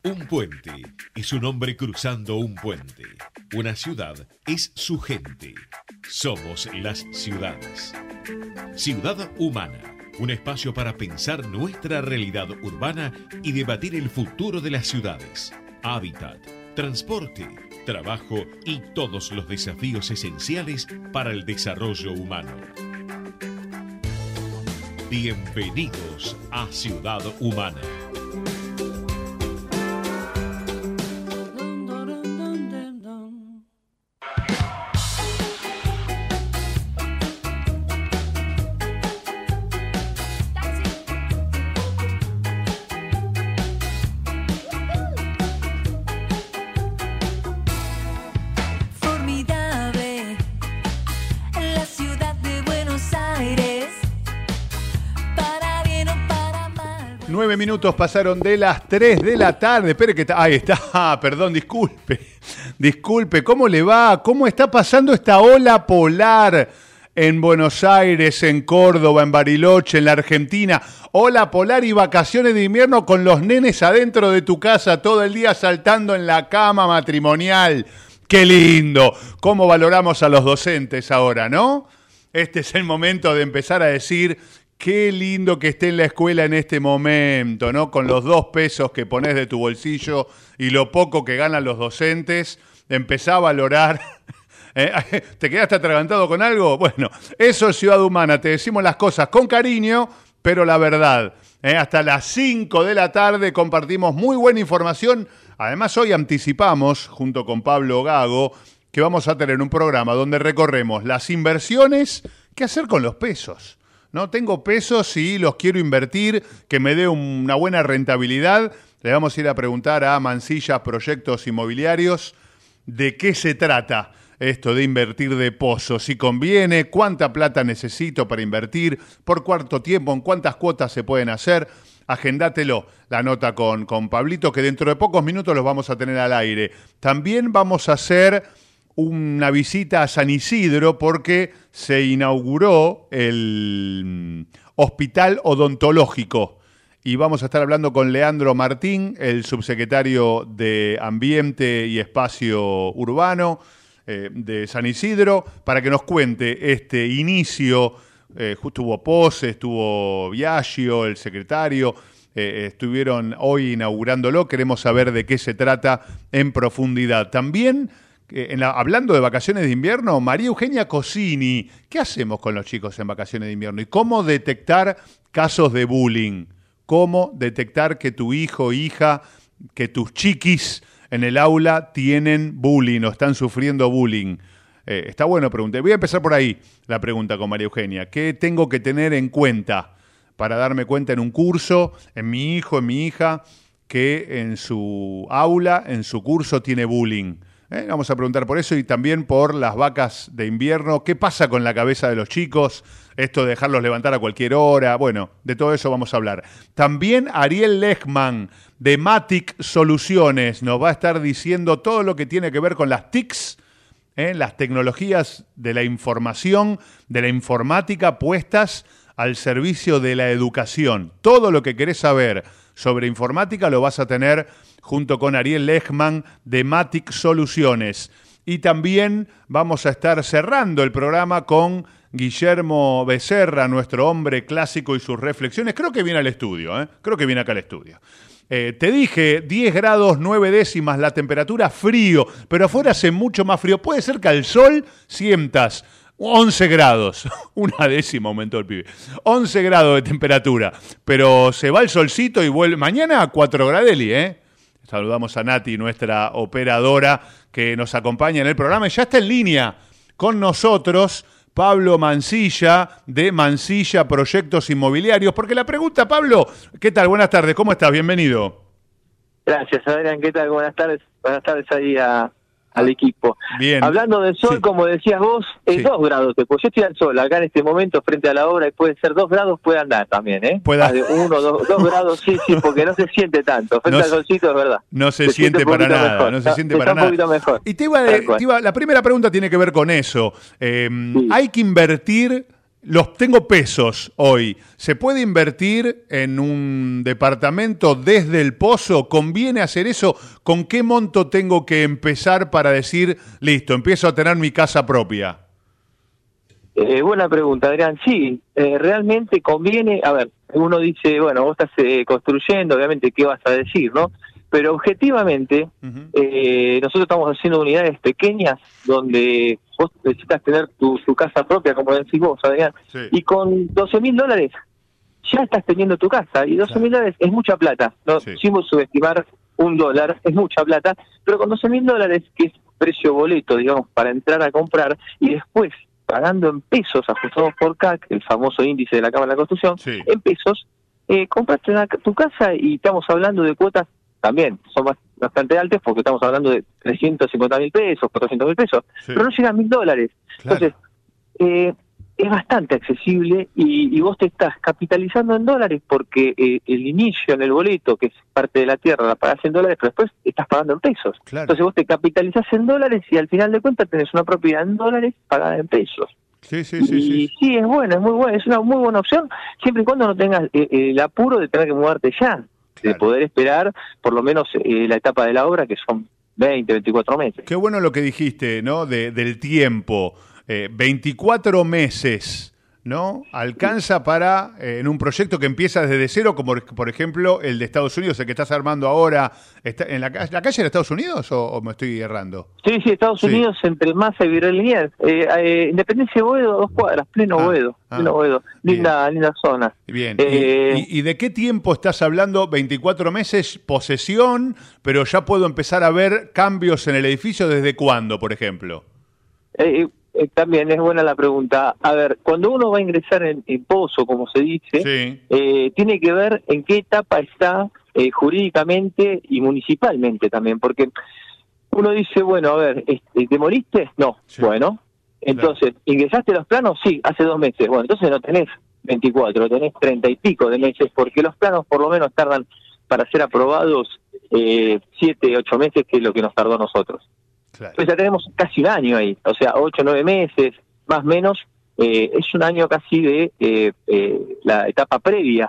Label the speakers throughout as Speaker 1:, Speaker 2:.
Speaker 1: Un puente es un hombre cruzando un puente. Una ciudad es su gente. Somos las ciudades. Ciudad Humana, un espacio para pensar nuestra realidad urbana y debatir el futuro de las ciudades. Hábitat, transporte, trabajo y todos los desafíos esenciales para el desarrollo humano. Bienvenidos a Ciudad Humana.
Speaker 2: Formidable, la ciudad de Buenos Aires, para bien o para mal.
Speaker 3: 9 minutos pasaron de las 3 de la tarde. Espere que ahí está. Perdón, disculpe. ¿Cómo le va? ¿Cómo está pasando esta ola polar en Buenos Aires, en Córdoba, en Bariloche, en la Argentina? Ola polar y vacaciones de invierno con los nenes adentro de tu casa todo el día saltando en la cama matrimonial. ¡Qué lindo! ¿Cómo valoramos a los docentes ahora, no? Este es el momento de empezar a decir qué lindo que esté en la escuela en este momento, ¿no? Con los 2 pesos que pones de tu bolsillo y lo poco que ganan los docentes, empezá a valorar. ¿Te quedaste atragantado con algo? Bueno, eso es Ciudad Humana. Te decimos las cosas con cariño, pero la verdad. Hasta las 5 de la tarde compartimos muy buena información. Además, hoy anticipamos, junto con Pablo Gago, que vamos a tener un programa donde recorremos las inversiones, qué hacer con los pesos. ¿No? Tengo pesos y los quiero invertir, que me dé una buena rentabilidad. Le vamos a ir a preguntar a Mansilla Proyectos Inmobiliarios de qué se trata esto de invertir de pozo, si conviene, cuánta plata necesito para invertir, por cuánto tiempo, en cuántas cuotas se pueden hacer. Agendátelo, la nota con Pablito, que dentro de pocos minutos los vamos a tener al aire. También vamos a hacer una visita a San Isidro porque se inauguró el hospital odontológico y vamos a estar hablando con Leandro Martín, el subsecretario de Ambiente y Espacio Urbano de San Isidro, para que nos cuente este inicio. Estuvo Pose, estuvo Biagio, el secretario, estuvieron hoy inaugurándolo. Queremos saber de qué se trata en profundidad. También, hablando de vacaciones de invierno, María Eugenia Cosini, ¿qué hacemos con los chicos en vacaciones de invierno? ¿Y cómo detectar casos de bullying? ¿Cómo detectar que tu hijo, hija, que tus chiquis en el aula tienen bullying o están sufriendo bullying? Está bueno preguntar. Voy a empezar por ahí la pregunta con María Eugenia. ¿Qué tengo que tener en cuenta para darme cuenta en un curso, en mi hijo, en mi hija, que en su aula, en su curso tiene bullying? Vamos a preguntar por eso y también por las vacas de invierno. ¿Qué pasa con la cabeza de los chicos? Esto de dejarlos levantar a cualquier hora. Bueno, de todo eso vamos a hablar. También Ariel Lechman de Matic Soluciones nos va a estar diciendo todo lo que tiene que ver con las TICs, las tecnologías de la información, de la informática puestas al servicio de la educación. Todo lo que querés saber sobre informática lo vas a tener junto con Ariel Lechman de Matic Soluciones. Y también vamos a estar cerrando el programa con Guillermo Becerra, nuestro hombre clásico y sus reflexiones. Creo que viene al estudio, creo que viene acá al estudio. Te dije 10 grados 9 décimas la temperatura, frío, pero afuera hace mucho más frío. Puede ser que al sol sientas 11 grados, una décima aumentó el pibe, 11 grados de temperatura, pero se va el solcito y vuelve mañana a 4 gradeli, Saludamos a Nati, nuestra operadora que nos acompaña en el programa y ya está en línea con nosotros Pablo Mansilla, de Mansilla Proyectos Inmobiliarios. Porque la pregunta, Pablo, ¿qué tal? Buenas tardes, ¿cómo estás? Bienvenido.
Speaker 4: Gracias, Adrián, ¿qué tal? Buenas tardes ahí al equipo.
Speaker 3: Bien.
Speaker 4: Hablando del sol, sí, como decías vos, es 2 grados, pues yo estoy al sol, acá en este momento frente a la obra, y puede ser 2 grados, puede andar también,
Speaker 3: Puede...
Speaker 4: 1, 2 grados, sí, porque no se siente tanto, frente al solcito es verdad.
Speaker 3: No se siente para nada, mejor. No se siente para nada.
Speaker 4: Un poquito mejor.
Speaker 3: Y la primera pregunta tiene que ver con eso. Sí. Hay que invertir los tengo pesos hoy. ¿Se puede invertir en un departamento desde el pozo? ¿Conviene hacer eso? ¿Con qué monto tengo que empezar para decir, listo, empiezo a tener mi casa propia?
Speaker 4: Buena pregunta, Adrián. Sí, realmente conviene. A ver, uno dice, bueno, vos estás construyendo, obviamente, ¿qué vas a decir, no? Pero objetivamente, nosotros estamos haciendo unidades pequeñas donde vos necesitas tener tu casa propia, como decís vos, Adrián,
Speaker 3: Sí.
Speaker 4: y con $12.000 ya estás teniendo tu casa, y $12.000 es mucha plata, no
Speaker 3: Sí.
Speaker 4: sin subestimar $1, es mucha plata, pero con $12.000, que es precio boleto, digamos, para entrar a comprar, y después pagando en pesos ajustados por CAC, el famoso índice de la Cámara de la Construcción,
Speaker 3: Sí.
Speaker 4: en pesos, compraste tu casa y estamos hablando de cuotas también, son bastante altas porque estamos hablando de 350.000 pesos, 400.000 pesos,
Speaker 3: Sí.
Speaker 4: pero no llegan $1.000.
Speaker 3: Claro.
Speaker 4: Entonces, es bastante accesible y vos te estás capitalizando en dólares porque el inicio en el boleto, que es parte de la tierra, la pagás en dólares, pero después estás pagando en pesos.
Speaker 3: Claro.
Speaker 4: Entonces vos te capitalizás en dólares y al final de cuentas tenés una propiedad en dólares pagada en pesos.
Speaker 3: Sí, sí,
Speaker 4: Y
Speaker 3: sí.
Speaker 4: sí, es buena, es muy buena, es una muy buena opción, siempre y cuando no tengas el apuro de tener que mudarte ya, de
Speaker 3: Claro.
Speaker 4: poder esperar por lo menos la etapa de la obra, que son 20, 24 meses.
Speaker 3: Qué bueno lo que dijiste, ¿no? Del tiempo. 24 meses, ¿no? Alcanza para, en un proyecto que empieza desde cero, como por ejemplo el de Estados Unidos, el que estás armando ahora. ¿Está en la calle de Estados Unidos o me estoy errando?
Speaker 4: Sí, Estados
Speaker 3: Sí.
Speaker 4: Unidos entre Massa y Virrey Liniers. Independencia de Boedo, 2 cuadras, pleno Boedo. Linda zona.
Speaker 3: Bien. ¿Y de qué tiempo estás hablando? 24 meses, posesión, pero ya puedo empezar a ver cambios en el edificio. ¿Desde cuándo, por ejemplo?
Speaker 4: También es buena la pregunta. A ver, cuando uno va a ingresar en pozo, como se dice,
Speaker 3: Sí.
Speaker 4: tiene que ver en qué etapa está jurídicamente y municipalmente también, porque uno dice, bueno, a ver, ¿te moriste? No.
Speaker 3: Sí.
Speaker 4: Bueno, entonces, ¿ingresaste los planos? Sí, hace 2 meses. Bueno, entonces no tenés 24, tenés 30 y pico de meses, porque los planos por lo menos tardan para ser aprobados 7, 8 meses, que es lo que nos tardó a nosotros.
Speaker 3: Claro.
Speaker 4: Pues ya tenemos casi un año ahí, o sea, 8 o 9 meses, más o menos, es un año casi de la etapa previa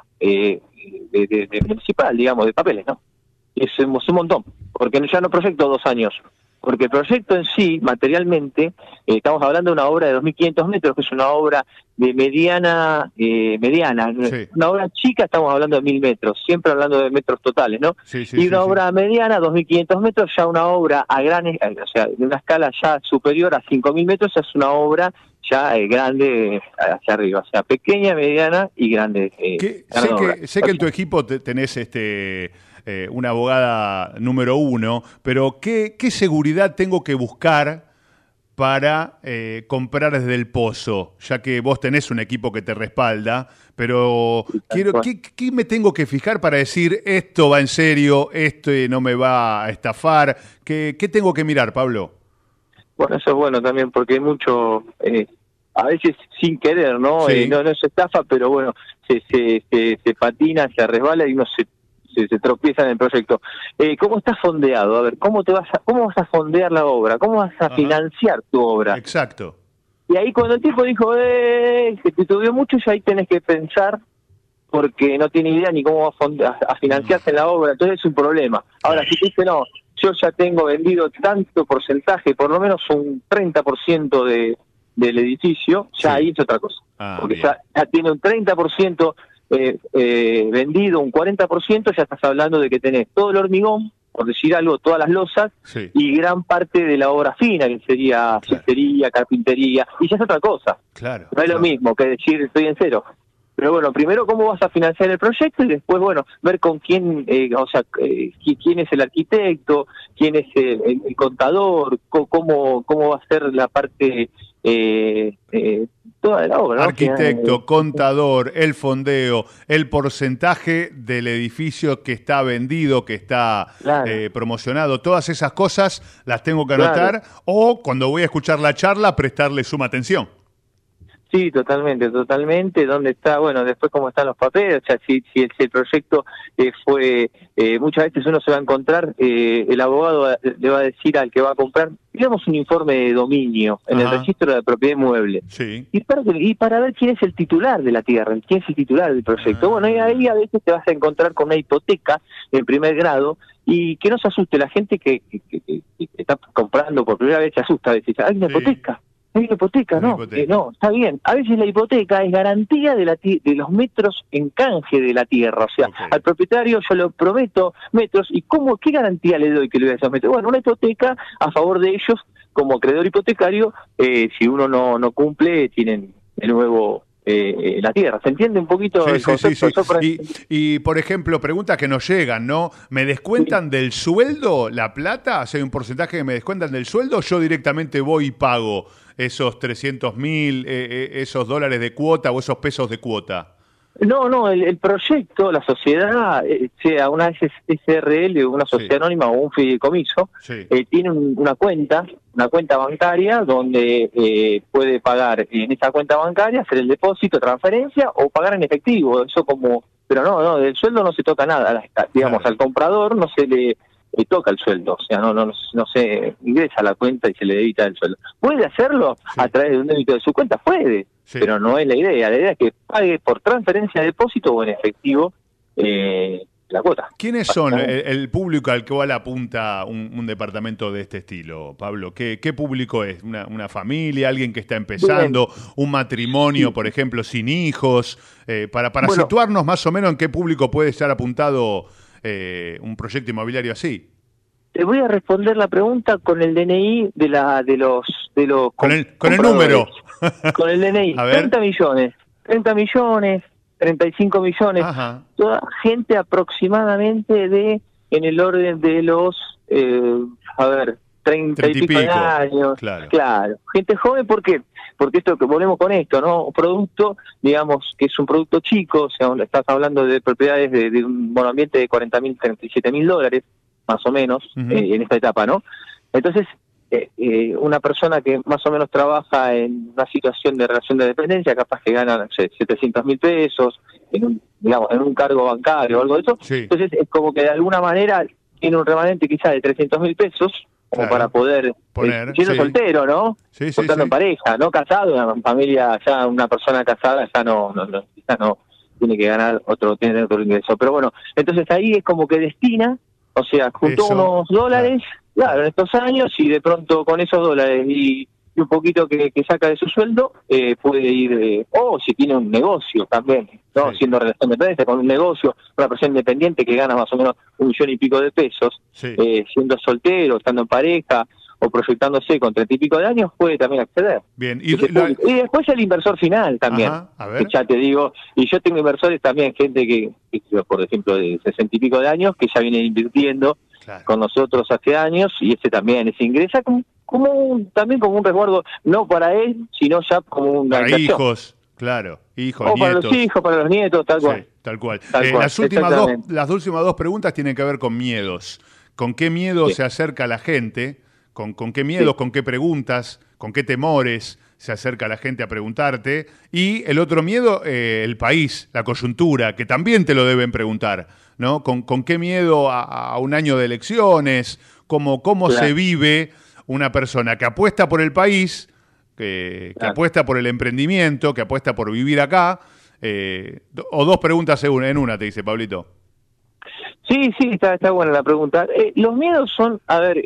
Speaker 4: de municipal, digamos, de papeles, ¿no? Es un montón, porque ya no proyecto 2 años, porque el proyecto en sí, materialmente, estamos hablando de una obra de 2.500 metros, que es una obra de mediana,
Speaker 3: Sí.
Speaker 4: una obra chica estamos hablando de 1.000 metros, siempre hablando de metros totales, ¿no?
Speaker 3: Sí, sí,
Speaker 4: Y
Speaker 3: sí,
Speaker 4: una
Speaker 3: sí.
Speaker 4: obra mediana, 2.500 metros, ya una obra a o sea, de una escala ya superior a 5.000 metros, ya es una obra ya grande hacia arriba, o sea, pequeña, mediana y grande.
Speaker 3: Sé que en tu equipo tenés una abogada número 1, pero ¿qué seguridad tengo que buscar para comprar desde el pozo? Ya que vos tenés un equipo que te respalda, pero ¿qué me tengo que fijar para decir esto va en serio, esto no me va a estafar? ¿Qué tengo que mirar, Pablo?
Speaker 4: Bueno, eso es bueno también, porque hay mucho, a veces sin querer, ¿no?
Speaker 3: Sí.
Speaker 4: No se estafa, pero bueno, se patina, se resbala y uno se tropieza en el proyecto. ¿Cómo estás fondeado? A ver, ¿cómo vas a fondear la obra? ¿Cómo vas a financiar tu obra?
Speaker 3: Exacto.
Speaker 4: Y ahí cuando el tipo dijo, que te tuvió mucho, ya ahí tenés que pensar, porque no tiene idea ni cómo va a financiarse la obra, entonces es un problema. Ahora, si te dice, no, yo ya tengo vendido tanto porcentaje, por lo menos un 30% del edificio, ya
Speaker 3: Sí.
Speaker 4: ahí es otra cosa. Porque
Speaker 3: bien.
Speaker 4: ya tiene un 30% vendido, un 40%, ya estás hablando de que tenés todo el hormigón, por decir algo, todas las losas,
Speaker 3: Sí.
Speaker 4: y gran parte de la obra fina, que sería cestería, carpintería, y ya es otra cosa.
Speaker 3: Claro.
Speaker 4: No es lo mismo que decir estoy en cero. Pero bueno, primero cómo vas a financiar el proyecto y después, bueno, ver con quién, quién es el arquitecto, quién es el contador, cómo va a ser la parte toda de la obra, ¿no?
Speaker 3: Arquitecto, contador, el fondeo, el porcentaje del edificio que está vendido, que está
Speaker 4: Claro.
Speaker 3: promocionado, todas esas cosas las tengo que anotar o cuando voy a escuchar la charla prestarle suma atención.
Speaker 4: Sí, totalmente, totalmente. ¿Dónde está? Bueno, después cómo están los papeles, o sea, si el proyecto fue, muchas veces uno se va a encontrar, el abogado le va a decir al que va a comprar, digamos un informe de dominio en el
Speaker 3: Ajá.
Speaker 4: registro de la propiedad inmueble.
Speaker 3: Sí.
Speaker 4: Y para ver quién es el titular de la tierra, quién es el titular del proyecto. Bueno, y ahí a veces te vas a encontrar con una hipoteca en primer grado y que no se asuste la gente que está comprando por primera vez, se asusta a veces. Hay una
Speaker 3: Sí.
Speaker 4: hipoteca. Hay una hipoteca,
Speaker 3: Una
Speaker 4: no,
Speaker 3: hipoteca.
Speaker 4: no, está bien. A veces la hipoteca es garantía de de los metros en canje de la tierra. O sea,
Speaker 3: Ok.
Speaker 4: al propietario yo le prometo metros. ¿Y qué garantía le doy que le doy a esos metros? Bueno, una hipoteca a favor de ellos como acreedor hipotecario. Si uno no cumple, tienen de nuevo la tierra. ¿Se entiende un poquito el concepto? Yo por
Speaker 3: Y, por ejemplo, preguntas que nos llegan, ¿no? ¿Me descuentan del sueldo la plata? ¿Si hay un porcentaje que me descuentan del sueldo? ¿Yo directamente voy y pago esos 300.000, esos dólares de cuota o esos pesos de cuota?
Speaker 4: No, el proyecto, la sociedad, sea una SRL, una sociedad
Speaker 3: Sí.
Speaker 4: anónima o un fideicomiso,
Speaker 3: Sí.
Speaker 4: tiene una cuenta bancaria donde puede pagar en esa cuenta bancaria, hacer el depósito, transferencia o pagar en efectivo. Eso pero no, del sueldo no se toca nada, digamos,
Speaker 3: Claro.
Speaker 4: al comprador no se le toca el sueldo, o sea, no se ingresa a la cuenta y se le debita el sueldo. ¿Puede hacerlo
Speaker 3: Sí.
Speaker 4: a través de un débito de su cuenta? Puede,
Speaker 3: Sí.
Speaker 4: pero no es la idea. La idea es que pague por transferencia de depósito o en efectivo la cuota.
Speaker 3: ¿Quiénes son el público al que va la punta un departamento de este estilo, Pablo? ¿Qué público es? ¿Una familia? ¿Alguien que está empezando? ¿Un matrimonio, por ejemplo, sin hijos? Para
Speaker 4: Bueno.
Speaker 3: situarnos más o menos en qué público puede estar apuntado un proyecto inmobiliario así.
Speaker 4: Te voy a responder la pregunta con el DNI de los
Speaker 3: Con el
Speaker 4: compradores.
Speaker 3: número.
Speaker 4: Con el DNI.
Speaker 3: A ver.
Speaker 4: 30 millones, 35 millones.
Speaker 3: Ajá.
Speaker 4: Toda gente aproximadamente en el orden de los, 30 y pico de años.
Speaker 3: Claro.
Speaker 4: Gente joven, ¿por qué? Porque volvemos con esto, ¿no? Un producto, digamos, que es un producto chico, o sea, estás hablando de propiedades de un monoambiente de 40.000, 37.000 dólares, más o menos,
Speaker 3: Ujú.
Speaker 4: en esta etapa, ¿no? Entonces, una persona que más o menos trabaja en una situación de relación de dependencia, capaz que gana, no sé, 700.000 pesos, en un cargo bancario o algo de eso,
Speaker 3: Sí.
Speaker 4: entonces es como que de alguna manera tiene un remanente quizás de 300.000 pesos, como
Speaker 3: Claro.
Speaker 4: para poder,
Speaker 3: Poner,
Speaker 4: siendo
Speaker 3: sí.
Speaker 4: soltero, ¿no?
Speaker 3: Sí,
Speaker 4: Contando en pareja, no casado, una familia, ya una persona casada ya quizás no tiene que ganar tiene otro ingreso. Pero bueno, entonces ahí es como que destina, o sea, juntó
Speaker 3: Eso,
Speaker 4: unos dólares, claro, en estos años, y de pronto con esos dólares y un poquito que saca de su sueldo, puede ir, o si tiene un negocio también, ¿no?
Speaker 3: Sí.
Speaker 4: Siendo relación de dependencia, con un negocio, una persona independiente que gana más o menos 1,5 millones de pesos,
Speaker 3: Sí.
Speaker 4: siendo soltero, estando en pareja, o proyectándose con 30 y pico de años, puede también acceder.
Speaker 3: Bien.
Speaker 4: Y después el inversor final también.
Speaker 3: Ajá, a ver.
Speaker 4: Que ya te digo, y yo tengo inversores también, gente que por ejemplo, de 60 y pico de años, que ya viene invirtiendo
Speaker 3: Claro.
Speaker 4: con nosotros hace años, y ese también se ingresa también como un resguardo, no para él, sino ya como una
Speaker 3: Para
Speaker 4: inversión.
Speaker 3: hijos, claro. Hijos,
Speaker 4: O
Speaker 3: nietos.
Speaker 4: para los hijos, para los nietos, tal cual.
Speaker 3: Sí, tal cual.
Speaker 4: Tal cual,
Speaker 3: Las últimas
Speaker 4: exactamente.
Speaker 3: las últimas dos preguntas tienen que ver con miedos. ¿Con qué miedo
Speaker 4: Sí.
Speaker 3: se acerca la gente? ¿Con qué miedos,
Speaker 4: Sí.
Speaker 3: con qué preguntas, con qué temores se acerca la gente a preguntarte? Y el otro miedo, el país, la coyuntura, que también te lo deben preguntar, ¿no? ¿Con qué miedo a un año de elecciones? ¿Cómo
Speaker 4: Claro.
Speaker 3: se vive una persona que apuesta por el país, que
Speaker 4: Claro.
Speaker 3: apuesta por el emprendimiento, que apuesta por vivir acá? O dos preguntas en una, te dice Pablito.
Speaker 4: Sí, está buena la pregunta. Los miedos son, a ver,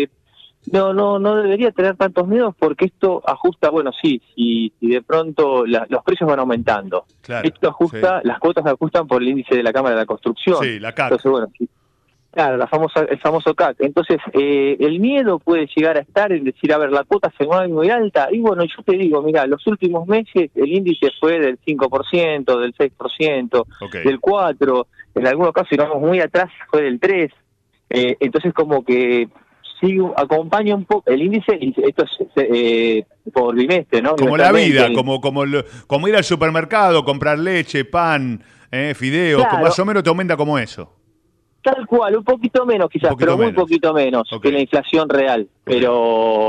Speaker 4: no debería tener tantos miedos porque esto ajusta, bueno, sí, y de pronto los precios van aumentando.
Speaker 3: Claro,
Speaker 4: Esto ajusta, las cuotas se ajustan por el índice de la Cámara de la Construcción.
Speaker 3: Sí, la CAC.
Speaker 4: Entonces, bueno, sí. Claro, el famoso CAC. Entonces, el miedo puede llegar a estar en decir, a ver, la cuota se mueve muy alta. Y bueno, yo te digo, mira, los últimos meses el índice fue del 5%, del 6%,
Speaker 3: Ok.
Speaker 4: del 4%, en algunos casos, si vamos muy atrás, fue del 3%. Entonces, como que acompaña un poco el índice, y esto es por bimestre, ¿no?
Speaker 3: Como la vida,
Speaker 4: Trimestralmente.
Speaker 3: como ir al supermercado, comprar leche, pan, fideos,
Speaker 4: Claro.
Speaker 3: más o menos te aumenta como eso.
Speaker 4: Tal cual, un poquito menos quizás,
Speaker 3: Un poquito
Speaker 4: pero muy
Speaker 3: menos.
Speaker 4: poquito menos
Speaker 3: Ok.
Speaker 4: que la inflación real. Pero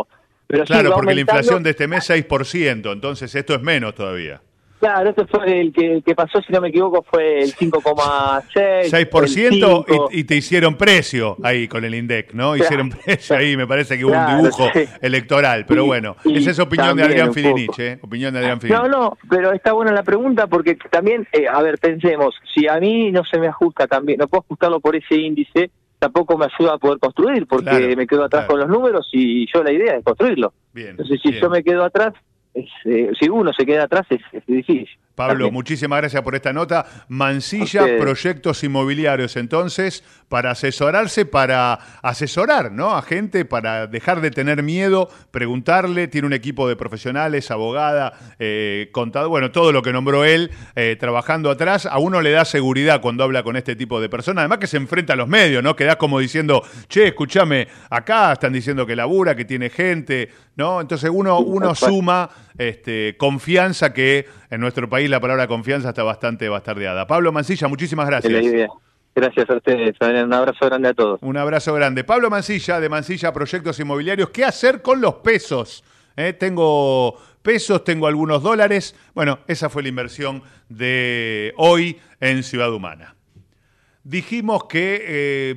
Speaker 4: Pero sí,
Speaker 3: Claro,
Speaker 4: va
Speaker 3: porque la
Speaker 4: aumentando.
Speaker 3: inflación de este mes 6%, entonces esto es menos todavía.
Speaker 4: Claro, este fue el que pasó, si no me equivoco, fue el 5,6.
Speaker 3: 6%
Speaker 4: el 5.
Speaker 3: y te hicieron precio ahí con el INDEC, ¿no?
Speaker 4: Claro,
Speaker 3: Hicieron precio ahí, me parece que hubo
Speaker 4: claro,
Speaker 3: un dibujo
Speaker 4: sí.
Speaker 3: electoral, pero bueno,
Speaker 4: Y
Speaker 3: esa es opinión de
Speaker 4: también
Speaker 3: Adrián
Speaker 4: un
Speaker 3: Filinich,
Speaker 4: poco.
Speaker 3: opinión de Adrián Filinich.
Speaker 4: No, pero está buena la pregunta porque también, a ver, pensemos, si a mí no se me ajusta también, no puedo ajustarlo por ese índice, tampoco me ayuda a poder construir porque
Speaker 3: Claro,
Speaker 4: me quedo atrás
Speaker 3: claro.
Speaker 4: con los números y yo la idea es construirlo.
Speaker 3: Bien,
Speaker 4: Entonces, si
Speaker 3: bien.
Speaker 4: yo me quedo atrás, si uno se queda atrás es difícil.
Speaker 3: Pablo,
Speaker 4: También.
Speaker 3: muchísimas gracias por esta nota. Mansilla,
Speaker 4: Ustedes.
Speaker 3: Proyectos Inmobiliarios, entonces, para asesorarse, para asesorar, ¿no? A gente, para dejar de tener miedo, preguntarle, tiene un equipo de profesionales, abogada, contador, bueno, todo lo que nombró él, trabajando atrás, a uno le da seguridad cuando habla con este tipo de personas, además que se enfrenta a los medios, ¿no? Quedás como diciendo, che, escúchame, acá están diciendo que labura, que tiene gente, ¿no? Entonces uno suma confianza, que en nuestro país la palabra confianza está bastante bastardeada. Pablo Mansilla, muchísimas
Speaker 4: Es la
Speaker 3: gracias.
Speaker 4: idea. Gracias a ustedes. Un abrazo grande a todos.
Speaker 3: Un abrazo grande. Pablo Mansilla, de Mansilla Proyectos Inmobiliarios. ¿Qué hacer con los pesos? Tengo pesos, tengo algunos dólares. Bueno, esa fue la inversión de hoy en Ciudad Humana. Dijimos que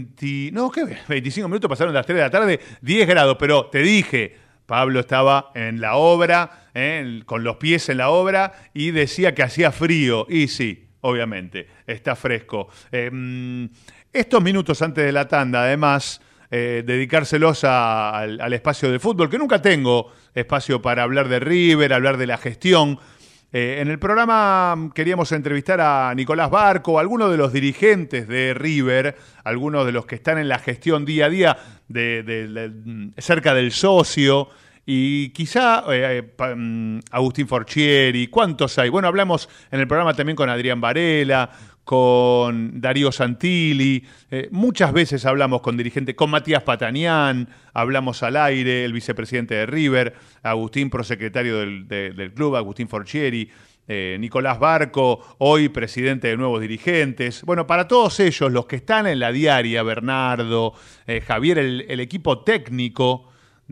Speaker 3: 25 minutos pasaron de las 3 de la tarde, 10 grados, pero te dije, Pablo estaba en la obra, con los pies en la obra, y decía que hacía frío. Y sí, obviamente, está fresco. Estos minutos antes de la tanda, además, dedicárselos al espacio de fútbol, que nunca tengo espacio para hablar de River, hablar de la gestión. En el programa queríamos entrevistar a Nicolás Barco, a algunos de los dirigentes de River, algunos de los que están en la gestión día a día cerca del socio, y quizá Agustín Forchieri. ¿Cuántos hay? Bueno, hablamos en el programa también con Adrián Varela, con Darío Santilli, muchas veces hablamos con dirigentes, con Matías Patanián, hablamos al aire, el vicepresidente de River, Agustín, prosecretario del club, Agustín Forchieri, Nicolás Barco, hoy presidente de Nuevos Dirigentes. Bueno, para todos ellos, los que están en la diaria, Bernardo, Javier, el equipo técnico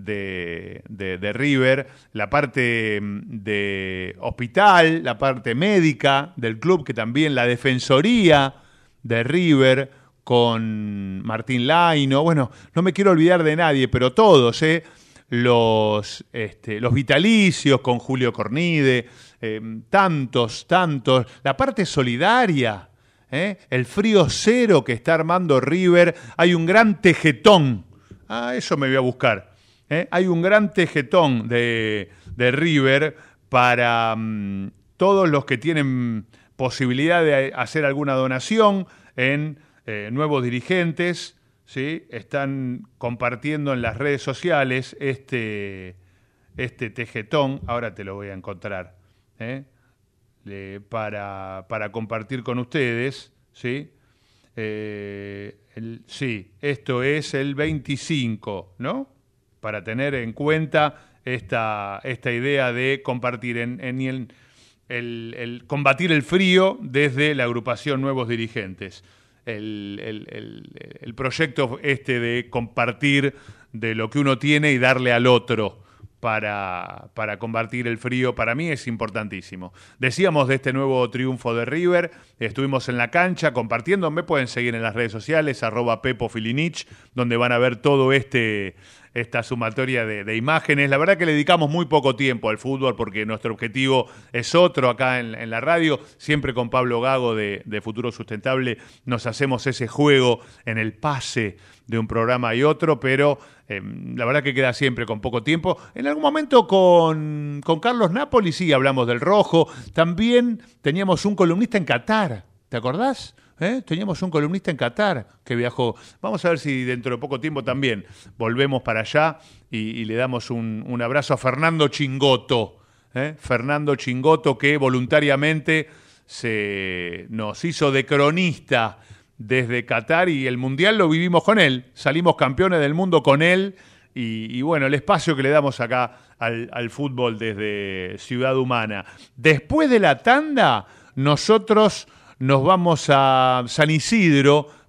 Speaker 3: de River, la parte de hospital, la parte médica del club, que también la defensoría de River con Martín Laino. Bueno, no me quiero olvidar de nadie, pero todos, los vitalicios con Julio Cornide, tantos, la parte solidaria, el frío cero que está armando River. Hay un gran tejetón, eso me voy a buscar. Hay un gran tejetón de River para todos los que tienen posibilidad de hacer alguna donación en Nuevos Dirigentes, ¿sí? Están compartiendo en las redes sociales este tejetón. Ahora te lo voy a encontrar, para compartir con ustedes, ¿sí? Sí, esto es el 25, ¿no? Para tener en cuenta esta idea de compartir el combatir el frío desde la agrupación Nuevos Dirigentes. El proyecto de compartir de lo que uno tiene y darle al otro para combatir el frío, para mí es importantísimo. Decíamos de este nuevo triunfo de River, estuvimos en la cancha compartiendo. Me pueden seguir en las redes sociales, @PepoFilinich, donde van a ver todo esta sumatoria de imágenes. La verdad que le dedicamos muy poco tiempo al fútbol porque nuestro objetivo es otro acá en la radio. Siempre con Pablo Gago de Futuro Sustentable nos hacemos ese juego en el pase de un programa y otro, pero la verdad que queda siempre con poco tiempo. En algún momento con Carlos Napoli sí hablamos del rojo. También teníamos un columnista en Qatar, ¿te acordás? Teníamos un columnista en Qatar que viajó. Vamos a ver si dentro de poco tiempo también volvemos para allá y le damos un abrazo a Fernando Chingotto. Fernando Chingotto, que voluntariamente nos hizo de cronista desde Qatar, y el Mundial lo vivimos con él. Salimos campeones del mundo con él. Y bueno, el espacio que le damos acá al fútbol desde Ciudad Humana. Después de la tanda, nosotros nos vamos a San Isidro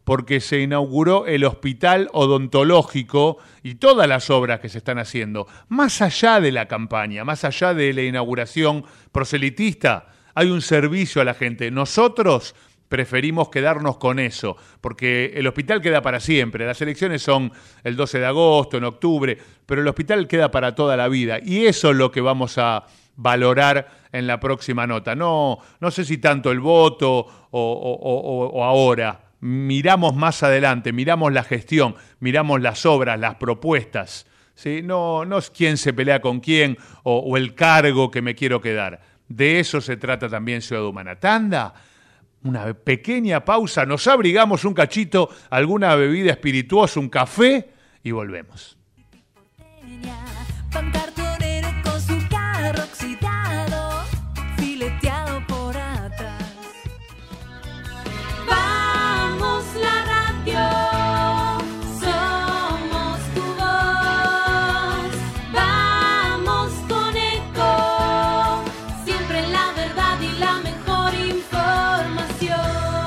Speaker 3: porque se inauguró el hospital odontológico y todas las obras que se están haciendo. Más allá de la campaña, más allá de la inauguración proselitista, hay un servicio a la gente. Nosotros preferimos quedarnos con eso, porque el hospital queda para siempre. Las elecciones son el 12 de agosto, en octubre, pero el hospital queda para toda la vida. Y eso es lo que vamos a valorar en la próxima nota. No sé si tanto el voto o ahora. Miramos más adelante, miramos la gestión, miramos las obras, las propuestas. ¿Sí? No es quién se pelea con quién o el cargo que me quiero quedar. De eso se trata también Ciudad Humana. Tanda, una pequeña pausa, nos abrigamos un cachito, alguna bebida espirituosa, un café y volvemos.
Speaker 2: Pan cartonero con su carro oxidado, fileteado por atrás. Vamos la radio, somos tu voz. Vamos con Eco, siempre la verdad y la mejor información.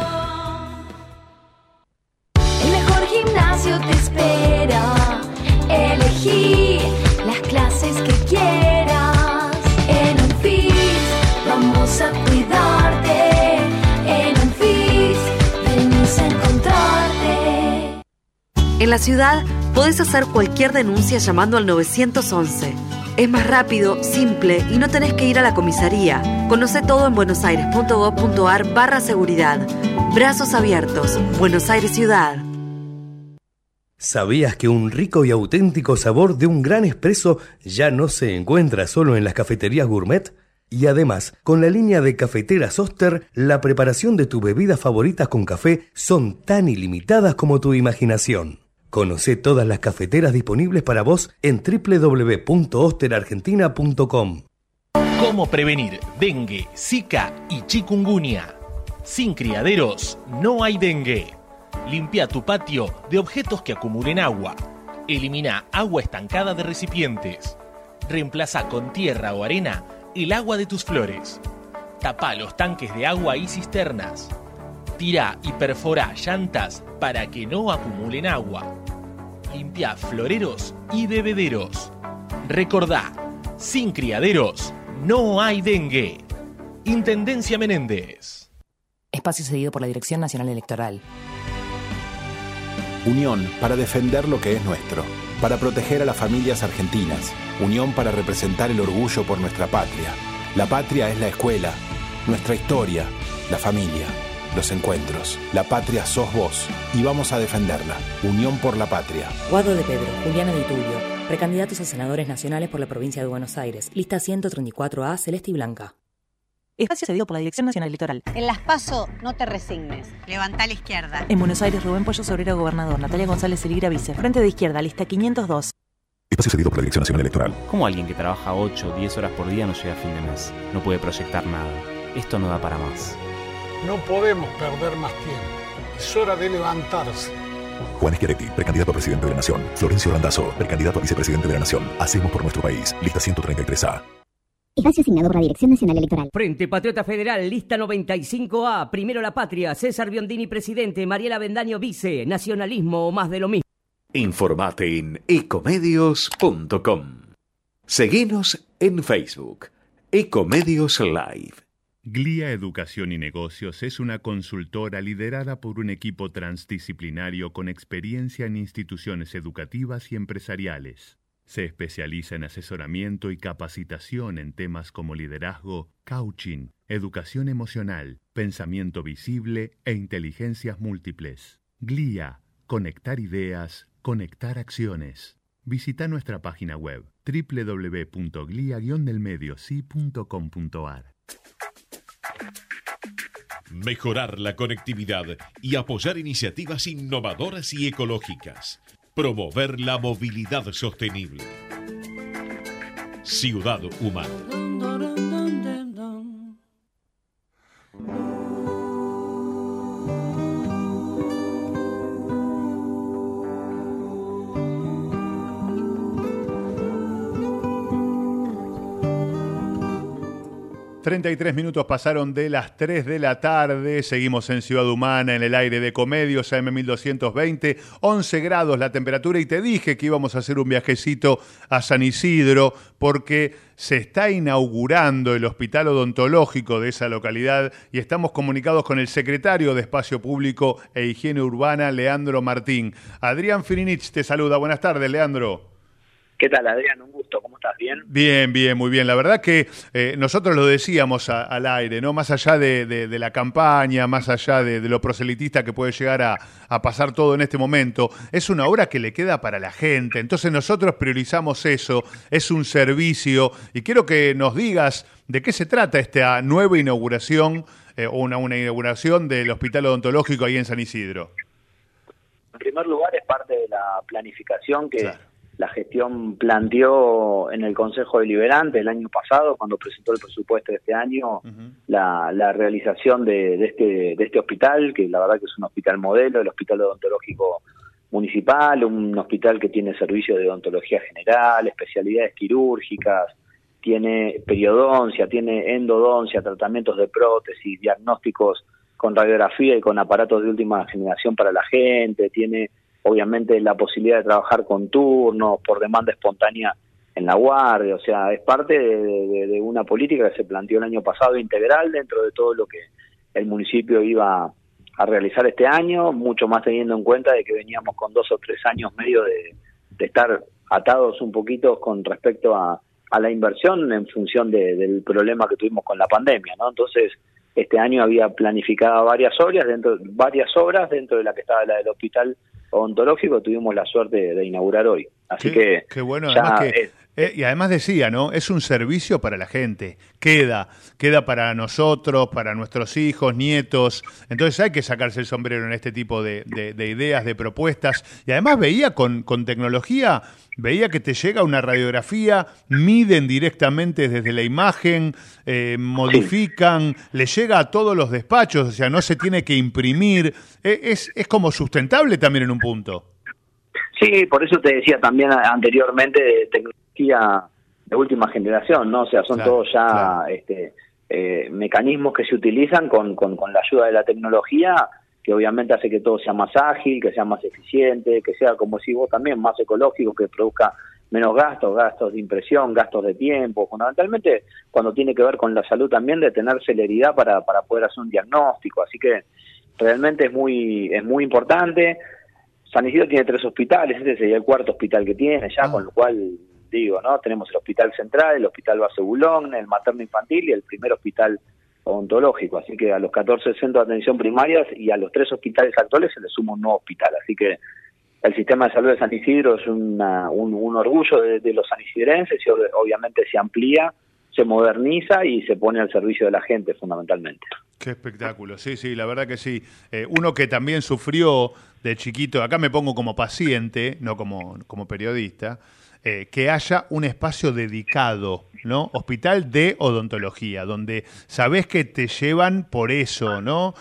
Speaker 2: El mejor gimnasio te espera. Elegí las clases que quieras. En Anfis vamos a cuidarte. En Anfis venimos a encontrarte.
Speaker 5: En la ciudad podés hacer cualquier denuncia llamando al 911. Es más rápido, simple y no tenés que ir a la comisaría. Conoce todo en buenosaires.gov.ar/seguridad. Brazos abiertos. Buenos Aires Ciudad.
Speaker 6: ¿Sabías que un rico y auténtico sabor de un gran espresso ya no se encuentra solo en las cafeterías gourmet? Y además, con la línea de cafeteras Oster, la preparación de tus bebidas favoritas con café son tan ilimitadas como tu imaginación. Conoce todas las cafeteras disponibles para vos en www.osterargentina.com.
Speaker 7: ¿Cómo prevenir dengue, zika y chikungunya? Sin criaderos no hay dengue. Limpia tu patio de objetos que acumulen agua. Elimina agua estancada de recipientes. Reemplaza con tierra o arena el agua de tus flores. Tapa los tanques de agua y cisternas. Tira y perfora llantas para que no acumulen agua. Limpia floreros y bebederos. Recordá, sin criaderos no hay dengue. Intendencia Menéndez.
Speaker 8: Espacio cedido por la Dirección Nacional Electoral.
Speaker 9: Unión para defender lo que es nuestro, para proteger a las familias argentinas. Unión para representar el orgullo por nuestra patria. La patria es la escuela, nuestra historia, la familia, los encuentros. La patria sos vos y vamos a defenderla. Unión por la patria.
Speaker 8: Guado de Pedro, Juliana Di Tulio, precandidatos a senadores nacionales por la provincia de Buenos Aires. Lista 134A, celeste y blanca.
Speaker 10: Espacio cedido por la Dirección Nacional Electoral.
Speaker 11: En las PASO no te resignes. Levantá la izquierda.
Speaker 10: En Buenos Aires, Rubén Pollo Sobrero, gobernador. Natalia González Elguira, vice. Frente de izquierda, lista 502.
Speaker 12: Espacio cedido por la Dirección Nacional Electoral.
Speaker 13: ¿Cómo alguien que trabaja 8 o 10 horas por día no llega a fin de mes? No puede proyectar nada. Esto no da para más.
Speaker 14: No podemos perder más tiempo. Es hora de levantarse.
Speaker 12: Juan Schiaretti, precandidato a presidente de la Nación. Florencio Randazzo, precandidato a vicepresidente de la Nación. Hacemos por nuestro país. Lista 133A.
Speaker 15: Espacio asignado por la Dirección Nacional Electoral.
Speaker 16: Frente Patriota Federal, lista 95A. Primero la Patria. César Biondini, presidente. Mariela Bendaño, vice. Nacionalismo o más de lo mismo.
Speaker 1: Informate en ecomedios.com. Seguinos en Facebook. Ecomedios Live.
Speaker 17: Glia Educación y Negocios es una consultora liderada por un equipo transdisciplinario con experiencia en instituciones educativas y empresariales. Se especializa en asesoramiento y capacitación en temas como liderazgo, coaching, educación emocional, pensamiento visible e inteligencias múltiples. Glia, conectar ideas, conectar acciones. Visita nuestra página web www.glia-delmediosi.com.ar.
Speaker 1: Mejorar la conectividad y apoyar iniciativas innovadoras y ecológicas. Promover la movilidad sostenible. Ciudad Humana.
Speaker 3: 33 minutos pasaron de las 3 de la tarde, seguimos en Ciudad Humana, en el aire de Comedios, AM 1220, 11 grados la temperatura, y te dije que íbamos a hacer un viajecito a San Isidro porque se está inaugurando el hospital odontológico de esa localidad y estamos comunicados con el secretario de Espacio Público e Higiene Urbana, Leandro Martín. Adrián Fininich te saluda, buenas tardes, Leandro.
Speaker 18: ¿Qué tal, Adrián? Un gusto, ¿cómo estás? ¿Bien?
Speaker 3: Bien, muy bien. La verdad que nosotros lo decíamos al aire, ¿no? Más allá de la campaña, más allá de lo proselitista que puede llegar a pasar todo en este momento, es una obra que le queda para la gente. Entonces nosotros priorizamos eso, es un servicio, y quiero que nos digas de qué se trata esta nueva inauguración, una inauguración del Hospital Odontológico ahí en San Isidro.
Speaker 18: En primer lugar, es parte de la planificación que... Claro. La gestión planteó en el Consejo Deliberante el año pasado, cuando presentó el presupuesto de este año, la realización de este hospital, que la verdad que es un hospital modelo, el Hospital Odontológico Municipal, un hospital que tiene servicios de odontología general, especialidades quirúrgicas, tiene periodoncia, tiene endodoncia, tratamientos de prótesis, diagnósticos con radiografía y con aparatos de última generación para la gente, tiene... obviamente la posibilidad de trabajar con turnos, por demanda espontánea en la guardia, o sea, es parte de una política que se planteó el año pasado integral dentro de todo lo que el municipio iba a realizar este año, mucho más teniendo en cuenta de que veníamos con 2 o 3 años medio de estar atados un poquito con respecto a la inversión en función del problema que tuvimos con la pandemia, ¿no? Entonces, este año había planificado varias obras dentro de la que estaba la del hospital odontológico, tuvimos la suerte de inaugurar hoy. Así que
Speaker 3: qué bueno, además y además decía, ¿no? Es un servicio para la gente, queda para nosotros, para nuestros hijos, nietos, entonces hay que sacarse el sombrero en este tipo de ideas, de propuestas, y además veía con tecnología, veía que te llega una radiografía, miden directamente desde la imagen, modifican, le llega a todos los despachos, o sea, no se tiene que imprimir, es como sustentable también en un punto.
Speaker 18: Sí, por eso te decía también anteriormente de tecnología de última generación, ¿no? O sea, son todos ya mecanismos que se utilizan con la ayuda de la tecnología, que obviamente hace que todo sea más ágil, que sea más eficiente, que sea, como decís vos también, más ecológico, que produzca menos gastos de impresión, gastos de tiempo, fundamentalmente cuando tiene que ver con la salud también, de tener celeridad para poder hacer un diagnóstico. Así que realmente es muy importante. San Isidro tiene 3 hospitales, este sería el 4º hospital que tiene ya, con lo cual, digo, ¿no? Tenemos el Hospital Central, el Hospital Base Bulón, el Materno Infantil y el primer hospital odontológico. Así que a los 14 centros de atención primarias y a los 3 hospitales actuales se le suma un nuevo hospital. Así que el sistema de salud de San Isidro es un orgullo de los sanisidrenses y obviamente se amplía, se moderniza y se pone al servicio de la gente fundamentalmente.
Speaker 3: Qué espectáculo, sí, la verdad que sí. Uno que también sufrió de chiquito, acá me pongo como paciente, no como periodista, que haya un espacio dedicado, ¿no? Hospital de odontología, donde sabés que te llevan por eso, ¿no?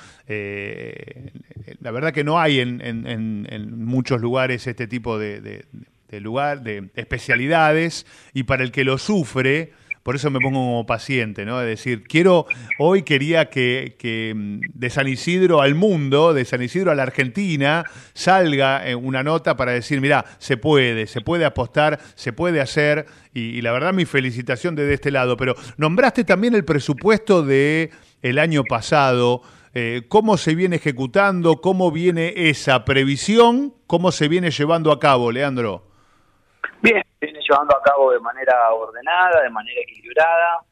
Speaker 3: La verdad que no hay en muchos lugares este tipo de especialidades, y para el que lo sufre... Por eso me pongo como paciente, ¿no? Es decir, hoy quería que de San Isidro al mundo, de San Isidro a la Argentina, salga una nota para decir, mirá, se puede apostar, se puede hacer, y la verdad mi felicitación desde este lado. Pero nombraste también el presupuesto del año pasado, ¿cómo se viene ejecutando? ¿Cómo viene esa previsión? ¿Cómo se viene llevando a cabo, Leandro?
Speaker 18: Bien, se viene llevando a cabo de manera ordenada, de manera equilibrada,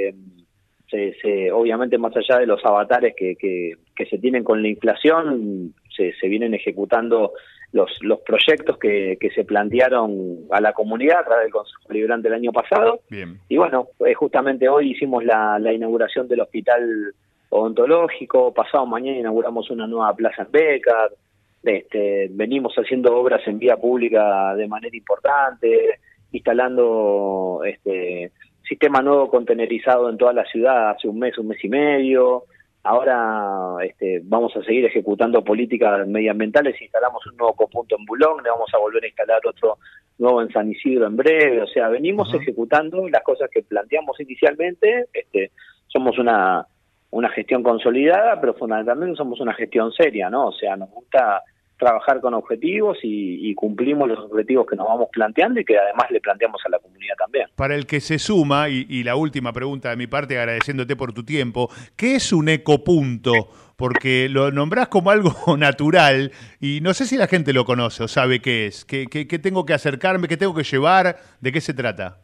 Speaker 18: obviamente más allá de los avatares que se tienen con la inflación, se vienen ejecutando los proyectos que se plantearon a la comunidad a través del Consejo Deliberante el año pasado. Bien. Y bueno, justamente hoy hicimos la inauguración del hospital odontológico, pasado mañana inauguramos una nueva plaza en Bécar. Venimos haciendo obras en vía pública de manera importante, instalando sistema nuevo contenerizado en toda la ciudad hace un mes y medio. Ahora vamos a seguir ejecutando políticas medioambientales, instalamos un nuevo copunto en Bulón, le vamos a volver a instalar otro nuevo en San Isidro en breve. O sea, venimos ejecutando las cosas que planteamos inicialmente, somos una gestión consolidada, pero fundamentalmente somos una gestión seria, ¿no? O sea, nos gusta trabajar con objetivos y cumplimos los objetivos que nos vamos planteando y que además le planteamos a la comunidad también.
Speaker 3: Para el que se suma, y la última pregunta de mi parte, agradeciéndote por tu tiempo, ¿qué es un ecopunto? Porque lo nombrás como algo natural y no sé si la gente lo conoce o sabe qué es. ¿Qué tengo que acercarme? ¿Qué tengo que llevar? ¿De qué se trata?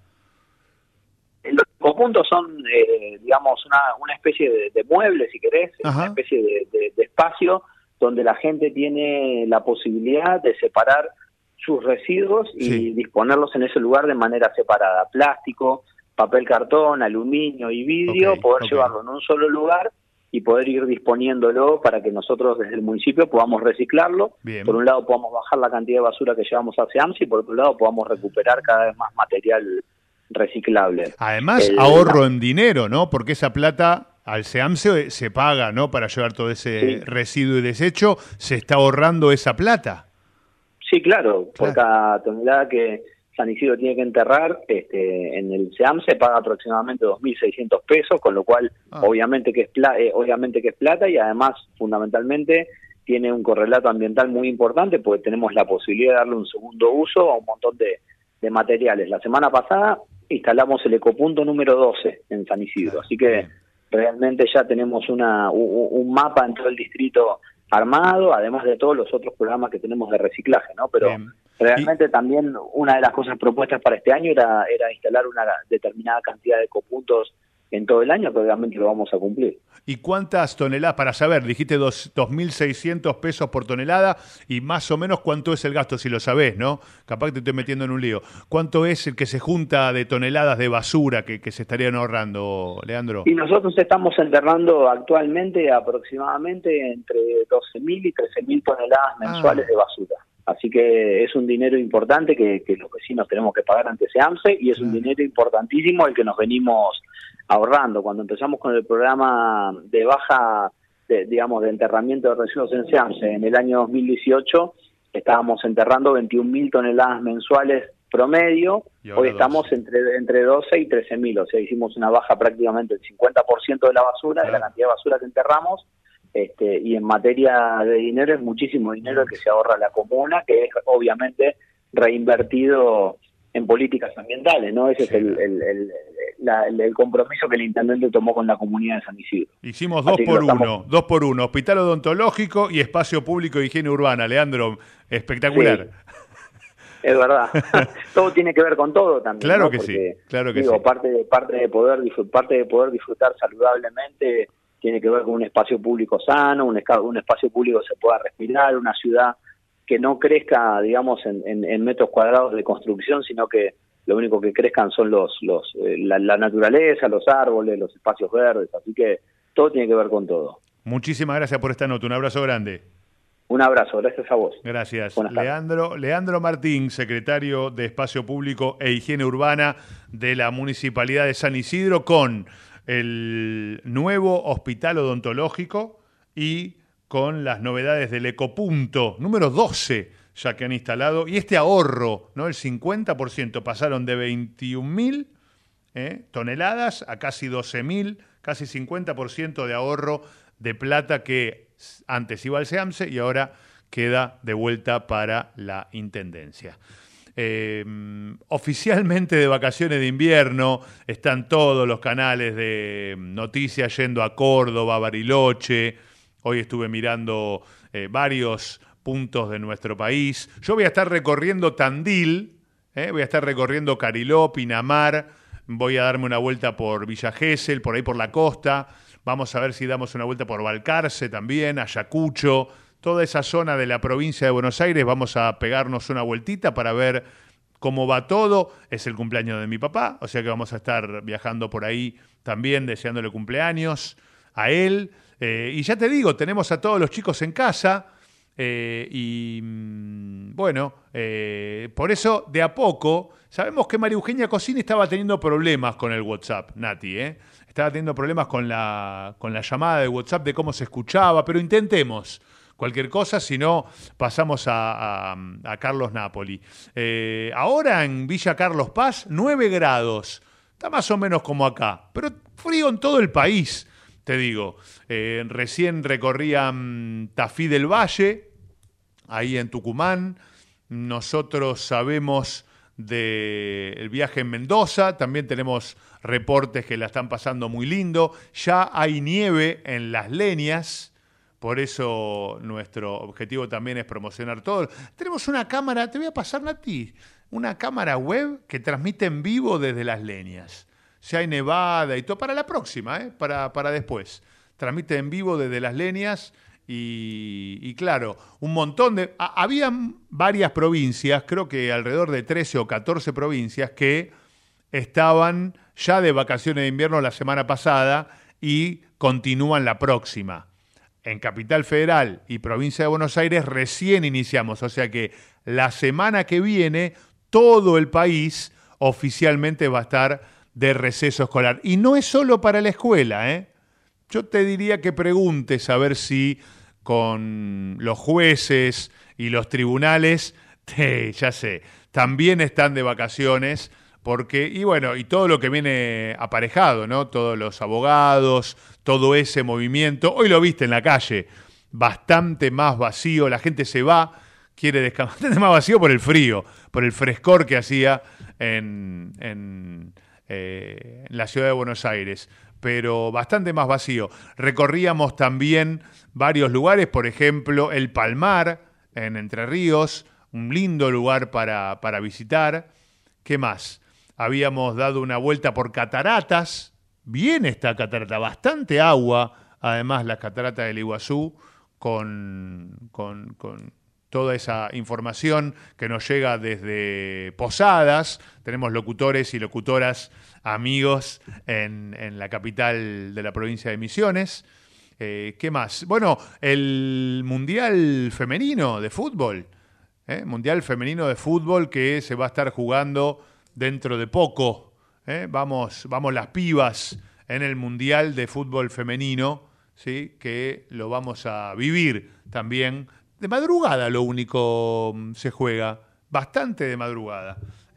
Speaker 18: Los ecopuntos son, digamos, una especie de mueble, si querés, una especie de espacio donde la gente tiene la posibilidad de separar sus residuos y disponerlos en ese lugar de manera separada. Plástico, papel cartón, aluminio y vidrio, poder llevarlo en un solo lugar y poder ir disponiéndolo para que nosotros desde el municipio podamos reciclarlo. Bien. Por un lado podamos bajar la cantidad de basura que llevamos a SEAMSE y por otro lado podamos recuperar cada vez más material reciclable.
Speaker 3: Además, ahorro en dinero, ¿no? Porque esa plata al SEAMSE se paga, ¿no? Para llevar todo ese residuo y desecho, se está ahorrando esa plata.
Speaker 18: Sí, claro. Por cada tonelada que San Isidro tiene que enterrar, en el SEAMSE paga aproximadamente 2.600 pesos, con lo cual obviamente que es plata y además fundamentalmente tiene un correlato ambiental muy importante porque tenemos la posibilidad de darle un segundo uso a un montón de materiales. La semana pasada instalamos el ecopunto número 12 en San Isidro, así que realmente ya tenemos un mapa en todo el distrito armado, además de todos los otros programas que tenemos de reciclaje, ¿no? Pero realmente también una de las cosas propuestas para este año era instalar una determinada cantidad de ecopuntos en todo el año, que obviamente lo vamos a cumplir.
Speaker 3: ¿Y cuántas toneladas? Para saber, dijiste 2.600 pesos por tonelada y más o menos cuánto es el gasto, si lo sabés, ¿no? Capaz que te estoy metiendo en un lío. ¿Cuánto es el que se junta de toneladas de basura que se estarían ahorrando, Leandro?
Speaker 18: Y nosotros estamos enterrando actualmente aproximadamente entre 12.000 y 13.000 toneladas mensuales de basura. Así que es un dinero importante que los vecinos tenemos que pagar ante SEAMSE y es un dinero importantísimo el que nos venimos ahorrando. Cuando empezamos con el programa de baja, de enterramiento de residuos en SEAMSE en el año 2018, estábamos enterrando 21.000 toneladas mensuales promedio. Hoy estamos entre 12 y 13.000, o sea, hicimos una baja prácticamente del 50% de la basura, de la cantidad de basura que enterramos. Y en materia de dinero es muchísimo dinero el que se ahorra la comuna, que es obviamente reinvertido en políticas ambientales, ¿no? Ese es el compromiso que el intendente tomó con la comunidad de San Isidro.
Speaker 3: Hicimos dos por uno, hospital odontológico y espacio público de higiene urbana. Leandro, espectacular.
Speaker 18: Sí. Es verdad. Todo tiene que ver con todo también.
Speaker 3: Claro, ¿no?
Speaker 18: Que
Speaker 3: porque, sí, claro que
Speaker 18: digo,
Speaker 3: sí.
Speaker 18: Parte de poder disfrutar saludablemente tiene que ver con un espacio público sano, un espacio público que se pueda respirar, una ciudad que no crezca, digamos, en metros cuadrados de construcción, sino que lo único que crezcan son la naturaleza, los árboles, los espacios verdes, así que todo tiene que ver con todo.
Speaker 3: Muchísimas gracias por esta nota, un abrazo grande.
Speaker 18: Un abrazo, gracias a vos.
Speaker 3: Gracias. Leandro Martín, secretario de Espacio Público e Higiene Urbana de la Municipalidad de San Isidro, con el nuevo hospital odontológico y con las novedades del ecopunto número 12 ya que han instalado, y este ahorro, ¿no? El 50%, pasaron de 21.000 toneladas a casi 12.000, casi 50% de ahorro de plata que antes iba al SEAMSE y ahora queda de vuelta para la Intendencia. Oficialmente de vacaciones de invierno, están todos los canales de noticias yendo a Córdoba, a Bariloche. Hoy estuve mirando varios puntos de nuestro país. Yo voy a estar recorriendo Tandil, voy a estar recorriendo Cariló, Pinamar, voy a darme una vuelta por Villa Gesell, por ahí por la costa. Vamos a ver si damos una vuelta por Balcarce también, Ayacucho. Toda esa zona de la provincia de Buenos Aires, vamos a pegarnos una vueltita para ver cómo va todo. Es el cumpleaños de mi papá, o sea que vamos a estar viajando por ahí también, deseándole cumpleaños a él. Y ya te digo, tenemos a todos los chicos en casa por eso de a poco, sabemos que María Eugenia Cosini estaba teniendo problemas con el WhatsApp, Nati, estaba teniendo problemas con la llamada de WhatsApp de cómo se escuchaba, pero intentemos. Cualquier cosa, si no, pasamos a Carlos Napoli. Ahora en Villa Carlos Paz, 9 grados. Está más o menos como acá, pero frío en todo el país, te digo. Recién recorrían Tafí del Valle, ahí en Tucumán. Nosotros sabemos del viaje en Mendoza, también tenemos reportes que la están pasando muy lindo. Ya hay nieve en Las Leñas, por eso nuestro objetivo también es promocionar todo. Tenemos una cámara, te voy a pasar, Nati, una cámara web que transmite en vivo desde Las Leñas. Ya hay nevada y todo, para la próxima, para después. Transmite en vivo desde Las Leñas. Y claro, un montón de... Habían varias provincias, creo que alrededor de 13 o 14 provincias que estaban ya de vacaciones de invierno la semana pasada y continúan la próxima. En Capital Federal y Provincia de Buenos Aires recién iniciamos, o sea que la semana que viene todo el país oficialmente va a estar de receso escolar. Y no es solo para la escuela, ¿eh? Yo te diría que preguntes a ver si con los jueces y los tribunales, ya sé, también están de vacaciones, porque, y bueno, y todo lo que viene aparejado, ¿no? Todos los abogados, todo ese movimiento. Hoy lo viste en la calle, bastante más vacío, la gente se va, quiere descansar, bastante más vacío por el frío, por el frescor que hacía en la ciudad de Buenos Aires, pero bastante más vacío. Recorríamos también varios lugares, por ejemplo, el Palmar, en Entre Ríos, un lindo lugar para visitar. ¿Qué más? Habíamos dado una vuelta por cataratas, bien esta catarata, bastante agua, además las cataratas del Iguazú, con toda esa información que nos llega desde Posadas. Tenemos locutores y locutoras amigos en la capital de la provincia de Misiones. ¿Qué más? Bueno, el Mundial Femenino de Fútbol. Mundial Femenino de Fútbol que se va a estar jugando dentro de poco. Vamos las pibas en el Mundial de Fútbol Femenino, ¿sí? Que lo vamos a vivir también. De madrugada lo único se juega, bastante de madrugada.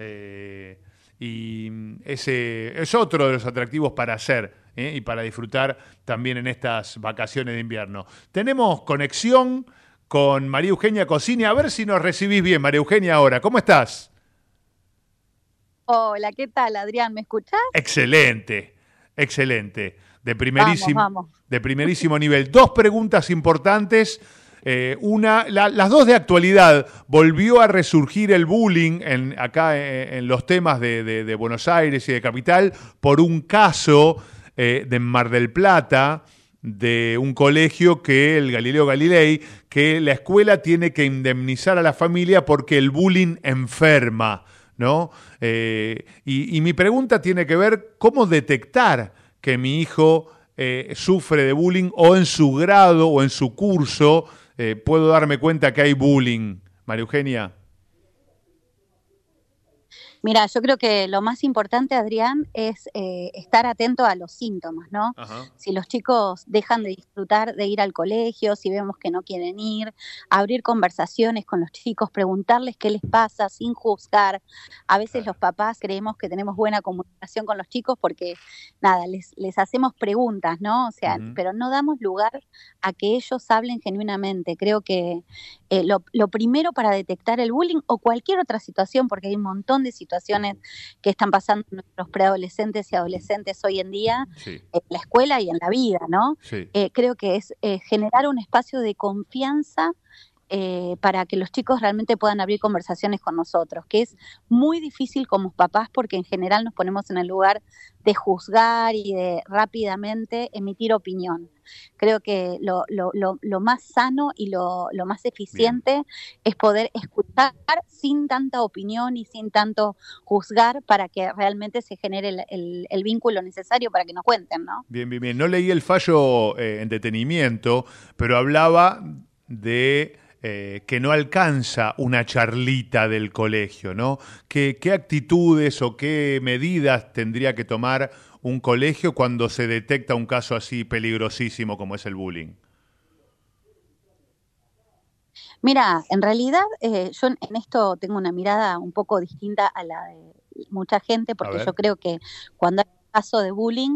Speaker 3: Y ese es otro de los atractivos para hacer y para disfrutar también en estas vacaciones de invierno. Tenemos conexión con María Eugenia Cosini, a ver si nos recibís bien, María Eugenia, ahora. ¿Cómo estás?
Speaker 19: Hola, ¿qué tal, Adrián? ¿Me escuchás?
Speaker 3: Excelente, excelente. De
Speaker 19: Vamos.
Speaker 3: primerísimo nivel. Dos preguntas importantes. Las dos de actualidad. Volvió a resurgir el bullying acá en los temas de Buenos Aires y de Capital por un caso de Mar del Plata, de un colegio que el Galileo Galilei, que la escuela tiene que indemnizar a la familia porque el bullying enferma, ¿no? Y mi pregunta tiene que ver cómo detectar que mi hijo sufre de bullying, o en su grado o en su curso puedo darme cuenta que hay bullying. María Eugenia.
Speaker 19: Mira, yo creo que lo más importante, Adrián, es estar atento a los síntomas, ¿no?
Speaker 3: Ajá.
Speaker 19: Si los chicos dejan de disfrutar de ir al colegio, si vemos que no quieren ir, abrir conversaciones con los chicos, preguntarles qué les pasa sin juzgar. A veces los papás creemos que tenemos buena comunicación con los chicos porque, nada, les hacemos preguntas, ¿no? O sea, pero no damos lugar a que ellos hablen genuinamente. Creo que lo primero para detectar el bullying o cualquier otra situación, porque hay un montón de situaciones que están pasando nuestros preadolescentes y adolescentes hoy en día,
Speaker 3: sí,
Speaker 19: en la escuela y en la vida, ¿no?
Speaker 3: Sí.
Speaker 19: Creo que es generar un espacio de confianza para que los chicos realmente puedan abrir conversaciones con nosotros, que es muy difícil como papás porque en general nos ponemos en el lugar de juzgar y de rápidamente emitir opinión. Creo que lo más sano y lo más eficiente es poder escuchar sin tanta opinión y sin tanto juzgar para que realmente se genere el vínculo necesario para que nos cuenten, ¿no?
Speaker 3: Bien. No leí el fallo en detenimiento, pero hablaba de que no alcanza una charlita del colegio, ¿no? ¿Qué actitudes o qué medidas tendría que tomar un colegio cuando se detecta un caso así peligrosísimo como es el bullying?
Speaker 19: Mira, en realidad yo en esto tengo una mirada un poco distinta a la mucha gente, porque
Speaker 3: ver.
Speaker 19: yo creo que cuando hay un caso de bullying,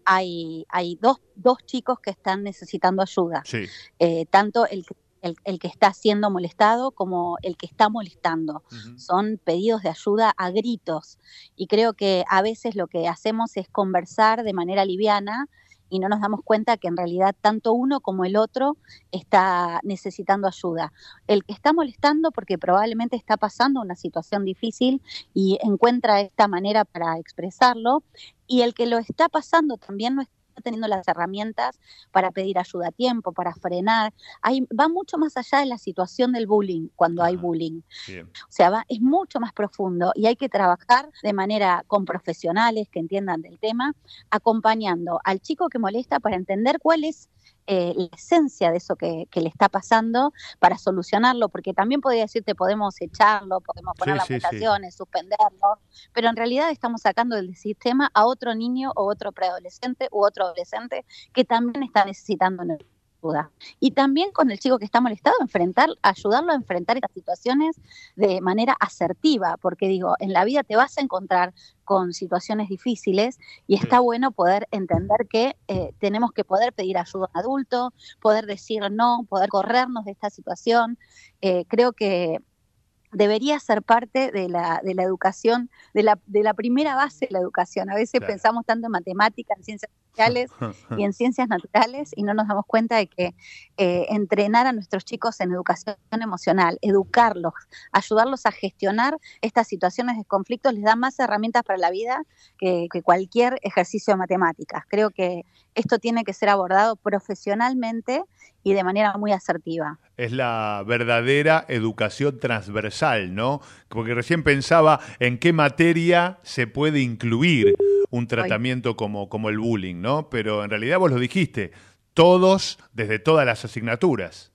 Speaker 19: hay dos chicos que están necesitando ayuda.
Speaker 3: Sí.
Speaker 19: Tanto el que está siendo molestado como el que está molestando. Son pedidos de ayuda a gritos. Y creo que a veces lo que hacemos es conversar de manera liviana y no nos damos cuenta que en realidad tanto uno como el otro está necesitando ayuda. El que está molestando porque probablemente está pasando una situación difícil y encuentra esta manera para expresarlo, y el que lo está pasando también no está teniendo las herramientas para pedir ayuda a tiempo, para frenar. Va mucho más allá de la situación del bullying cuando hay bullying.
Speaker 3: Bien.
Speaker 19: O sea, es mucho más profundo y hay que trabajar de manera con profesionales que entiendan del tema, acompañando al chico que molesta para entender cuál es la esencia de eso que le está pasando para solucionarlo, porque también podría decirte podemos echarlo, podemos poner las votaciones, suspenderlo, pero en realidad estamos sacando del sistema a otro niño o otro preadolescente u otro adolescente que también está necesitando ayuda. Y también con el chico que está molestado, ayudarlo a enfrentar estas situaciones de manera asertiva, porque digo, en la vida te vas a encontrar con situaciones difíciles y está bueno poder entender que tenemos que poder pedir ayuda a un adulto, poder decir no, poder corrernos de esta situación. Creo que debería ser parte de la educación, de la primera base de la educación. A veces pensamos tanto en matemáticas, en ciencias sociales y en ciencias naturales y no nos damos cuenta de que entrenar a nuestros chicos en educación emocional, educarlos, ayudarlos a gestionar estas situaciones de conflicto les da más herramientas para la vida que cualquier ejercicio de matemáticas. Creo que esto tiene que ser abordado profesionalmente y de manera muy asertiva.
Speaker 3: Es la verdadera educación transversal, ¿no? Porque recién pensaba en qué materia se puede incluir un tratamiento como el bullying, ¿no? Pero en realidad vos lo dijiste, todos, desde todas las asignaturas.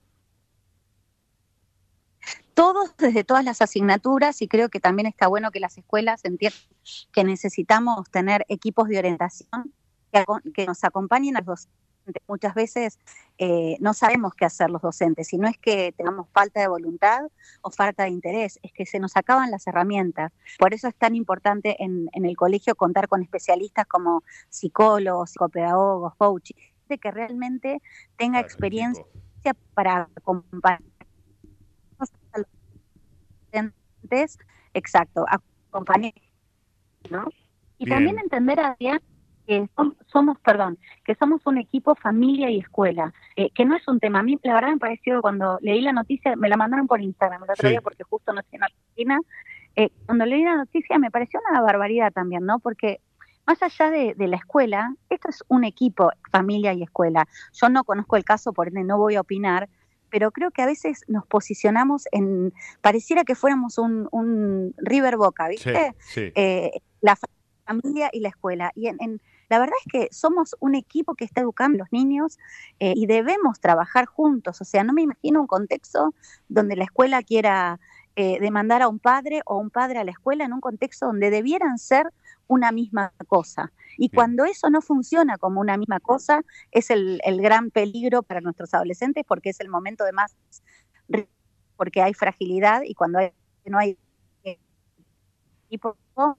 Speaker 19: Todos desde todas las asignaturas, y creo que también está bueno que las escuelas entiendan que necesitamos tener equipos de orientación que nos acompañen a los docentes. Muchas veces no sabemos qué hacer los docentes, y no es que tengamos falta de voluntad o falta de interés, es que se nos acaban las herramientas. Por eso es tan importante en el colegio contar con especialistas como psicólogos, psicopedagogos, coaches, de que realmente tenga experiencia para acompañar a los docentes, acompañar, ¿no? Y bien. También entender, Adrián, que somos un equipo familia y escuela, que no es un tema. A mí la verdad me pareció, cuando leí la noticia, me la mandaron por Instagram el otro día porque justo no estoy en Argentina, cuando leí la noticia me pareció una barbaridad también, ¿no? Porque más allá de la escuela, esto es un equipo, familia y escuela. Yo no conozco el caso, por ende no voy a opinar, pero creo que a veces nos posicionamos pareciera que fuéramos un River Boca, ¿viste? Sí. La familia y la escuela. Y la verdad es que somos un equipo que está educando a los niños y debemos trabajar juntos. O sea, no me imagino un contexto donde la escuela quiera demandar a un padre o un padre a la escuela en un contexto donde debieran ser una misma cosa. Y cuando eso no funciona como una misma cosa, es el gran peligro para nuestros adolescentes, porque es el momento de más, porque hay fragilidad, y cuando no hay equipo.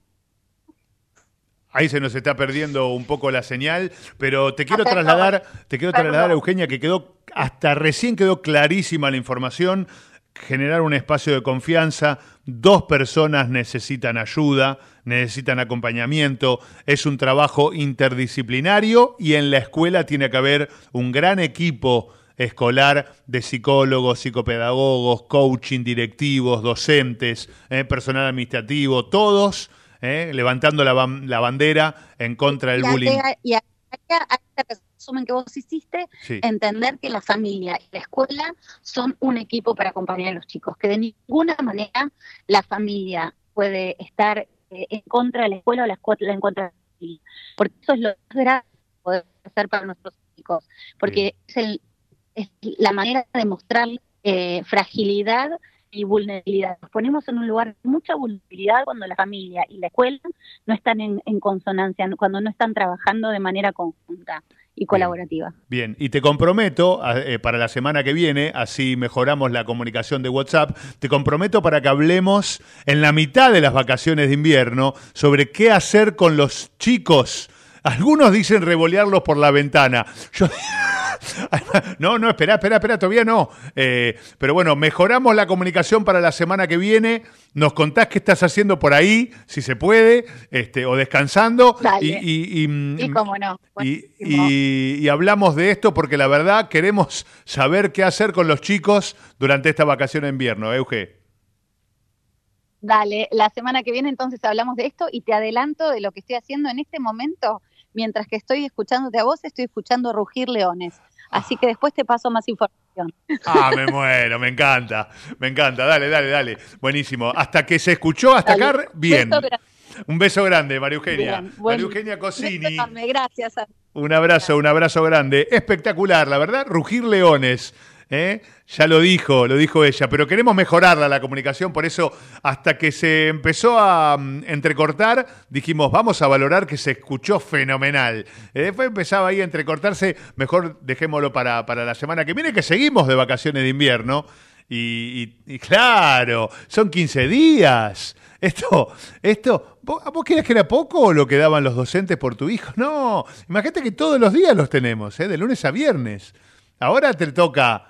Speaker 3: Ahí se nos está perdiendo un poco la señal, pero te quiero trasladar, Eugenia, que recién quedó clarísima la información. Generar un espacio de confianza, 2 personas necesitan ayuda, necesitan acompañamiento, es un trabajo interdisciplinario, y en la escuela tiene que haber un gran equipo escolar de psicólogos, psicopedagogos, coaching, directivos, docentes, personal administrativo, todos levantando la bandera en contra del bullying.
Speaker 19: Y a este resumen que vos hiciste, entender que la familia y la escuela son un equipo para acompañar a los chicos, que de ninguna manera la familia puede estar en contra de la escuela o la escuela en contra de la familia, porque eso es lo más grave que podemos hacer para nuestros chicos, porque es la manera de mostrar fragilidad y vulnerabilidad. Nos ponemos en un lugar de mucha vulnerabilidad cuando la familia y la escuela no están en consonancia, cuando no están trabajando de manera conjunta. y colaborativa.
Speaker 3: Bien, y te comprometo para la semana que viene, así mejoramos la comunicación de WhatsApp, te comprometo para que hablemos en la mitad de las vacaciones de invierno sobre qué hacer con los chicos. Algunos dicen revolearlos por la ventana. Yo... No, espera, todavía no. Pero bueno, mejoramos la comunicación para la semana que viene. Nos contás qué estás haciendo por ahí, si se puede, o descansando.
Speaker 19: Dale. Y cómo no.
Speaker 3: Y hablamos de esto porque la verdad queremos saber qué hacer con los chicos durante esta vacación de invierno, Euge.
Speaker 19: Dale, la semana que viene entonces hablamos de esto y te adelanto de lo que estoy haciendo en este momento. Mientras que estoy escuchándote a vos, estoy escuchando rugir leones. Así que después te paso más información.
Speaker 3: Me muero, me encanta. Dale. Buenísimo. Hasta que se escuchó hasta acá, bien. Un beso grande, María Eugenia. María Eugenia Cosini.
Speaker 19: Gracias.
Speaker 3: Un abrazo grande. Espectacular, la verdad, rugir leones. Ya lo dijo ella, pero queremos mejorarla la comunicación, por eso hasta que se empezó a entrecortar, dijimos, vamos a valorar que se escuchó fenomenal. Después empezaba ahí a entrecortarse, mejor dejémoslo para la semana que viene, que seguimos de vacaciones de invierno, y claro, son 15 días. Esto, ¿vos crees que era poco o lo que daban los docentes por tu hijo? No, imagínate que todos los días los tenemos, de lunes a viernes. Ahora te toca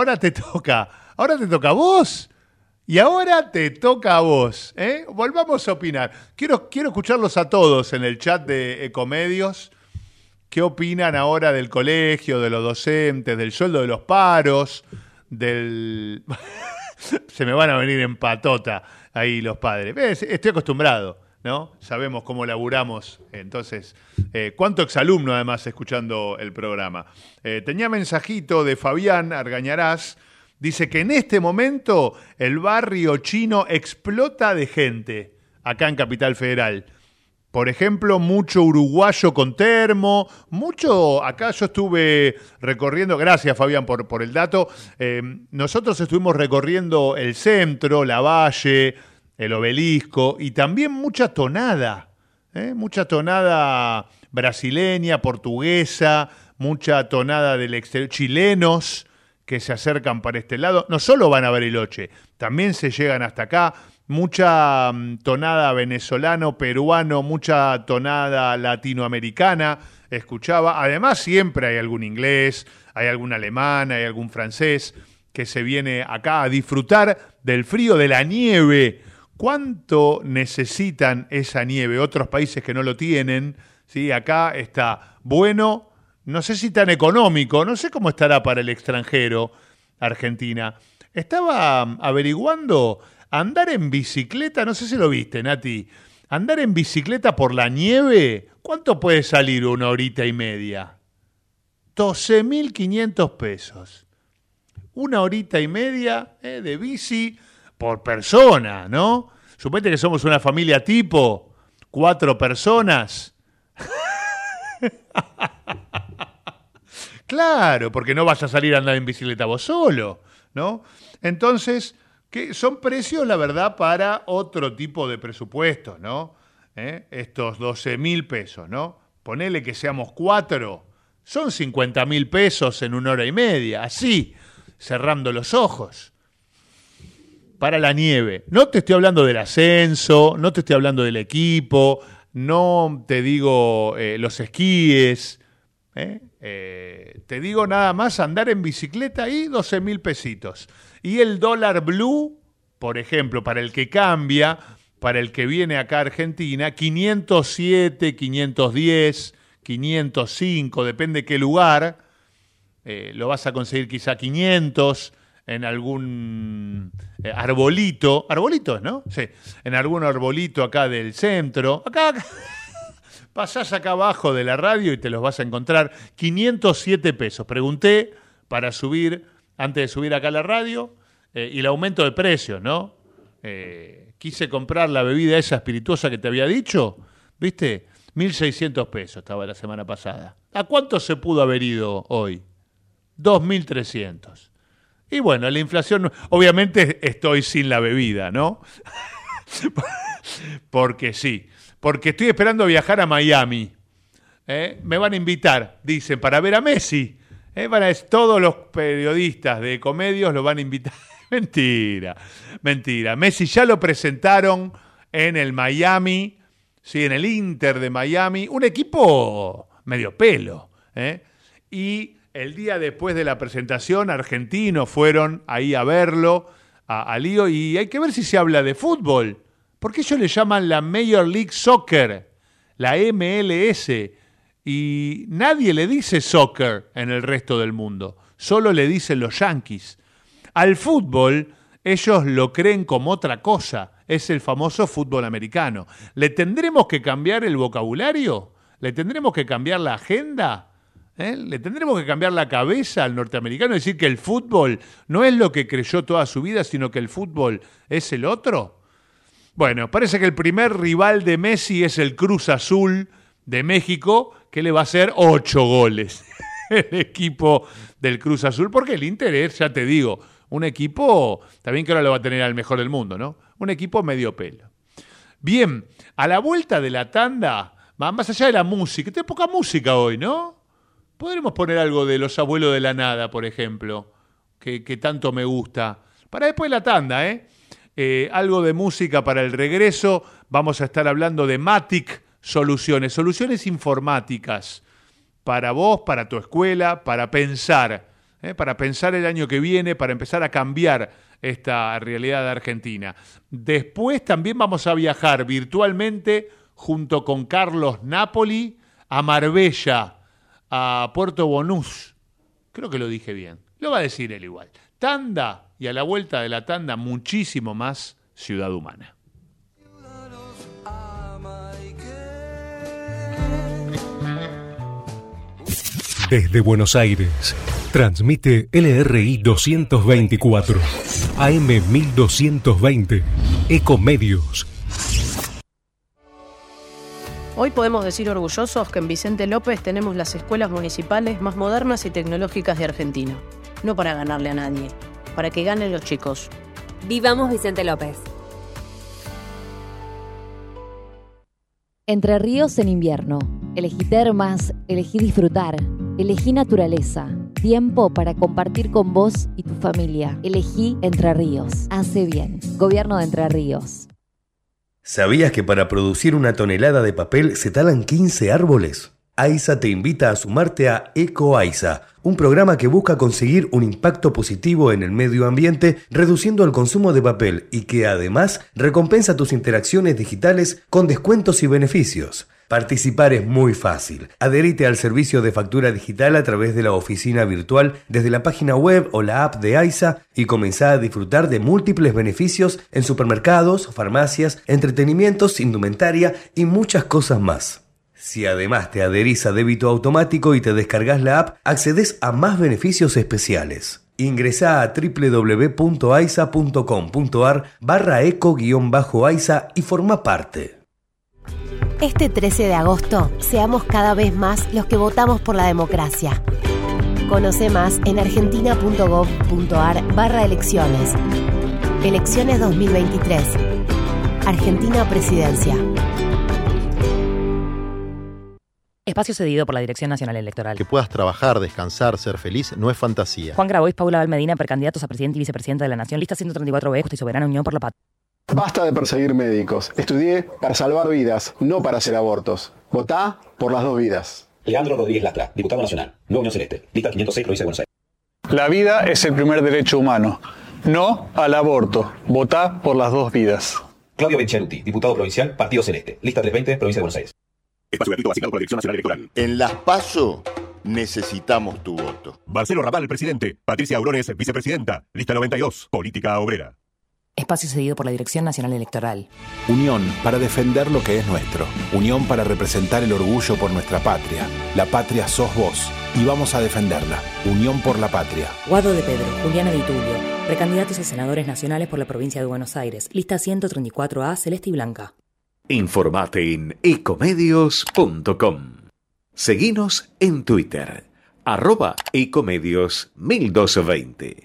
Speaker 3: a vos. Y ahora te toca a vos. Volvamos a opinar. Quiero escucharlos a todos en el chat de Ecomedios. ¿Qué opinan ahora del colegio, de los docentes, del sueldo de los paros, del... Se me van a venir en patota ahí los padres. Estoy acostumbrado, ¿no? Sabemos cómo laburamos. Entonces, cuánto exalumno además escuchando el programa. Tenía mensajito de Fabián Argañarás. Dice que en este momento el barrio chino explota de gente acá en Capital Federal. Por ejemplo, mucho uruguayo con termo, mucho, acá yo estuve recorriendo, gracias Fabián por el dato, nosotros estuvimos recorriendo el centro, la Valle, el Obelisco y también mucha tonada brasileña, portuguesa, mucha tonada del exterior, chilenos que se acercan para este lado, no solo van a Bariloche, también se llegan hasta acá, mucha tonada venezolano, peruano, mucha tonada latinoamericana, escuchaba, además siempre hay algún inglés, hay algún alemán, hay algún francés que se viene acá a disfrutar del frío, de la nieve. ¿Cuánto necesitan esa nieve? Otros países que no lo tienen, ¿sí? Acá está bueno, no sé si tan económico, no sé cómo estará para el extranjero, Argentina. Estaba averiguando andar en bicicleta, no sé si lo viste, Nati, andar en bicicleta por la nieve, ¿cuánto puede salir 1 horita y media? 12.500 pesos. 1 horita y media de bici por persona, ¿no? Suponete que somos una familia tipo, 4 personas. Claro, porque no vas a salir a andar en bicicleta vos solo, ¿no? Entonces, que son precios, la verdad, para otro tipo de presupuestos, ¿no? Estos 12.000 pesos, ¿no? Ponele que seamos 4, son 50.000 pesos en 1 hora y media, así, cerrando los ojos. Para la nieve. No te estoy hablando del ascenso, no te estoy hablando del equipo, no te digo los esquíes, te digo nada más andar en bicicleta y 12.000 pesitos. Y el dólar blue, por ejemplo, para el que cambia, para el que viene acá a Argentina, 507, 510, 505, depende qué lugar, lo vas a conseguir quizá 500 en algún arbolitos, ¿no? Sí, en algún arbolito acá del centro, acá. Pasás acá abajo de la radio y te los vas a encontrar 507 pesos. Pregunté para subir, antes de subir acá a la radio, y el aumento de precios, ¿no? Quise comprar la bebida esa espirituosa que te había dicho, ¿viste? 1.600 pesos estaba la semana pasada. ¿A cuánto se pudo haber ido hoy? 2.300. Y bueno, la inflación, obviamente estoy sin la bebida, ¿no? Porque sí. Porque estoy esperando viajar a Miami. me van a invitar, dicen, para ver a Messi. Todos los periodistas de Ecomedios lo van a invitar. Mentira. Messi ya lo presentaron en el Miami, sí, en el Inter de Miami, un equipo medio pelo. Y el día después de la presentación, argentinos fueron ahí a verlo, a Lío, y hay que ver si se habla de fútbol. Porque ellos le llaman la Major League Soccer, la MLS, y nadie le dice soccer en el resto del mundo, solo le dicen los yanquis. Al fútbol ellos lo creen como otra cosa, es el famoso fútbol americano. ¿Le tendremos que cambiar el vocabulario? ¿Le tendremos que cambiar la agenda? ¿Le tendremos que cambiar la cabeza al norteamericano y decir que el fútbol no es lo que creyó toda su vida, sino que el fútbol es el otro? Bueno, parece que el primer rival de Messi es el Cruz Azul de México, que le va a hacer 8 goles el equipo del Cruz Azul, porque el Inter es, ya te digo, un equipo, también que ahora lo va a tener al mejor del mundo, ¿no? Un equipo medio pelo. Bien, a la vuelta de la tanda, más allá de la música, hay poca música hoy, ¿no? Podremos poner algo de Los Abuelos de la Nada, por ejemplo, que tanto me gusta. Para después de la tanda, algo de música para el regreso. Vamos a estar hablando de Matic soluciones informáticas para vos, para tu escuela, para pensar el año que viene, para empezar a cambiar esta realidad de Argentina. Después también vamos a viajar virtualmente junto con Carlos Napoli a Marbella, a Puerto Bonús. Creo que lo dije bien. Lo va a decir él igual. Tanda, y a la vuelta de la tanda muchísimo más Ciudad Humana.
Speaker 20: Desde Buenos Aires, transmite LRI 224, AM 1220, Ecomedios.
Speaker 21: Hoy podemos decir orgullosos que en Vicente López tenemos las escuelas municipales más modernas y tecnológicas de Argentina. No para ganarle a nadie, para que ganen los chicos.
Speaker 22: Vivamos Vicente López.
Speaker 23: Entre ríos en invierno. Elegí termas, elegí disfrutar, elegí naturaleza. Tiempo para compartir con vos y tu familia. Elegí Entre Ríos. Hace bien. Gobierno de Entre Ríos.
Speaker 6: ¿Sabías que para producir una tonelada de papel se talan 15 árboles? AISA te invita a sumarte a EcoAISA, un programa que busca conseguir un impacto positivo en el medio ambiente reduciendo el consumo de papel y que además recompensa tus interacciones digitales con descuentos y beneficios. Participar es muy fácil. Adherite al servicio de factura digital a través de la oficina virtual desde la página web o la app de AISA y comenzá a disfrutar de múltiples beneficios en supermercados, farmacias, entretenimientos, indumentaria y muchas cosas más. Si además te adherís a débito automático y te descargas la app, accedés a más beneficios especiales. Ingresá a www.aisa.com.ar/eco-aisa y forma parte.
Speaker 24: Este 13 de agosto, seamos cada vez más los que votamos por la democracia. Conoce más en argentina.gov.ar/elecciones. Elecciones 2023. Argentina Presidencia.
Speaker 8: Espacio cedido por la Dirección Nacional Electoral.
Speaker 25: Que puedas trabajar, descansar, ser feliz, no es fantasía.
Speaker 8: Juan Grabois, Paula Valmedina, precandidatos a presidente y vicepresidenta de la Nación. Lista 134B, Justa y Soberana Unión por la Patria.
Speaker 26: Basta de perseguir médicos. Estudié para salvar vidas, no para hacer abortos. Votá por las dos vidas.
Speaker 27: Leandro Rodríguez Lastra, diputado nacional, Nueva Unión Celeste, lista 506, provincia de Buenos Aires.
Speaker 14: La vida es el primer derecho humano. No al aborto. Votá por las dos vidas.
Speaker 27: Claudio Bencharuti, diputado provincial, Partido Celeste, lista 320, provincia de Buenos Aires.
Speaker 28: Espacio gratuito asignado por la Dirección Nacional Electoral.
Speaker 29: En las PASO necesitamos tu voto.
Speaker 28: Marcelo Raval, presidente. Patricia Aurones, vicepresidenta. Lista 92, política obrera.
Speaker 8: Espacio cedido por la Dirección Nacional Electoral.
Speaker 9: Unión para defender lo que es nuestro. Unión para representar el orgullo por nuestra patria. La patria sos vos y vamos a defenderla. Unión por la patria.
Speaker 8: Guado de Pedro, Juliana Di Tulio, precandidatos a senadores nacionales por la provincia de Buenos Aires. Lista 134A, celeste y blanca.
Speaker 1: Informate en ecomedios.com. Seguinos en Twitter, @ecomedios1220.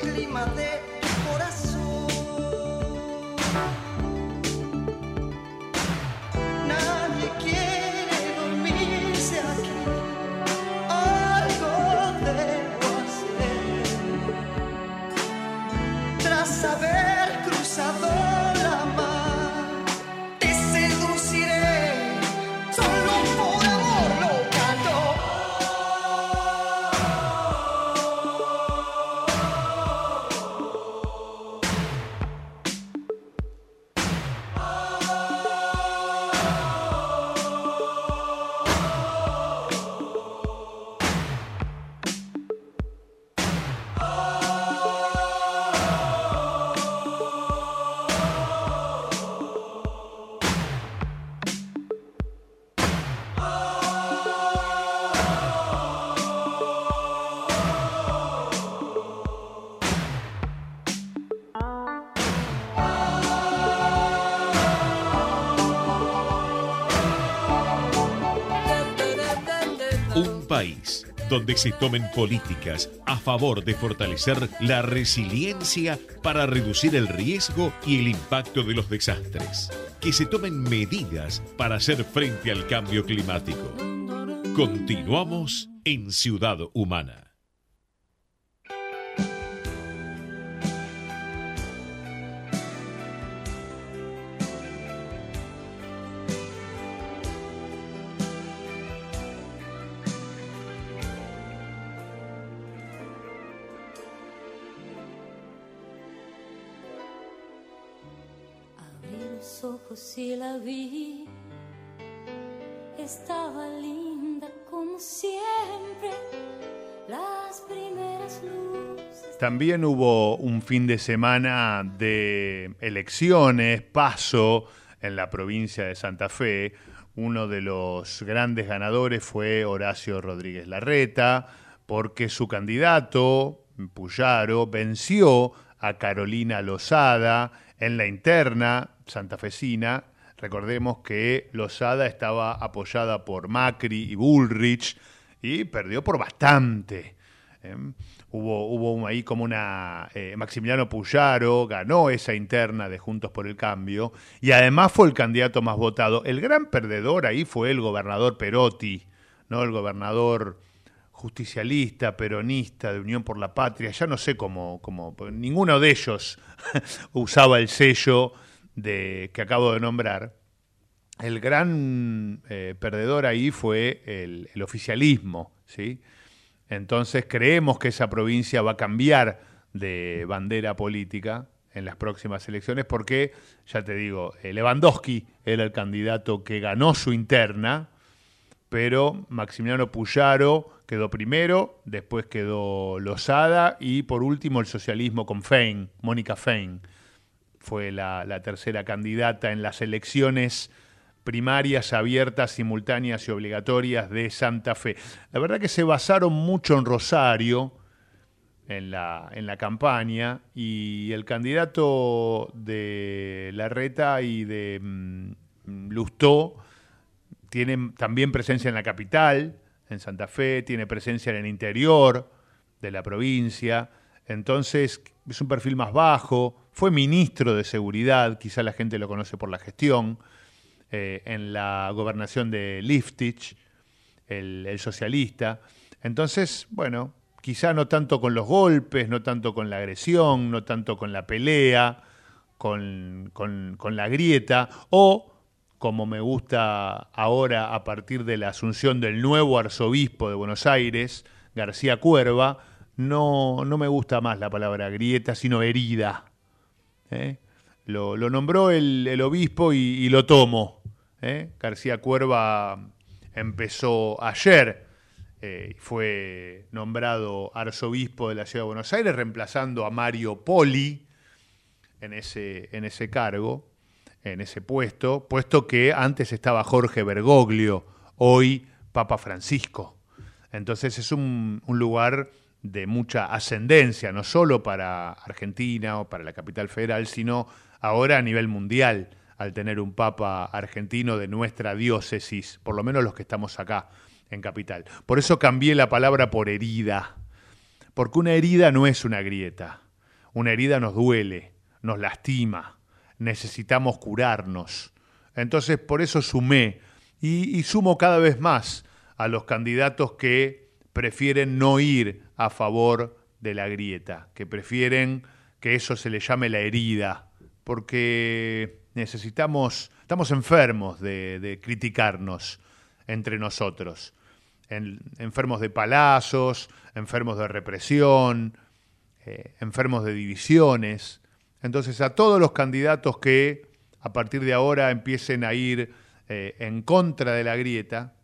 Speaker 2: clima de tu corazón. Nadie quiere dormirse aquí. Algo debo hacer. Tras haber cruzado la mar, te seduciré. Solo por amor lo canto.
Speaker 1: Un país donde se tomen políticas a favor de fortalecer la resiliencia para reducir el riesgo y el impacto de los desastres. Que se tomen medidas para hacer frente al cambio climático. Continuamos en Ciudad Humana.
Speaker 4: Ojos y la vi, estaba linda como siempre, las primeras luces.
Speaker 3: También hubo un fin de semana de elecciones, paso en la provincia de Santa Fe. Uno de los grandes ganadores fue Horacio Rodríguez Larreta, porque su candidato, Puyaro, venció a Carolina Lozada en la interna santafesina. Recordemos que Lozada estaba apoyada por Macri y Bullrich y perdió por bastante. Hubo ahí como una... Maximiliano Puyaro ganó esa interna de Juntos por el Cambio y además fue el candidato más votado. El gran perdedor ahí fue el gobernador Perotti, ¿no? El gobernador justicialista, peronista, de Unión por la Patria. Ya no sé cómo ninguno de ellos usaba el sello que acabo de nombrar. El gran perdedor ahí fue el oficialismo, ¿sí? Entonces creemos que esa provincia va a cambiar de bandera política en las próximas elecciones porque, ya te digo, Lewandowski era el candidato que ganó su interna, pero Maximiliano Puyaro quedó primero, después quedó Lozada y por último el socialismo con Fein, Mónica Fein. Fue la tercera candidata en las elecciones primarias abiertas, simultáneas y obligatorias de Santa Fe. La verdad que se basaron mucho en Rosario, en la campaña, y el candidato de Larreta y de Lustó tiene también presencia en la capital, en Santa Fe, tiene presencia en el interior de la provincia, entonces es un perfil más bajo, fue ministro de Seguridad, quizá la gente lo conoce por la gestión, en la gobernación de Liftich, el socialista. Entonces, bueno, quizá no tanto con los golpes, no tanto con la agresión, no tanto con la pelea, con la grieta, o, como me gusta ahora a partir de la asunción del nuevo arzobispo de Buenos Aires, García Cuerva, no me gusta más la palabra grieta, sino herida. Lo nombró el obispo y lo tomo. García Cuerva empezó ayer, fue nombrado arzobispo de la Ciudad de Buenos Aires, reemplazando a Mario Poli en ese cargo, en ese puesto que antes estaba Jorge Bergoglio, hoy Papa Francisco. Entonces es un lugar de mucha ascendencia, no solo para Argentina o para la capital federal, sino ahora a nivel mundial, al tener un papa argentino de nuestra diócesis, por lo menos los que estamos acá en capital. Por eso cambié la palabra por herida, porque una herida no es una grieta. Una herida nos duele, nos lastima, necesitamos curarnos. Entonces, por eso sumé y sumo cada vez más a los candidatos que prefieren no ir a favor de la grieta, que prefieren que eso se le llame la herida, porque estamos enfermos de criticarnos entre nosotros, enfermos de palazos, enfermos de represión, enfermos de divisiones. Entonces, a todos los candidatos que a partir de ahora empiecen a ir en contra de la grieta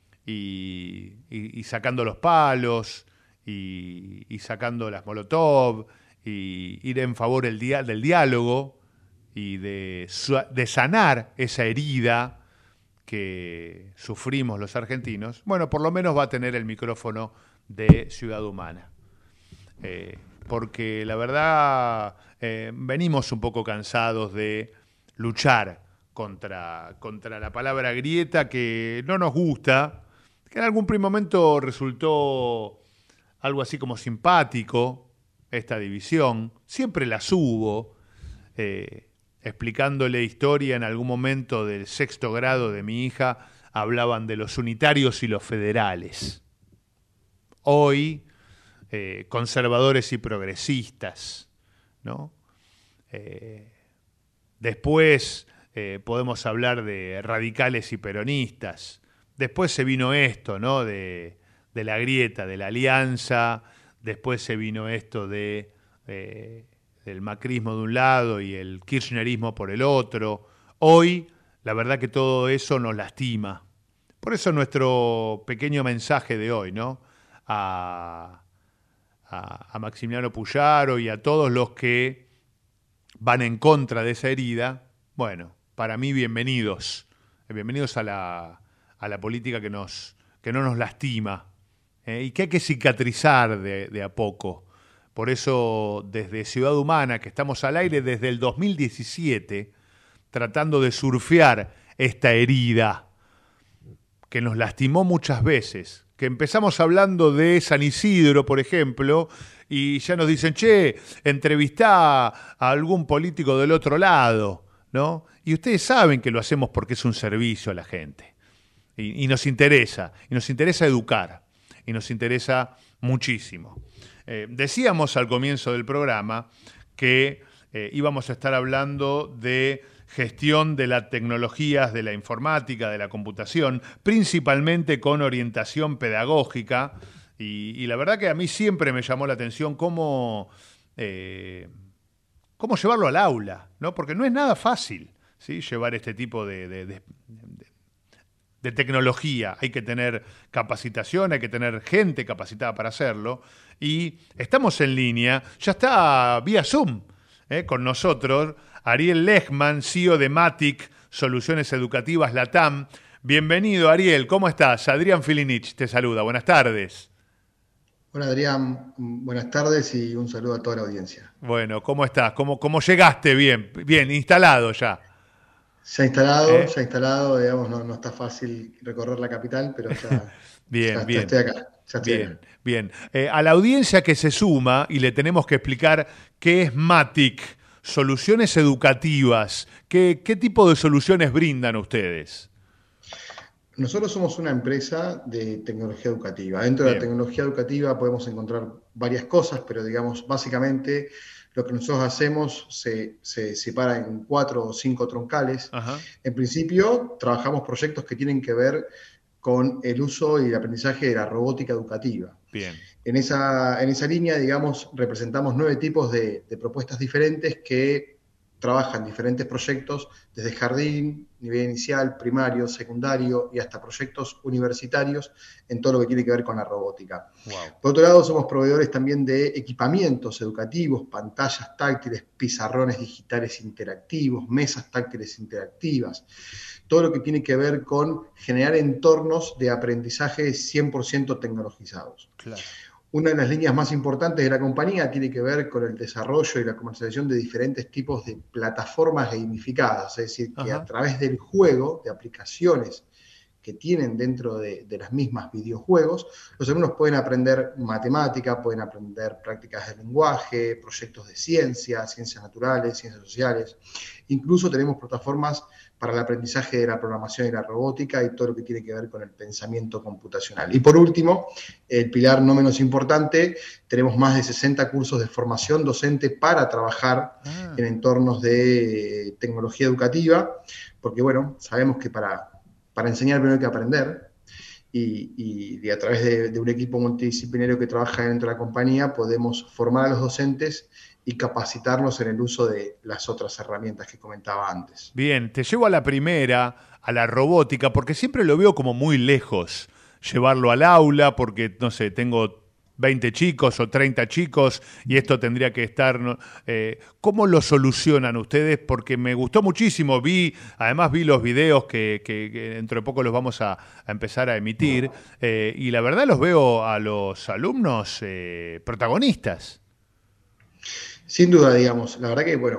Speaker 3: y sacando los palos y sacando las molotov y ir en favor del diálogo y de sanar esa herida que sufrimos los argentinos, bueno, por lo menos va a tener el micrófono de Ciudad Humana. Porque la verdad venimos un poco cansados de luchar contra la palabra grieta, que no nos gusta, que en algún primer momento resultó algo así como simpático, esta división. Siempre las hubo, explicándole historia en algún momento del 6º grado de mi hija, hablaban de los unitarios y los federales. Hoy, conservadores y progresistas, ¿no? Después podemos hablar de radicales y peronistas. Después se vino esto, ¿no? De la grieta, de la alianza. Después se vino esto del macrismo de un lado y el kirchnerismo por el otro. Hoy, la verdad que todo eso nos lastima. Por eso nuestro pequeño mensaje de hoy, ¿no? A Maximiliano Puyaro y a todos los que van en contra de esa herida. Bueno, para mí bienvenidos a la política que no nos lastima, y que hay que cicatrizar de a poco. Por eso desde Ciudad Humana, que estamos al aire desde el 2017, tratando de surfear esta herida que nos lastimó muchas veces, que empezamos hablando de San Isidro, por ejemplo, y ya nos dicen, che, entrevistá a algún político del otro lado, ¿no? Y ustedes saben que lo hacemos porque es un servicio a la gente. Y nos interesa educar, y nos interesa muchísimo. Decíamos al comienzo del programa que íbamos a estar hablando de gestión de las tecnologías, de la informática, de la computación, principalmente con orientación pedagógica, y la verdad que a mí siempre me llamó la atención cómo llevarlo al aula, ¿no? Porque no es nada fácil, ¿sí? Llevar este tipo de tecnología. Hay que tener capacitación, hay que tener gente capacitada para hacerlo, y estamos en línea, ya está vía Zoom, con nosotros Ariel Lechman, CEO de Matic Soluciones Educativas Latam. Bienvenido, Ariel, ¿cómo estás? Adrián Filinich te saluda, buenas tardes.
Speaker 5: Hola, Adrián, buenas tardes y un saludo a toda la audiencia.
Speaker 3: Bueno, ¿cómo estás? ¿Cómo llegaste? Bien, instalado ya.
Speaker 5: Ya instalado, digamos, no está fácil recorrer la capital, pero ya,
Speaker 3: bien.
Speaker 5: Estoy acá.
Speaker 3: Bien. A la audiencia que se suma, y le tenemos que explicar qué es Matic, Soluciones Educativas. ¿Qué tipo de soluciones brindan ustedes?
Speaker 5: Nosotros somos una empresa de tecnología educativa. Dentro de la tecnología educativa podemos encontrar varias cosas, pero digamos, básicamente lo que nosotros hacemos se separa en 4 o 5 troncales. Ajá. En principio, trabajamos proyectos que tienen que ver con el uso y el aprendizaje de la robótica educativa.
Speaker 3: Bien.
Speaker 5: En esa línea, digamos, representamos 9 tipos de propuestas diferentes que trabajan diferentes proyectos, desde jardín, nivel inicial, primario, secundario y hasta proyectos universitarios en todo lo que tiene que ver con la robótica. Wow. Por otro lado, somos proveedores también de equipamientos educativos, pantallas táctiles, pizarrones digitales interactivos, mesas táctiles interactivas, todo lo que tiene que ver con generar entornos de aprendizaje 100% tecnologizados. Claro. Una de las líneas más importantes de la compañía tiene que ver con el desarrollo y la comercialización de diferentes tipos de plataformas gamificadas, es decir, que a través del juego, de aplicaciones que tienen dentro de las mismas videojuegos, los alumnos pueden aprender matemática, pueden aprender prácticas de lenguaje, proyectos de ciencias naturales, ciencias sociales. Incluso tenemos plataformas para el aprendizaje de la programación y la robótica y todo lo que tiene que ver con el pensamiento computacional. Y por último, el pilar no menos importante, tenemos más de 60 cursos de formación docente para trabajar en entornos de tecnología educativa, porque bueno, sabemos que para enseñar primero hay que aprender, y a través de un equipo multidisciplinario que trabaja dentro de la compañía podemos formar a los docentes y capacitarlos en el uso de las otras herramientas que comentaba antes.
Speaker 3: Bien, te llevo a la primera, a la robótica, porque siempre lo veo como muy lejos, llevarlo al aula, porque, no sé, tengo 20 chicos o 30 chicos y esto tendría que estar... ¿Cómo lo solucionan ustedes? Porque me gustó muchísimo, además vi los videos que dentro de poco los vamos a empezar a emitir, y la verdad los veo a los alumnos protagonistas.
Speaker 5: Sin duda, digamos, la verdad que, bueno,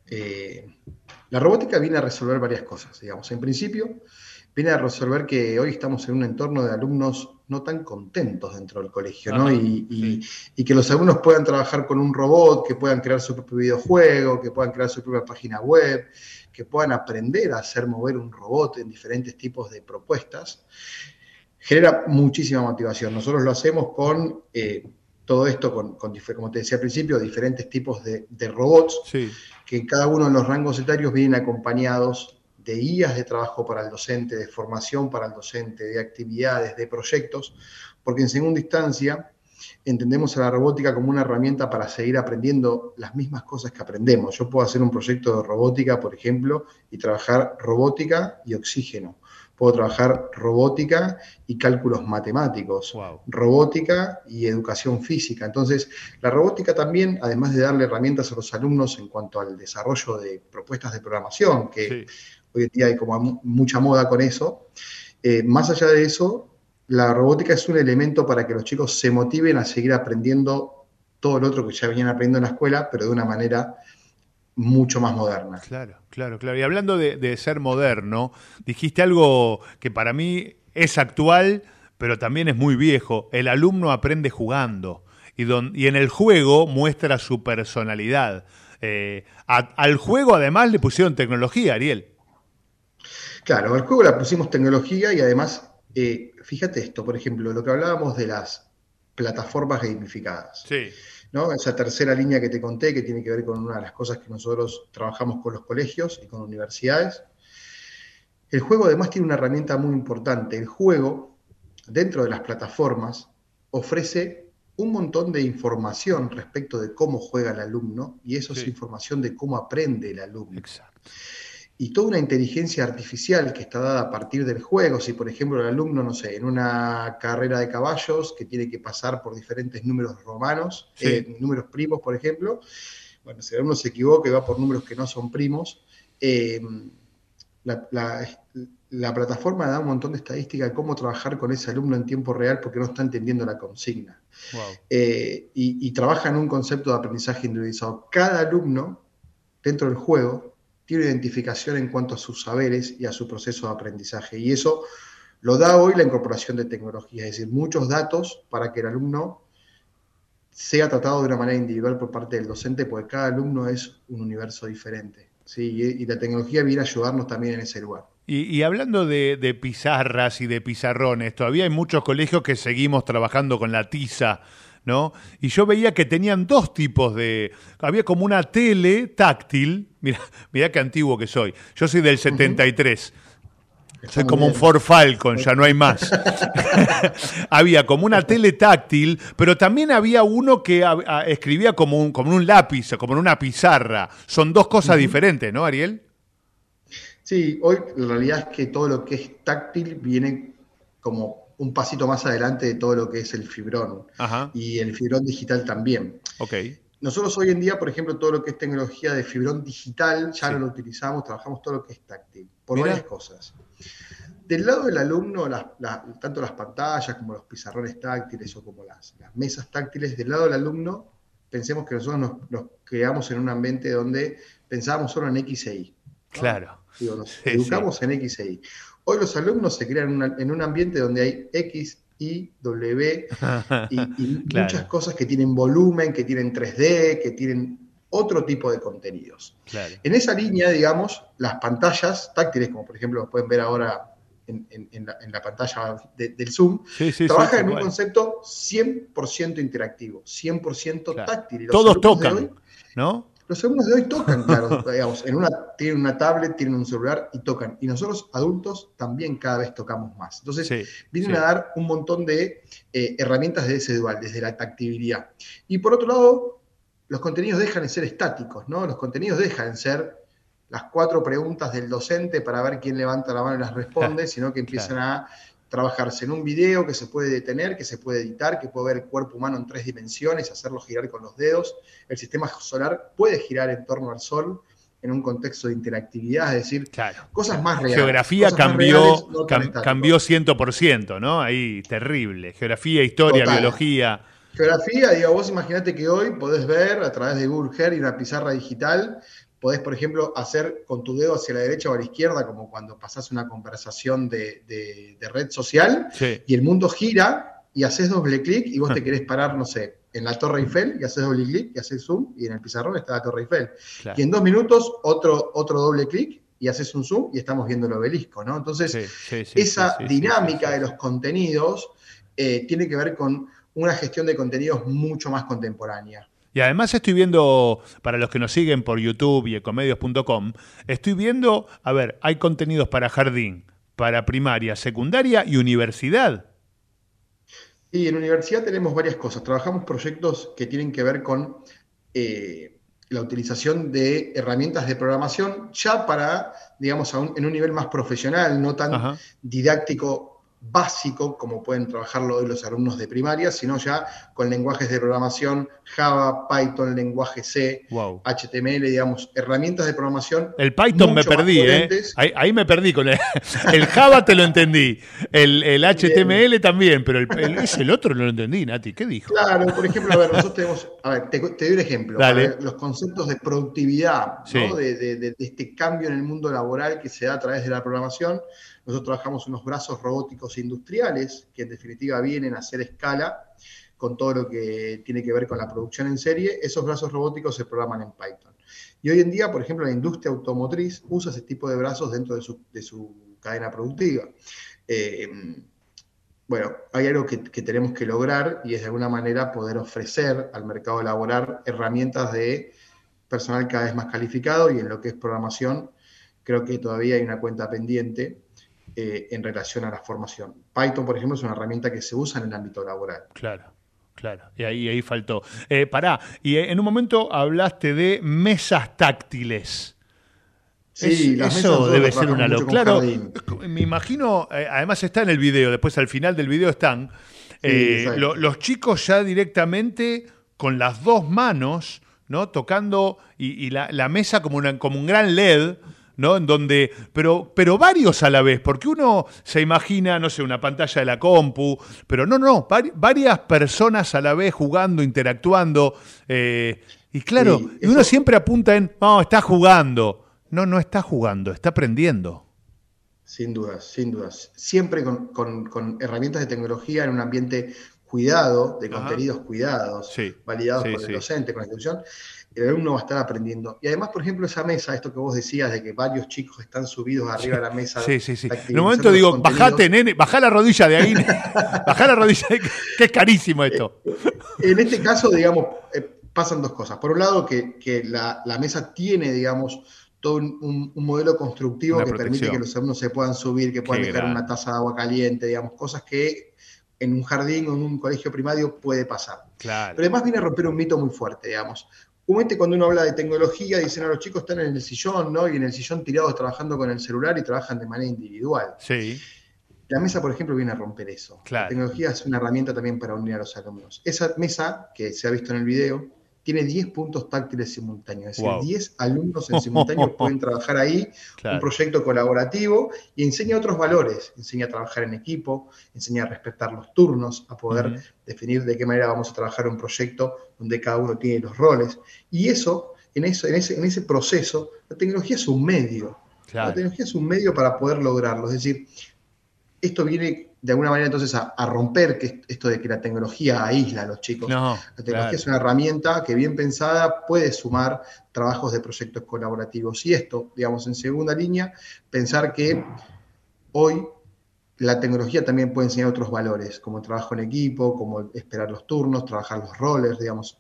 Speaker 5: la robótica viene a resolver varias cosas, digamos. En principio, viene a resolver que hoy estamos en un entorno de alumnos no tan contentos dentro del colegio, ¿no? Y que los alumnos puedan trabajar con un robot, que puedan crear su propio videojuego, que puedan crear su propia página web, que puedan aprender a hacer mover un robot en diferentes tipos de propuestas, genera muchísima motivación. Nosotros lo hacemos con... todo esto con, como te decía al principio, diferentes tipos de robots, que en cada uno de los rangos etarios vienen acompañados de guías de trabajo para el docente, de formación para el docente, de actividades, de proyectos, porque en segunda instancia entendemos a la robótica como una herramienta para seguir aprendiendo las mismas cosas que aprendemos. Yo puedo hacer un proyecto de robótica, por ejemplo, y trabajar robótica y oxígeno. Puedo trabajar robótica y cálculos matemáticos, robótica y educación física. Entonces, la robótica también, además de darle herramientas a los alumnos en cuanto al desarrollo de propuestas de programación, que hoy en día hay como mucha moda con eso, más allá de eso, la robótica es un elemento para que los chicos se motiven a seguir aprendiendo todo lo otro que ya venían aprendiendo en la escuela, pero de una manera mucho más moderna.
Speaker 3: Claro. Y hablando de ser moderno, dijiste algo que para mí es actual, pero también es muy viejo. El alumno aprende jugando y en el juego muestra su personalidad. Al juego además le pusieron tecnología, Ariel.
Speaker 5: Claro, al juego le pusimos tecnología y además, fíjate esto, por ejemplo, lo que hablábamos de las plataformas gamificadas. ¿No? Esa tercera línea que te conté, que tiene que ver con una de las cosas que nosotros trabajamos con los colegios y con universidades. El juego además tiene una herramienta muy importante. El juego, dentro de las plataformas, ofrece un montón de información respecto de cómo juega el alumno, y eso es información de cómo aprende el alumno.
Speaker 3: Exacto.
Speaker 5: Y toda una inteligencia artificial que está dada a partir del juego. Si, por ejemplo, el alumno, no sé, en una carrera de caballos que tiene que pasar por diferentes números romanos, números primos, por ejemplo, bueno, si el alumno se equivoca y va por números que no son primos, la plataforma da un montón de estadística de cómo trabajar con ese alumno en tiempo real porque no está entendiendo la consigna. Y trabaja en un concepto de aprendizaje individualizado. Cada alumno, dentro del juego, tiene identificación en cuanto a sus saberes y a su proceso de aprendizaje. Y eso lo da hoy la incorporación de tecnología, es decir, muchos datos para que el alumno sea tratado de una manera individual por parte del docente, porque cada alumno es un universo diferente, ¿sí? Y la tecnología viene a ayudarnos también en ese lugar.
Speaker 3: Y hablando de pizarras y de pizarrones, todavía hay muchos colegios que seguimos trabajando con la tiza, ¿no? Y yo veía que tenían dos tipos de... Había como una tele táctil. Mirá qué antiguo que soy. Yo soy del 73. Soy como un Ford Falcon, ya no hay más. Había como una tele táctil, pero también había uno que escribía como un lápiz, como en una pizarra. Son dos cosas diferentes, ¿no, Ariel?
Speaker 5: Sí, hoy la realidad es que todo lo que es táctil viene como un pasito más adelante de todo lo que es el fibrón. Y el fibrón digital también. Nosotros hoy en día, por ejemplo, todo lo que es tecnología de fibrón digital ya no lo utilizamos, trabajamos todo lo que es táctil, por varias cosas. Del lado del alumno, tanto las pantallas como los pizarrones táctiles o como las mesas táctiles, del lado del alumno, pensemos que nosotros nos creamos en un ambiente donde pensábamos solo en X e Y, ¿no?
Speaker 3: Claro.
Speaker 5: Digo, nos educamos en X e Y. Hoy los alumnos se crean en un ambiente donde hay X, Y, W y
Speaker 3: Claro.
Speaker 5: muchas cosas que tienen volumen, que tienen 3D, que tienen otro tipo de contenidos.
Speaker 3: Claro.
Speaker 5: En esa línea, digamos, las pantallas táctiles, como por ejemplo pueden ver ahora en la pantalla del Zoom, trabajan
Speaker 3: tal
Speaker 5: en un
Speaker 3: cual.
Speaker 5: concepto 100% interactivo, 100% táctil. Y los
Speaker 3: Todos
Speaker 5: alumnos de
Speaker 3: tocan,
Speaker 5: hoy,
Speaker 3: ¿no?
Speaker 5: los alumnos de hoy tocan, claro, digamos, tienen una tablet, tienen un celular y tocan. Y nosotros adultos también cada vez tocamos más. Entonces, vienen a dar un montón de herramientas de ese dual, desde la tactibilidad. Y por otro lado, los contenidos dejan de ser estáticos, ¿no? Los contenidos dejan de ser las 4 preguntas del docente para ver quién levanta la mano y las responde, sino que empiezan a trabajarse en un video que se puede detener, que se puede editar, que puede ver el cuerpo humano en 3 dimensiones, hacerlo girar con los dedos. El sistema solar puede girar en torno al Sol en un contexto de interactividad, es decir, cosas más reales.
Speaker 3: Geografía
Speaker 5: cosas más reales, no tan estáticos.
Speaker 3: cambió 100%, ¿no? Ahí, terrible. Geografía, historia,
Speaker 5: Total.
Speaker 3: biología.
Speaker 5: Geografía, digo, vos imaginate que hoy podés ver a través de Google Earth y una pizarra digital, podés, por ejemplo, hacer con tu dedo hacia la derecha o a la izquierda, como cuando pasás una conversación de red social, y el mundo gira y haces doble clic y vos te querés parar, no sé, en la Torre Eiffel y haces doble clic y haces zoom y en el pizarrón está la Torre Eiffel.
Speaker 3: Claro.
Speaker 5: Y en 2 minutos otro doble clic y haces un zoom y estamos viendo el obelisco, ¿no? Entonces, esa dinámica de los contenidos tiene que ver con una gestión de contenidos mucho más contemporánea.
Speaker 3: Y además estoy viendo, para los que nos siguen por YouTube y ecomedios.com, estoy viendo, a ver, hay contenidos para jardín, para primaria, secundaria y universidad.
Speaker 5: Y en universidad tenemos varias cosas. Trabajamos proyectos que tienen que ver con la utilización de herramientas de programación ya para, digamos, en un nivel más profesional, no tan didáctico básico como pueden trabajarlo hoy los alumnos de primaria, sino ya con lenguajes de programación, Java, Python, lenguaje C, HTML, digamos, herramientas de programación.
Speaker 3: El Python me perdí, ahí me perdí con el Java te lo entendí, el HTML también, pero el otro no lo entendí, Nati, ¿qué dijo?
Speaker 5: Claro, por ejemplo, a ver, nosotros tenemos, te doy un ejemplo, los conceptos de productividad, ¿no? de este cambio en el mundo laboral que se da a través de la programación. Nosotros trabajamos unos brazos robóticos industriales que en definitiva vienen a hacer escala con todo lo que tiene que ver con la producción en serie. Esos brazos robóticos se programan en Python. Y hoy en día, por ejemplo, la industria automotriz usa ese tipo de brazos dentro de su cadena productiva. Bueno, hay algo que tenemos que lograr y es de alguna manera poder ofrecer al mercado laboral herramientas de personal cada vez más calificado, y en lo que es programación creo que todavía hay una cuenta pendiente en relación a la formación. Python, por ejemplo, es una herramienta que se usa en el ámbito laboral.
Speaker 3: Claro. Y ahí faltó. Y en un momento hablaste de mesas táctiles.
Speaker 5: Sí,
Speaker 3: eso debe ser una locura. Claro, me imagino, además está en el video, después al final del video están los chicos ya directamente con las 2 manos, ¿no? Tocando y la mesa como un gran LED, ¿no? En donde, pero varios a la vez, porque uno se imagina, no sé, una pantalla de la compu, pero no, varias personas a la vez jugando, interactuando, y claro, y uno siempre apunta en, no, está jugando. No está jugando, está aprendiendo.
Speaker 5: Sin dudas. Siempre con herramientas de tecnología en un ambiente cuidado, de contenidos cuidados, validados por el docente, con la institución. El alumno va a estar aprendiendo. Y además, por ejemplo, esa mesa, esto que vos decías, de que varios chicos están subidos arriba de la mesa.
Speaker 3: Sí. En un momento digo, bajate, nene, bajá la rodilla de ahí, bajá la rodilla, que es carísimo esto.
Speaker 5: En este caso, digamos, pasan 2 cosas. Por un lado, que la mesa tiene, digamos, todo un modelo constructivo que permite que los alumnos se puedan subir, que puedan dejar una taza de agua caliente, digamos, cosas que en un jardín o en un colegio primario puede pasar.
Speaker 3: Claro.
Speaker 5: Pero además viene a romper un mito muy fuerte, digamos. Comúnmente cuando uno habla de tecnología, dicen, los chicos están en el sillón, ¿no? Y en el sillón tirados trabajando con el celular y trabajan de manera individual.
Speaker 3: Sí.
Speaker 5: La mesa, por ejemplo, viene a romper eso.
Speaker 3: Claro.
Speaker 5: La tecnología es una herramienta también para unir a los alumnos. Esa mesa, que se ha visto en el video, tiene 10 puntos táctiles simultáneos. Es decir, 10 alumnos en simultáneo pueden trabajar ahí, un proyecto colaborativo, y enseña otros valores. Enseña a trabajar en equipo, enseña a respetar los turnos, a poder definir de qué manera vamos a trabajar un proyecto donde cada uno tiene los roles. Y eso, en ese proceso, la tecnología es un medio. La tecnología es un medio para poder lograrlo. Es decir, esto viene de alguna manera entonces a romper esto de que la tecnología aísla a los chicos. La tecnología es una herramienta que bien pensada puede sumar trabajos de proyectos colaborativos. Y esto, digamos, en segunda línea, pensar que hoy la tecnología también puede enseñar otros valores, como el trabajo en equipo, como esperar los turnos, trabajar los roles, digamos.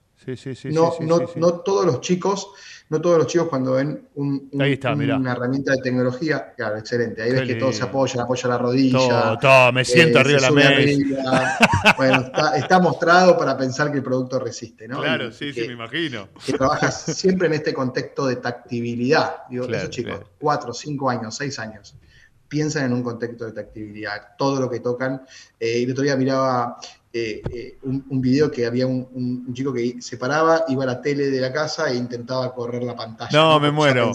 Speaker 5: No todos los chicos cuando ven una herramienta de tecnología, claro, excelente, ahí ves que todos se apoya la rodilla.
Speaker 3: Todo, me siento arriba de la mesa.
Speaker 5: Bueno, está mostrado para pensar que el producto resiste, ¿no?
Speaker 3: Claro, me imagino.
Speaker 5: Que trabajas siempre en este contexto de tactibilidad. Digo, esos chicos, 4, 5 años, 6 años, piensan en un contexto de tactibilidad, todo lo que tocan. El otro día miraba un video que había un chico que se paraba, iba a la tele de la casa e intentaba correr la pantalla.
Speaker 3: No, me muero.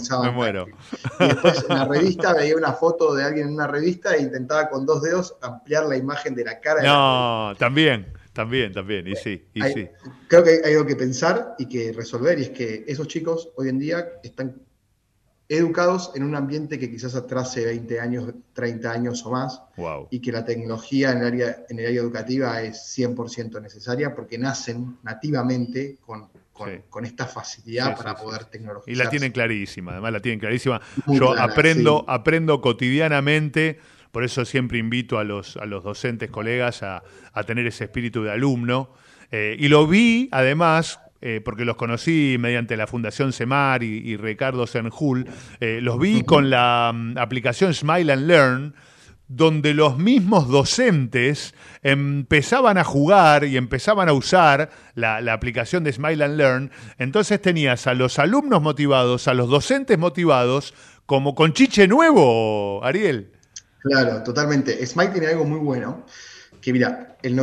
Speaker 5: Y después en la revista veía una foto de alguien en una revista e intentaba con 2 dedos ampliar la imagen de la cara.
Speaker 3: También. Y sí.
Speaker 5: Creo que hay algo que pensar y que resolver, y es que esos chicos hoy en día están educados en un ambiente que quizás atrase 20 años, 30 años o más, y que la tecnología en el área educativa es 100% necesaria porque nacen nativamente con esta facilidad para poder tecnologizarse.
Speaker 3: Y la tienen clarísima, además la tienen clarísima.
Speaker 5: Muy
Speaker 3: Yo
Speaker 5: clara,
Speaker 3: aprendo cotidianamente, por eso siempre invito a los docentes, colegas, a tener ese espíritu de alumno, y lo vi además porque los conocí mediante la Fundación Semar y Ricardo Senjul, los vi con la aplicación Smile and Learn, donde los mismos docentes empezaban a jugar y empezaban a usar la aplicación de Smile and Learn. Entonces tenías a los alumnos motivados, a los docentes motivados, como con chiche nuevo, Ariel.
Speaker 5: Claro, totalmente. Smile tiene algo muy bueno, que mira, el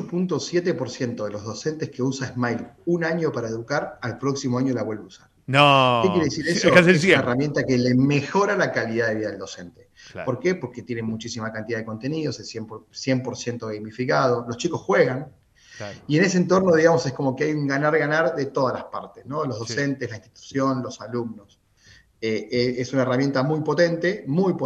Speaker 5: 98.7% de los docentes que usa Smile un año para educar, al próximo año la vuelve a usar.
Speaker 3: No.
Speaker 5: ¿Qué quiere decir eso? Es una herramienta que le mejora la calidad de vida del docente. Claro. ¿Por qué? Porque tiene muchísima cantidad de contenidos, es 100% gamificado, los chicos juegan. Claro. Y en ese entorno, digamos, es como que hay un ganar-ganar de todas las partes, ¿no? Los docentes, la institución, los alumnos. Es una herramienta muy potente,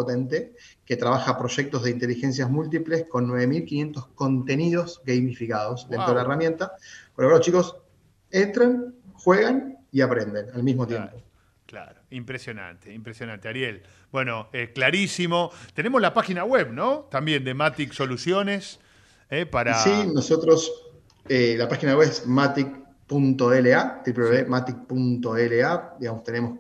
Speaker 5: que trabaja proyectos de inteligencias múltiples con 9.500 contenidos gamificados dentro de la herramienta. Por lo que los chicos entran, juegan y aprenden al mismo tiempo.
Speaker 3: Claro, impresionante, Ariel. Bueno, clarísimo. Tenemos la página web, ¿no? También de Matic Soluciones.
Speaker 5: Sí, nosotros, la página web es matic.la, www.matic.la. Digamos,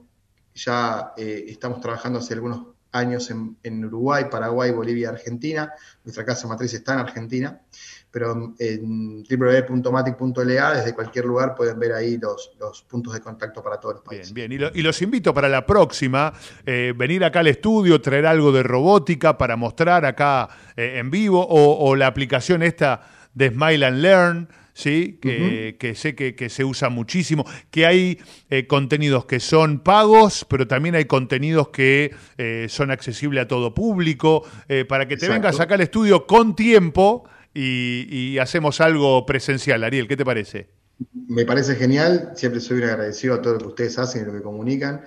Speaker 5: ya estamos trabajando hace algunos años en Uruguay, Paraguay, Bolivia, Argentina. Nuestra casa matriz está en Argentina, pero en www.matic.la, desde cualquier lugar pueden ver ahí los puntos de contacto para todos los países.
Speaker 3: Bien. Y los invito para la próxima, venir acá al estudio, traer algo de robótica para mostrar acá en vivo, o la aplicación esta de Smile and Learn, ¿sí? Que sé que se usa muchísimo, que hay contenidos que son pagos, pero también hay contenidos que son accesibles a todo público, para que te vengas acá al estudio con tiempo y hacemos algo presencial. Ariel, ¿qué te parece?
Speaker 5: Me parece genial, siempre soy un agradecido a todo lo que ustedes hacen y lo que comunican,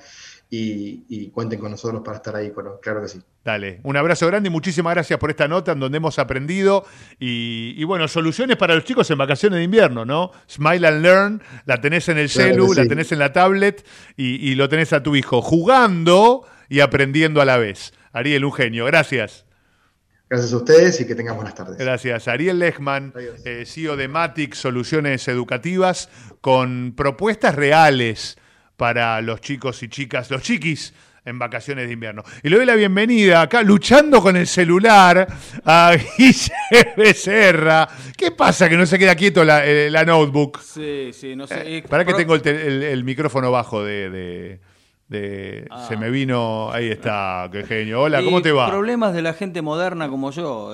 Speaker 5: y cuenten con nosotros para estar ahí, claro que sí.
Speaker 3: Dale, un abrazo grande y muchísimas gracias por esta nota en donde hemos aprendido y bueno, soluciones para los chicos en vacaciones de invierno, ¿no? Smile and Learn, la tenés en el celu, la tenés en la tablet y lo tenés a tu hijo jugando y aprendiendo a la vez. Ariel, un genio, gracias.
Speaker 5: Gracias a ustedes y que tengan buenas tardes.
Speaker 3: Gracias. Ariel Lechman, CEO de Matic Soluciones Educativas, con propuestas reales para los chicos y chicas, los chiquis en vacaciones de invierno. Y le doy la bienvenida acá, luchando con el celular, a Guille Becerra. ¿Qué pasa que no se queda quieto la notebook?
Speaker 7: Sí, no sé.
Speaker 3: Para que tengo el micrófono bajo se me vino, ahí está, qué genio. Hola, ¿cómo te va?
Speaker 7: Problemas de la gente moderna como yo.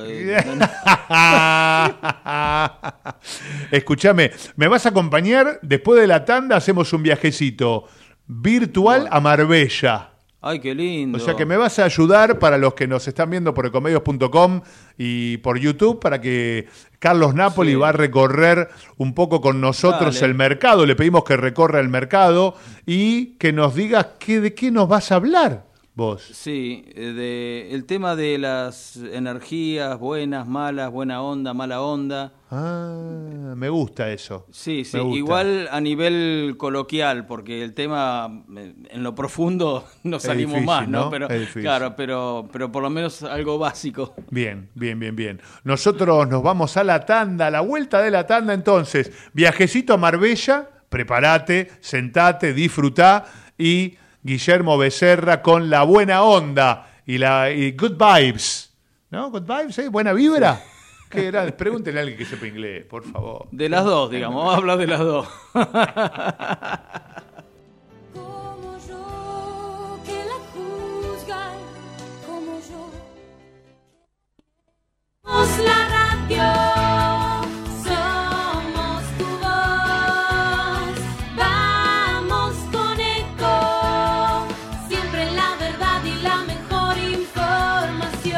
Speaker 3: Escúchame, ¿me vas a acompañar? Después de la tanda hacemos un viajecito virtual a Marbella.
Speaker 7: Ay, qué lindo.
Speaker 3: O sea que me vas a ayudar, para los que nos están viendo por ecomedios.com y por YouTube, para que Carlos Napoli va a recorrer un poco con nosotros el mercado. Le pedimos que recorra el mercado y que nos digas de qué nos vas a hablar. vos.
Speaker 7: Sí, el tema de las energías, buenas, malas, buena onda, mala onda.
Speaker 3: Ah, me gusta eso.
Speaker 7: Sí, sí, igual a nivel coloquial, porque el tema en lo profundo no salimos
Speaker 3: difícil,
Speaker 7: más, ¿no?
Speaker 3: ¿no?
Speaker 7: Pero,
Speaker 3: Es difícil.
Speaker 7: claro, pero por lo menos algo básico.
Speaker 3: Bien. Nosotros nos vamos a la tanda, a la vuelta de la tanda entonces. Viajecito a Marbella, prepárate, sentate, disfrutá y Guillermo Becerra con la buena onda y good vibes, ¿no? Good vibes, ¿eh? Buena vibra. ¿Qué era? Pregúntenle a alguien que sepa inglés, por favor.
Speaker 7: De las dos, digamos, vamos a hablar de las dos.
Speaker 4: Como yo, que la juzgan, como yo. Somos la radio, somos tu voz, vamos con eco, siempre la verdad y la mejor información.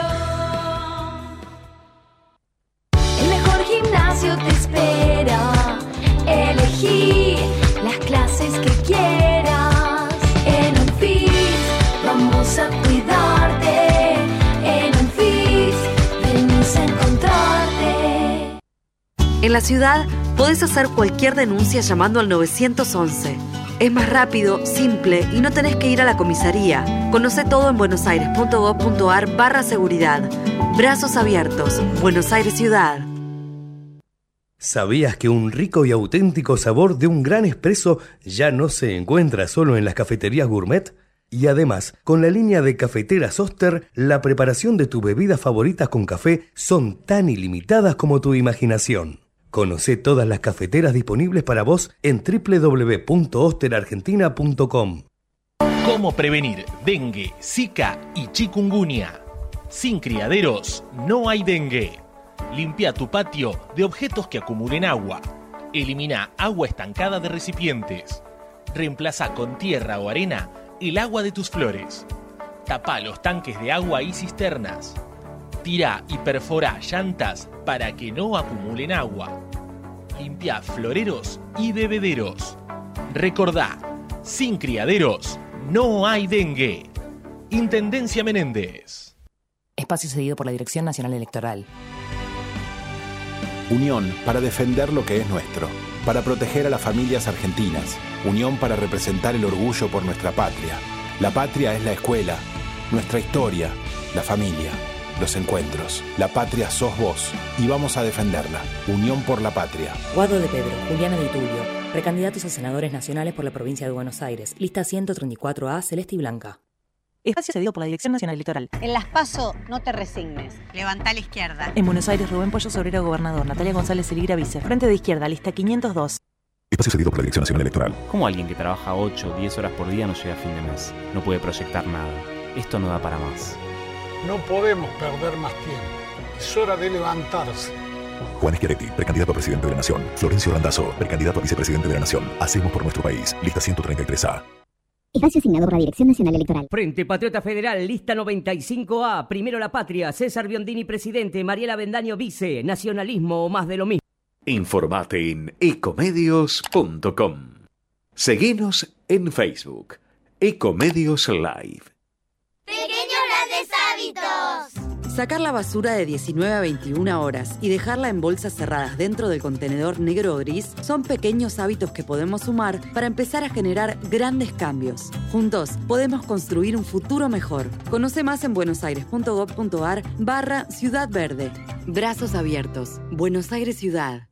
Speaker 4: El mejor gimnasio te espera, elegí las clases que quieras. En Unfit vamos a cuidarte, en Unfit venimos a encontrarte.
Speaker 10: En la ciudad podés hacer cualquier denuncia llamando al 911. Es más rápido, simple y no tenés que ir a la comisaría. Conoce todo en buenosaires.gov.ar/seguridad. Brazos abiertos. Buenos Aires Ciudad.
Speaker 6: ¿Sabías que un rico y auténtico sabor de un gran espresso ya no se encuentra solo en las cafeterías gourmet? Y además, con la línea de cafeteras Oster, la preparación de tus bebidas favoritas con café son tan ilimitadas como tu imaginación. Conoce todas las cafeteras disponibles para vos en www.osterargentina.com.
Speaker 11: ¿Cómo prevenir dengue, zika y chikungunya? Sin criaderos no hay dengue. Limpia tu patio de objetos que acumulen agua. Elimina agua estancada de recipientes. Reemplaza con tierra o arena el agua de tus flores. Tapa los tanques de agua y cisternas. Tira y perfora llantas para que no acumulen agua. Limpia floreros y bebederos. Recordá, sin criaderos no hay dengue. Intendencia Menéndez.
Speaker 8: Espacio cedido por la Dirección Nacional Electoral.
Speaker 9: Unión para defender lo que es nuestro, para proteger a las familias argentinas. Unión para representar el orgullo por nuestra patria. La patria es la escuela, nuestra historia, la familia, los encuentros. La patria sos vos y vamos a defenderla. Unión por la patria.
Speaker 8: Guado de Pedro, Juliana de Tulio, precandidatos a senadores nacionales por la provincia de Buenos Aires. Lista 134A, celeste y blanca.
Speaker 12: Espacio cedido por la Dirección Nacional Electoral.
Speaker 13: En Las PASO, no te resignes. Levantá a la izquierda.
Speaker 12: En Buenos Aires, Rubén Pollo Sobrero, gobernador. Natalia González Eligra, vice. Frente de izquierda, lista 502.
Speaker 28: Espacio cedido por la Dirección Nacional Electoral.
Speaker 15: ¿Cómo alguien que trabaja 8 o 10 horas por día no llega a fin de mes? No puede proyectar nada. Esto no da para más.
Speaker 16: No podemos perder más tiempo. Es hora de levantarse.
Speaker 28: Juan Schiaretti, precandidato a presidente de la Nación. Florencio Randazzo, precandidato a vicepresidente de la Nación. Hacemos por nuestro país. Lista 133A.
Speaker 17: Espacio asignado por la Dirección Nacional Electoral.
Speaker 18: Frente Patriota Federal, lista 95A. Primero la patria. César Biondini, presidente. Mariela Bendaño, vice. Nacionalismo o más de lo mismo.
Speaker 1: Informate en ecomedios.com. Seguinos en Facebook. Ecomedios Live.
Speaker 4: Pequeños grandes hábitos.
Speaker 10: Sacar la basura de 19 a 21 horas y dejarla en bolsas cerradas dentro del contenedor negro o gris son pequeños hábitos que podemos sumar para empezar a generar grandes cambios. Juntos podemos construir un futuro mejor. Conoce más en buenosaires.gov.ar/Ciudad Verde. Brazos abiertos. Buenos Aires Ciudad.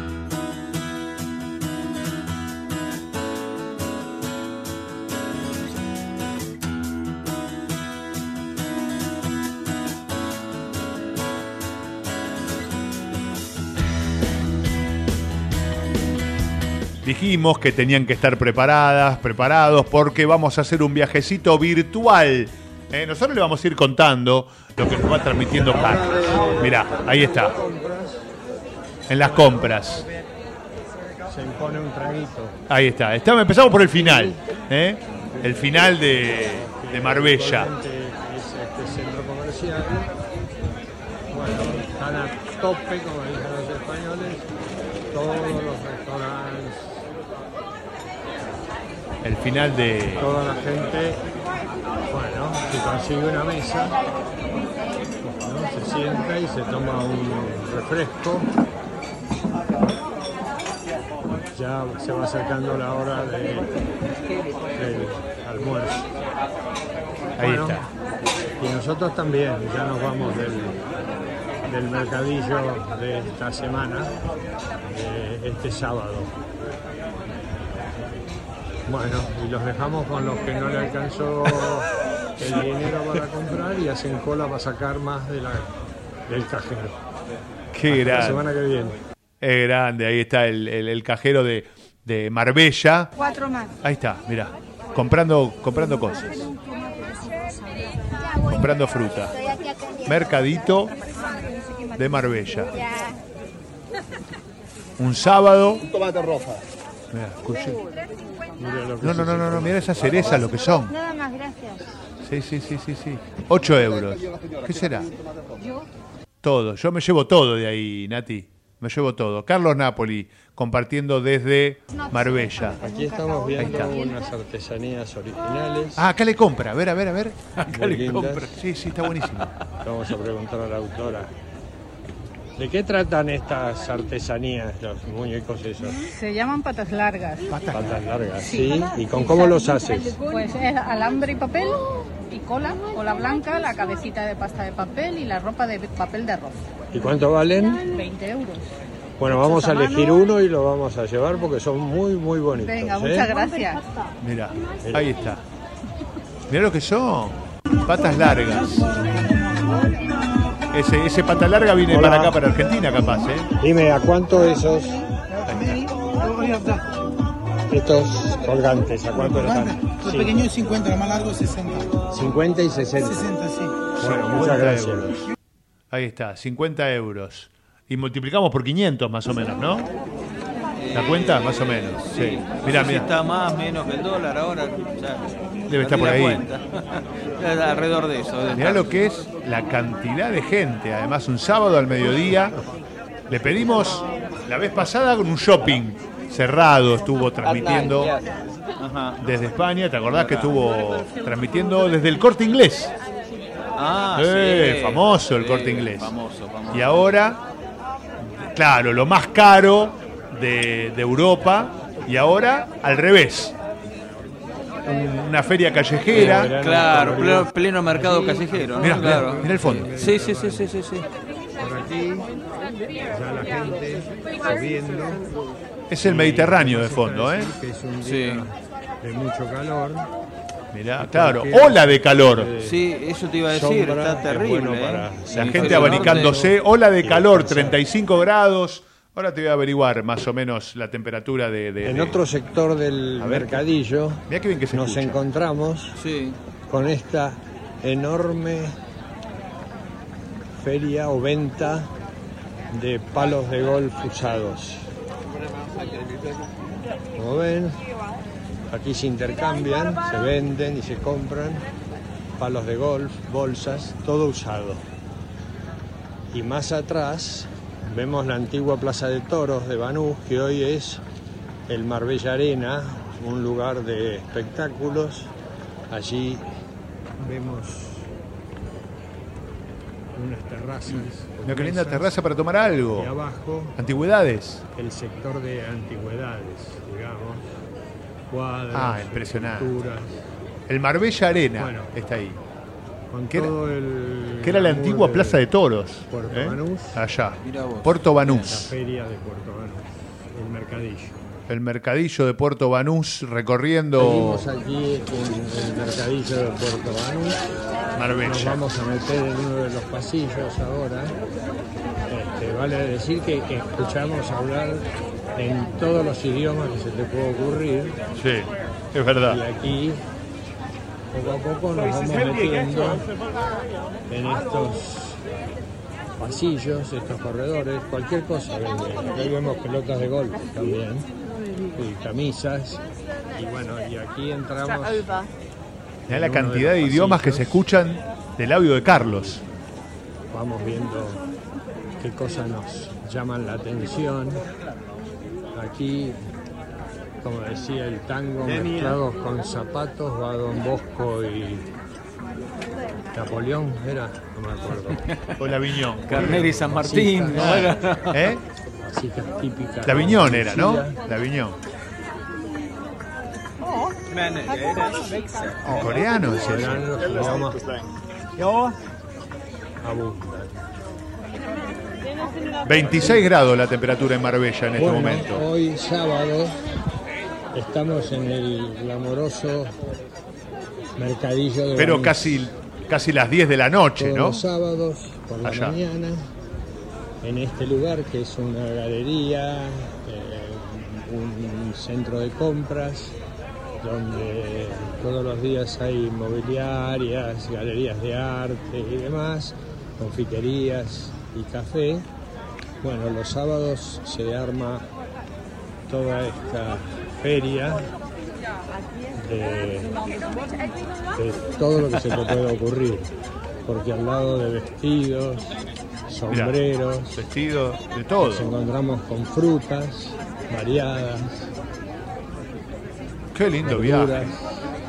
Speaker 3: Dijimos que tenían que estar preparados, porque vamos a hacer un viajecito virtual. Nosotros le vamos a ir contando lo que nos va transmitiendo Carlos. Mirá, ahí está. En las compras.
Speaker 19: Se impone un traguito.
Speaker 3: Ahí está. Empezamos por el final. El final de Marbella.
Speaker 19: Es este centro comercial. Bueno, están a tope, como dicen los españoles, todos los restaurantes.
Speaker 3: El final de...
Speaker 19: Toda la gente, bueno, Si consigue una mesa, ¿no? Se sienta y se toma un refresco. Ya se va acercando la hora del almuerzo.
Speaker 3: Ahí
Speaker 19: Bueno,
Speaker 3: está.
Speaker 19: y nosotros también, ya nos vamos del mercadillo de esta semana, este sábado. Bueno, y los dejamos con los que no le alcanzó el dinero para comprar y hacen cola para sacar más del cajero.
Speaker 3: Qué
Speaker 19: Hasta
Speaker 3: grande.
Speaker 19: la semana que viene.
Speaker 3: Es grande, ahí está el cajero de Marbella.
Speaker 14: 4 más.
Speaker 3: Ahí está, mirá, comprando cosas, comprando fruta. Mercadito de Marbella. Un sábado.
Speaker 20: Un tomate roja.
Speaker 3: Mirá, escuché. No, mirá esas cerezas lo que son.
Speaker 14: Nada más, gracias.
Speaker 3: Sí. 8 euros. ¿Qué será? Todo. Yo me llevo todo de ahí, Nati. Me llevo todo. Carlos Napoli, compartiendo desde Marbella.
Speaker 19: Aquí estamos viendo unas artesanías originales.
Speaker 3: Ah, acá le compra. A ver. Acá
Speaker 19: Muy
Speaker 3: le
Speaker 19: lindas.
Speaker 3: compra. Sí, está buenísimo.
Speaker 19: Vamos a preguntar a la autora. ¿De qué tratan estas artesanías, los muñecos esos?
Speaker 21: Se llaman patas largas.
Speaker 19: Patas largas, sí. ¿Y con cómo los haces?
Speaker 21: Pues es alambre y papel y cola blanca, la cabecita de pasta de papel y la ropa de papel de arroz.
Speaker 19: ¿Y cuánto valen?
Speaker 21: 20 euros.
Speaker 19: Bueno, vamos a
Speaker 21: Hechos a
Speaker 19: elegir
Speaker 21: mano.
Speaker 19: uno y lo vamos a llevar porque son muy, muy bonitos.
Speaker 21: Venga,
Speaker 19: ¿eh?
Speaker 21: muchas gracias.
Speaker 3: Mira, ahí está. Mira lo que son. Patas largas. Ese pata larga viene
Speaker 19: Hola.
Speaker 3: para acá, para Argentina, capaz, ¿eh?
Speaker 19: Dime, ¿a cuánto esos? Estos colgantes, ¿a cuánto les dan?
Speaker 20: Los
Speaker 19: Sí.
Speaker 20: pequeños 50, los más largos 60.
Speaker 19: 50 y 60.
Speaker 20: 60, sí.
Speaker 19: Bueno,
Speaker 3: 50
Speaker 19: muchas gracias.
Speaker 3: euros. Ahí está, 50 euros. Y multiplicamos por 500 más o menos, ¿no? ¿La cuenta? Más o menos. Sí. Mirá,
Speaker 7: Si
Speaker 3: mirá.
Speaker 7: está más, menos que el dólar ahora. Ya,
Speaker 3: Debe estar por
Speaker 7: perdí la
Speaker 3: ahí.
Speaker 7: cuenta. Alrededor de eso.
Speaker 3: Mirá lo que es la cantidad de gente. Además, un sábado al mediodía. Le pedimos la vez pasada con un shopping cerrado. Estuvo transmitiendo desde España. ¿Te acordás que estuvo transmitiendo desde el Corte Inglés?
Speaker 7: Ah, sí.
Speaker 3: Famoso el
Speaker 7: Sí,
Speaker 3: Corte Inglés.
Speaker 7: famoso.
Speaker 3: Y ahora, claro, lo más caro de Europa. Y ahora, al revés. Una feria callejera.
Speaker 7: Claro, pleno mercado callejero, ¿no?
Speaker 3: Mirá,
Speaker 7: Claro.
Speaker 3: mirá el fondo.
Speaker 7: Sí.
Speaker 19: Por aquí, ya la gente subiendo.
Speaker 3: Es el Mediterráneo de fondo, ¿eh?
Speaker 19: Que es un día de mucho calor.
Speaker 3: Mirá, claro, ola de calor.
Speaker 7: Sí, eso te iba a decir,
Speaker 19: Sombra,
Speaker 7: está terrible.
Speaker 19: es bueno para-
Speaker 3: La gente abanicándose, ola de calor, 35 grados. Ahora te voy a averiguar más o menos la temperatura
Speaker 19: En otro sector del
Speaker 3: A ver,
Speaker 19: mercadillo
Speaker 3: mirá qué bien que se
Speaker 19: nos
Speaker 3: escucha.
Speaker 19: encontramos con esta enorme feria o venta de palos de golf usados. Como ven, aquí se intercambian, se venden y se compran palos de golf, bolsas, todo usado. Y más atrás vemos la antigua Plaza de Toros de Banús, que hoy es el Marbella Arena, un lugar de espectáculos. Allí vemos unas terrazas.
Speaker 3: Mira qué linda
Speaker 19: mesas.
Speaker 3: terraza para tomar algo.
Speaker 19: Y abajo,
Speaker 3: Antigüedades.
Speaker 19: el sector de antigüedades, digamos. Cuadros,
Speaker 3: Ah, impresionante.
Speaker 19: esculturas.
Speaker 3: El Marbella Arena
Speaker 19: Bueno,
Speaker 3: está ahí.
Speaker 19: Con
Speaker 3: Que era-
Speaker 19: todo el
Speaker 3: Que era la
Speaker 19: glamour
Speaker 3: antigua Plaza de Toros.
Speaker 19: Puerto Banús.
Speaker 3: Allá.
Speaker 7: Mirá vos.
Speaker 3: Puerto
Speaker 19: La
Speaker 3: Banús.
Speaker 19: feria de Puerto Banús, el mercadillo.
Speaker 3: El mercadillo de Puerto Banús recorriendo
Speaker 19: Seguimos aquí en el mercadillo de Puerto Banús.
Speaker 3: Marbella.
Speaker 19: Nos vamos a meter en uno de los pasillos ahora. Vale decir que escuchamos hablar en todos los idiomas que se te puede ocurrir.
Speaker 3: Sí, es verdad.
Speaker 19: Y aquí, poco a poco, nos vamos metiendo en estos pasillos, estos corredores, cualquier cosa venden. Aquí vemos pelotas de golf también, y camisas. Y bueno, y aquí entramos.
Speaker 3: Mirá la cantidad de idiomas que se escuchan del audio de Carlos.
Speaker 19: Vamos viendo qué cosas nos llaman la atención. Aquí, como decía, el tango mezclados con zapatos, va Don Bosco y Napoleón era, no me acuerdo.
Speaker 3: O L'Avignon.
Speaker 7: Carnera y San Martín.
Speaker 3: ¿Eh?
Speaker 19: Vasijas típicas.
Speaker 3: L'Avignon era, ¿no? L'Avignon. Coreano es eso.
Speaker 19: Los idiomas abundan.
Speaker 3: 26 grados la temperatura en Marbella en este momento.
Speaker 19: Hoy sábado estamos en el glamoroso mercadillo de
Speaker 3: Pero
Speaker 19: Banís.
Speaker 3: casi las 10 de la noche,
Speaker 19: Todos
Speaker 3: ¿no?
Speaker 19: los sábados por la
Speaker 3: Allá.
Speaker 19: mañana en este lugar que es una galería, un centro de compras donde todos los días hay inmobiliarias, galerías de arte y demás, confiterías y café. Bueno, los sábados se arma toda esta feria de todo lo que se te puede ocurrir, porque al lado de vestidos, sombreros,
Speaker 3: mirá, vestidos, de todo.
Speaker 19: Nos encontramos con frutas variadas.
Speaker 3: Qué lindo
Speaker 19: verduras.
Speaker 3: viaje.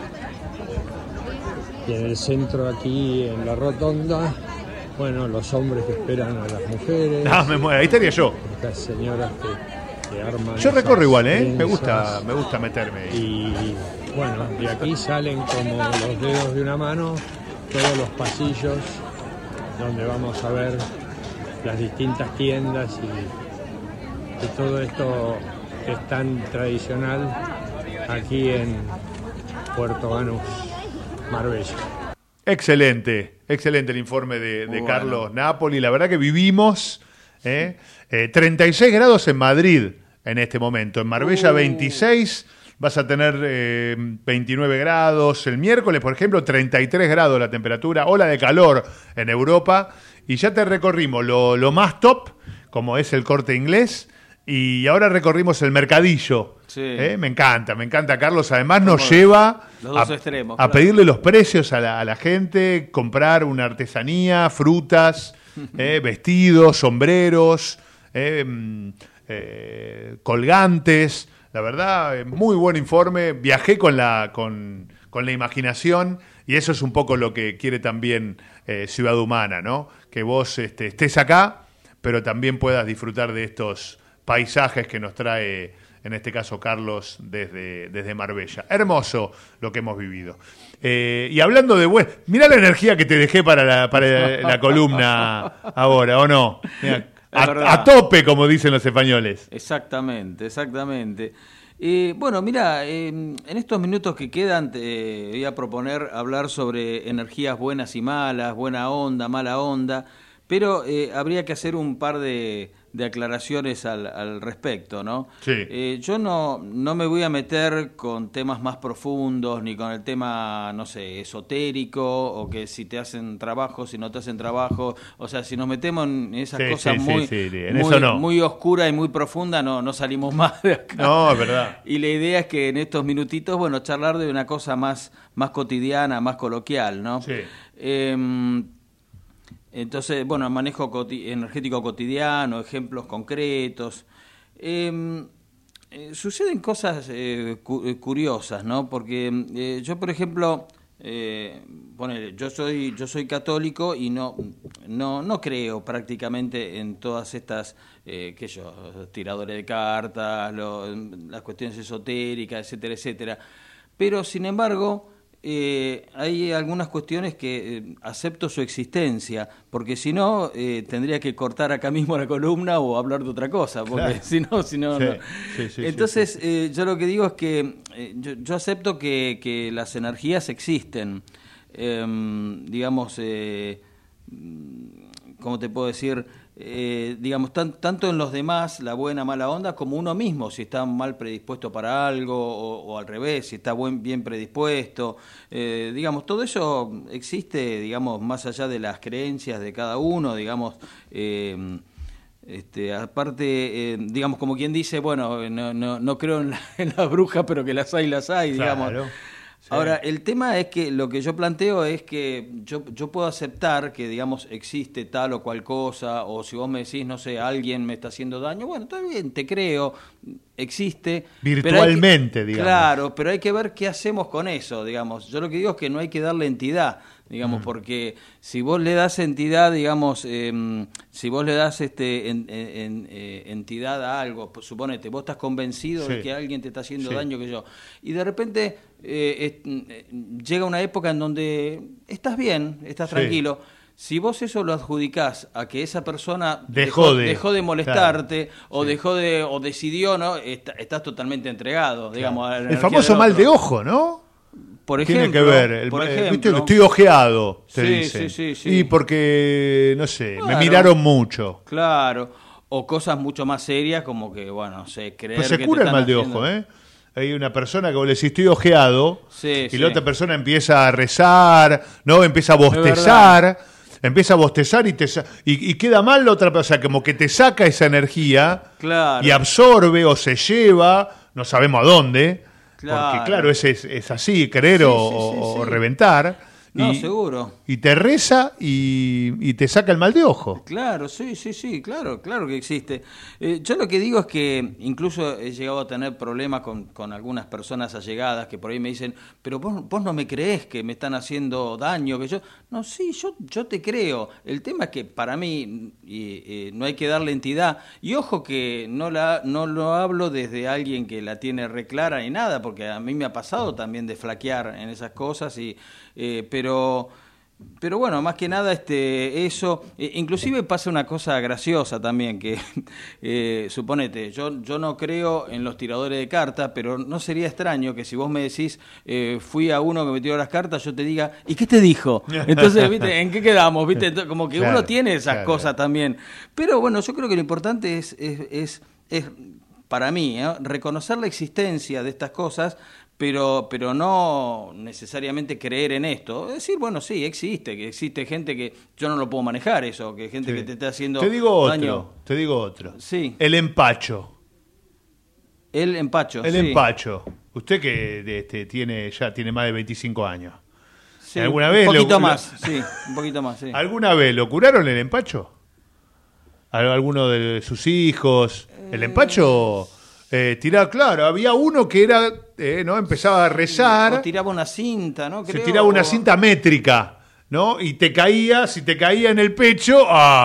Speaker 19: Y en el centro aquí, en la rotonda, bueno, los hombres que esperan a las mujeres.
Speaker 3: No, me muero, ahí estaría yo.
Speaker 19: Estas señoras que arman.
Speaker 3: Yo recorro igual, Me
Speaker 19: trenzas.
Speaker 3: gusta meterme ahí.
Speaker 19: Y bueno, de aquí salen como los dedos de una mano todos los pasillos donde vamos a ver las distintas tiendas y todo esto que es tan tradicional aquí en Puerto Banús, Marbella.
Speaker 3: Excelente el informe de Carlos Napoli. La verdad que vivimos 36 grados en Madrid en este momento. En Marbella 26, vas a tener 29 grados. El miércoles, por ejemplo, 33 grados la temperatura, ola de calor en Europa. Y ya te recorrimos lo más top, como es el Corte Inglés. Y ahora recorrimos el mercadillo.
Speaker 7: Sí.
Speaker 3: Me encanta, Carlos. Además nos lleva
Speaker 7: los dos extremos,
Speaker 3: a pedirle los precios a la gente, comprar una artesanía, frutas, vestidos, sombreros, colgantes. La verdad, muy buen informe. Viajé con la imaginación y eso es un poco lo que quiere también Ciudad Humana, ¿no? Que vos estés acá, pero también puedas disfrutar de estos paisajes que nos trae, en este caso, Carlos, desde Marbella. Hermoso lo que hemos vivido. Y hablando de mirá la energía que te dejé para la columna ahora, ¿o no? Mirá, a tope, como dicen los españoles.
Speaker 7: Exactamente. Bueno, mira, en estos minutos que quedan te voy a proponer hablar sobre energías buenas y malas, buena onda, mala onda, pero habría que hacer un par de aclaraciones al respecto, ¿no?
Speaker 3: Sí.
Speaker 7: Yo no me voy a meter con temas más profundos, ni con el tema, no sé, esotérico, o que si te hacen trabajo, si no te hacen trabajo, o sea, si nos metemos en esas cosas muy oscuras y muy profundas, no salimos más de acá.
Speaker 3: No, es verdad.
Speaker 7: Y la idea es que en estos minutitos, bueno, charlar de una cosa más cotidiana, más coloquial, ¿no?
Speaker 3: Sí.
Speaker 7: Entonces, bueno, manejo energético cotidiano, ejemplos concretos. Suceden cosas curiosas, ¿no? Porque yo, por ejemplo, yo soy católico y no creo prácticamente en todas estas, tiradores de cartas, las cuestiones esotéricas, etcétera, etcétera. Pero, sin embargo, hay algunas cuestiones que acepto su existencia, porque si no tendría que cortar acá mismo la columna o hablar de otra cosa, porque
Speaker 3: claro.
Speaker 7: si no. Entonces, yo lo que digo es que yo acepto que las energías existen, digamos, ¿cómo te puedo decir? Digamos, tanto en los demás, la buena, mala onda, como uno mismo, si está mal predispuesto para algo o al revés, si está bien predispuesto. Digamos, todo eso existe, digamos, más allá de las creencias de cada uno, digamos. Aparte, digamos, como quien dice, bueno, no creo en las brujas, pero que las hay, digamos.
Speaker 3: Claro. Sí.
Speaker 7: Ahora, el tema es que lo que yo planteo es que yo puedo aceptar que, digamos, existe tal o cual cosa, o si vos me decís, no sé, alguien me está haciendo daño, bueno, está bien, te creo, existe.
Speaker 3: Virtualmente, digamos.
Speaker 7: Claro, pero hay que ver qué hacemos con eso, digamos. Yo lo que digo es que no hay que darle entidad, digamos, porque si vos le das entidad, digamos, si vos le das entidad a algo, pues, suponete, vos estás convencido de que alguien te está haciendo daño, que yo, y de repente llega una época en donde estás bien, estás tranquilo. Si vos eso lo adjudicás a que esa persona dejó de molestarte, o decidió, ¿no? Estás totalmente entregado, digamos. A la
Speaker 3: el famoso mal de ojo, ¿no?
Speaker 7: Por ejemplo,
Speaker 3: tiene que ver, ¿viste? Estoy ojeado, te dicen. Sí. Y porque, no sé, me miraron mucho.
Speaker 7: Claro, o cosas mucho más serias como que, bueno, no sé, creer
Speaker 3: pues se
Speaker 7: que
Speaker 3: cura
Speaker 7: te
Speaker 3: el mal de
Speaker 7: haciendo...
Speaker 3: ojo, Hay una persona que vos le decís estoy ojeado y la otra persona empieza a rezar, ¿no? Empieza a bostezar y queda mal la otra persona, como que te saca esa energía y absorbe o se lleva, no sabemos a dónde, porque claro, es así, creer o reventar.
Speaker 7: No, seguro.
Speaker 3: Y te reza y te saca el mal de ojo.
Speaker 7: Claro, sí, claro que existe. Yo lo que digo es que incluso he llegado a tener problemas con algunas personas allegadas que por ahí me dicen, pero vos no me creés que me están haciendo daño, que yo... No, sí, yo te creo. El tema es que para mí no hay que darle entidad. Y ojo que no lo hablo desde alguien que la tiene reclara ni nada, porque a mí me ha pasado también de flaquear en esas cosas pero bueno, más que nada eso, inclusive pasa una cosa graciosa también, que suponete, yo no creo en los tiradores de cartas, pero no sería extraño que si vos me decís, fui a uno que me tiró las cartas, yo te diga, ¿y qué te dijo? Entonces, ¿viste? ¿En qué quedamos? ¿Viste? Como que uno tiene esas cosas también. Pero bueno, yo creo que lo importante es para mí, reconocer la existencia de estas cosas, pero no necesariamente creer en esto. Es decir, bueno, sí, existe gente que yo no lo puedo manejar eso, que gente que te está haciendo daño.
Speaker 3: Te digo otro.
Speaker 7: Sí.
Speaker 3: El empacho.
Speaker 7: El empacho.
Speaker 3: Usted que tiene más de 25 años.
Speaker 7: Sí,
Speaker 3: ¿Alguna vez
Speaker 7: un poquito más, sí.
Speaker 3: ¿Alguna vez lo curaron el empacho? ¿Alguno de sus hijos? El empacho... claro, había uno que era, ¿no? Empezaba a rezar.
Speaker 7: O tiraba una cinta, ¿no?
Speaker 3: Se tiraba una cinta métrica, ¿no? Y si te caía en el pecho,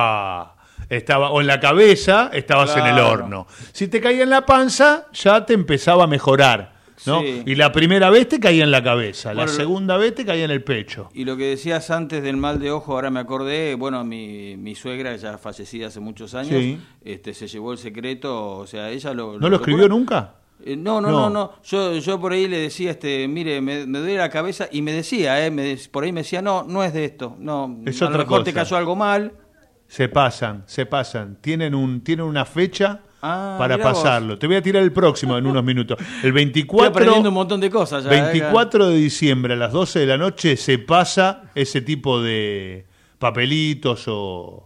Speaker 3: o en la cabeza, estabas en el horno. Si te caía en la panza, ya te empezaba a mejorar, ¿no? Sí. Y la primera vez te caía en la cabeza, la segunda vez te caía en el pecho.
Speaker 7: Y lo que decías antes del mal de ojo, ahora me acordé, bueno, mi suegra, ya fallecida hace muchos años, se llevó el secreto, o sea, ella ¿No
Speaker 3: lo escribió nunca?
Speaker 7: No. Yo por ahí le decía, mire, me duele la cabeza, y me decía, por ahí me decía, no es de esto, no,
Speaker 3: es
Speaker 7: a
Speaker 3: otra
Speaker 7: lo mejor
Speaker 3: cosa.
Speaker 7: Te cayó algo mal.
Speaker 3: Se pasan. Tienen una fecha para pasarlo. Vos. Te voy a tirar el próximo en unos minutos. El 24.
Speaker 7: Estoy aprendiendo un montón de cosas ya.
Speaker 3: 24 de diciembre a las 12 de la noche se pasa ese tipo de papelitos o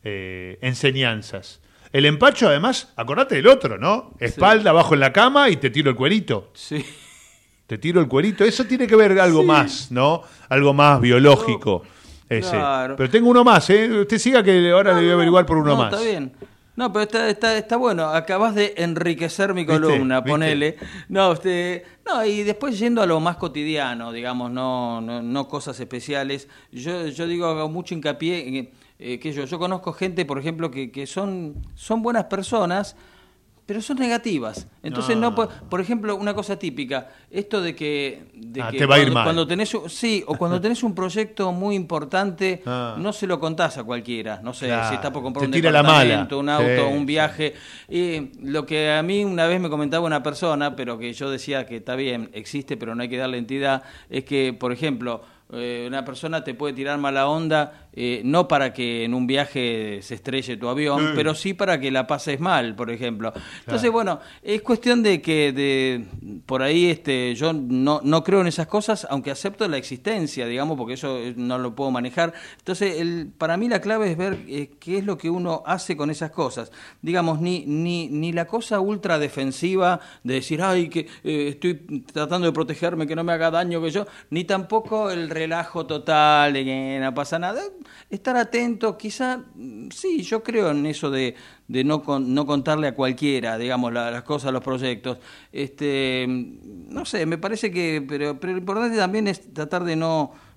Speaker 3: enseñanzas. El empacho, además, acordate del otro, ¿no? Espalda abajo en la cama y te tiro el cuerito.
Speaker 7: Sí.
Speaker 3: Te tiro el cuerito. Eso tiene que ver algo más, ¿no? Algo más biológico.
Speaker 7: Claro.
Speaker 3: Pero tengo uno más, Usted siga que ahora le voy a averiguar por uno más.
Speaker 7: Está bien. No, pero está bueno. Acabás de enriquecer mi columna, ponele. No, y después yendo a lo más cotidiano, digamos, no cosas especiales. Yo digo, hago mucho hincapié en que yo conozco gente, por ejemplo, que son buenas personas, pero son negativas. Entonces, por ejemplo, una cosa típica, esto de que
Speaker 3: te va a ir mal.
Speaker 7: Cuando tenés un proyecto muy importante, no se lo contás a cualquiera. No sé, si está por comprar un departamento, un auto, un viaje. Y lo que a mí una vez me comentaba una persona, pero que yo decía que está bien, existe, pero no hay que darle entidad, es que, por ejemplo, una persona te puede tirar mala onda, no para que en un viaje se estrelle tu avión, pero sí para que la pases mal, por ejemplo. Entonces, bueno, es cuestión de que por ahí yo no creo en esas cosas, aunque acepto la existencia, digamos, porque eso no lo puedo manejar. Entonces, para mí la clave es ver qué es lo que uno hace con esas cosas. Digamos, ni la cosa ultra defensiva de decir, ay, que estoy tratando de protegerme, que no me haga daño, que yo, ni tampoco el relajo total de que no pasa nada. Estar atento, quizá, sí, yo creo en eso de no contarle a cualquiera, digamos, las cosas, los proyectos. No sé, me parece que, pero lo importante también es tratar de no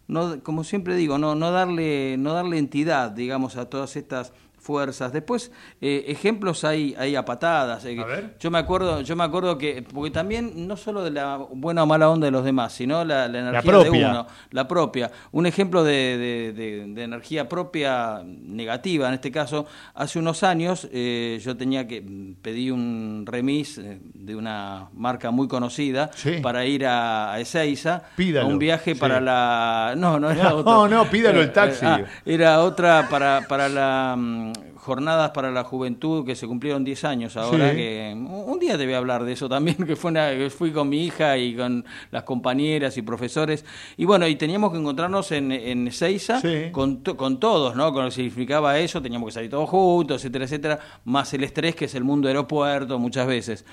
Speaker 7: como siempre digo, no darle entidad, digamos, a todas estas fuerzas. Después, ejemplos hay a patadas.
Speaker 3: A ver.
Speaker 7: Yo me acuerdo que, porque también no solo de la buena o mala onda de los demás, sino la energía de uno, la propia. Un ejemplo de energía propia negativa, en este caso, hace unos años yo pedí un remis de una marca muy conocida para ir a Ezeiza, a un viaje para la... No, era otra.
Speaker 3: No, pídalo el taxi.
Speaker 7: Era otra para la... jornadas para la juventud que se cumplieron 10 años ahora, que un día te voy a hablar de eso también, que fui con mi hija y con las compañeras y profesores, y bueno, y teníamos que encontrarnos en Ezeiza con todos, ¿no? Con lo que significaba eso, teníamos que salir todos juntos, etcétera, etcétera, más el estrés que es el mundo aeropuerto muchas veces.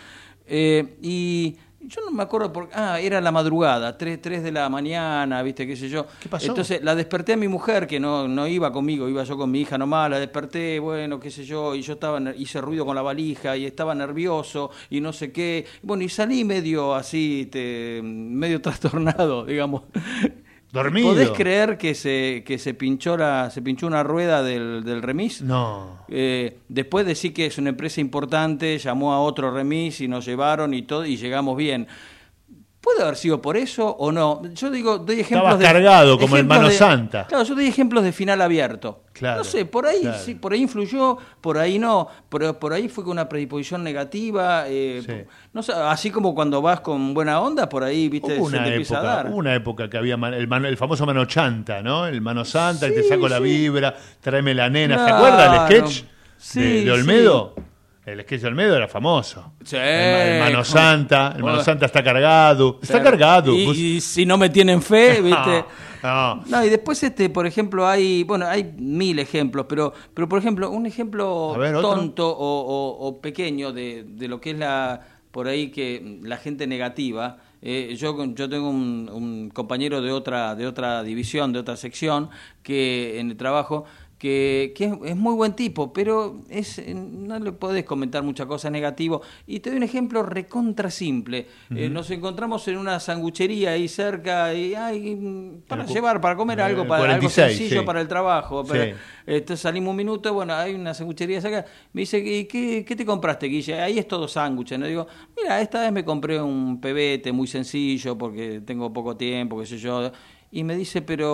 Speaker 7: Y yo no me acuerdo era la madrugada, 3 de la mañana, ¿viste? Qué sé yo.
Speaker 3: ¿Qué pasó?
Speaker 7: Entonces la desperté a mi mujer, que no iba conmigo, iba yo con mi hija nomás, la desperté, bueno, qué sé yo, y yo hice ruido con la valija y estaba nervioso y no sé qué. Bueno, y salí medio así, medio trastornado, digamos.
Speaker 3: Dormido.
Speaker 7: ¿Podés creer que se pinchó una rueda del remis?
Speaker 3: No.
Speaker 7: Después de sí que es una empresa importante, llamó a otro remis y nos llevaron y todo y llegamos bien. ¿Puede haber sido por eso o no? Yo digo, doy ejemplos.
Speaker 3: Estaba cargado como el Mano Santa.
Speaker 7: Claro, yo doy ejemplos de final abierto.
Speaker 3: Claro,
Speaker 7: no sé, por ahí
Speaker 3: claro.
Speaker 7: Sí, por ahí influyó, por ahí no, pero por ahí fue con una predisposición negativa. No sé, así como cuando vas con buena onda, por ahí, viste,
Speaker 3: Hubo
Speaker 7: se te empieza a dar.
Speaker 3: Hubo una época que había el famoso Mano Chanta, ¿no? El Mano Santa, y te saco la vibra, tráeme la nena.
Speaker 7: Claro.
Speaker 3: ¿Se acuerda el sketch de Olmedo?
Speaker 7: Sí.
Speaker 3: El sketch de Olmedo era famoso.
Speaker 7: Sí,
Speaker 3: el Mano Santa está cargado. Está cargado.
Speaker 7: Y si no me tienen fe, ¿viste?
Speaker 3: No.
Speaker 7: No, y después, por ejemplo, hay 1000 ejemplos, pero por ejemplo, un ejemplo tonto o pequeño de lo que es por ahí que la gente negativa. Yo tengo un compañero de otra división, de otra sección, que en el trabajo, que es muy buen tipo, pero no le podés comentar muchas cosas negativas. Y te doy un ejemplo recontra simple. Nos encontramos en una sanguchería ahí cerca y para comer algo, algo sencillo para el trabajo. Entonces salimos un minuto, bueno, hay una sanguchería cerca. Me dice, ¿qué te compraste, Guille? Ahí es todo sándwich. ¿No? Digo, mira, esta vez me compré un pebete muy sencillo porque tengo poco tiempo, qué sé yo. Y me dice, pero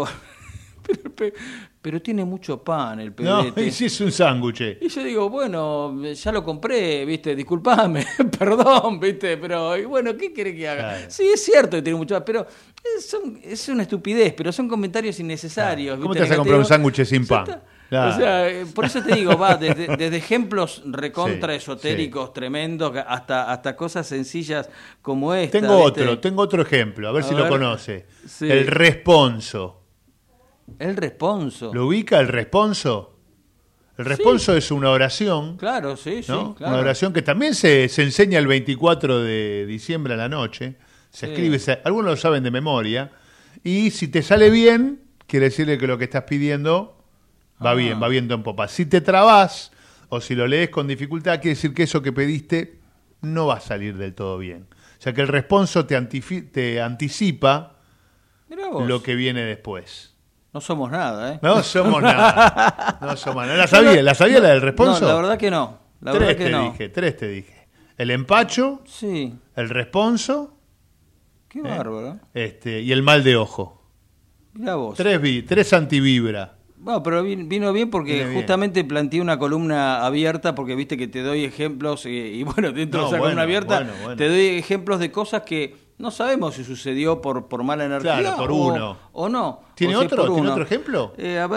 Speaker 7: tiene mucho pan el pebete.
Speaker 3: No, y si es un sándwich.
Speaker 7: Y yo digo, bueno, ya lo compré, ¿viste? Disculpame, perdón, ¿viste? Pero, bueno, ¿qué querés que haga? Claro. Sí, es cierto que tiene mucho pan, pero es una estupidez, pero son comentarios innecesarios.
Speaker 3: Claro. ¿Cómo te vas a comprar un sándwich sin pan?
Speaker 7: Claro. O sea, por eso te digo, desde ejemplos recontra esotéricos, tremendos, hasta cosas sencillas como esta.
Speaker 3: Tengo otro ejemplo, a ver si lo conoce. Sí. El responso.
Speaker 7: El responso.
Speaker 3: ¿Lo ubica el responso? El responso es una oración.
Speaker 7: Claro, sí,
Speaker 3: ¿no?
Speaker 7: Claro.
Speaker 3: Una oración que también se enseña el 24 de diciembre a la noche. Se escribe, algunos lo saben de memoria. Y si te sale bien, quiere decirle que lo que estás pidiendo va bien, va viento en popa. Si te trabas o si lo lees con dificultad, quiere decir que eso que pediste no va a salir del todo bien. O sea que el responso te anticipa lo que viene después.
Speaker 7: No somos nada, ¿eh?
Speaker 3: No somos nada. ¿La sabía la del responso?
Speaker 7: No, la verdad que no.
Speaker 3: Tres te dije. El empacho.
Speaker 7: Sí.
Speaker 3: El responso.
Speaker 7: Qué bárbaro.
Speaker 3: Y el mal de ojo.
Speaker 7: Mirá vos.
Speaker 3: Tres antivibra.
Speaker 7: Bueno, pero vino bien porque justamente planteé una columna abierta porque viste que te doy ejemplos y bueno, dentro de esa columna abierta te doy ejemplos de cosas que no sabemos si sucedió por mala energía.
Speaker 3: Claro, por uno.
Speaker 7: O no.
Speaker 3: ¿Tiene otro ejemplo?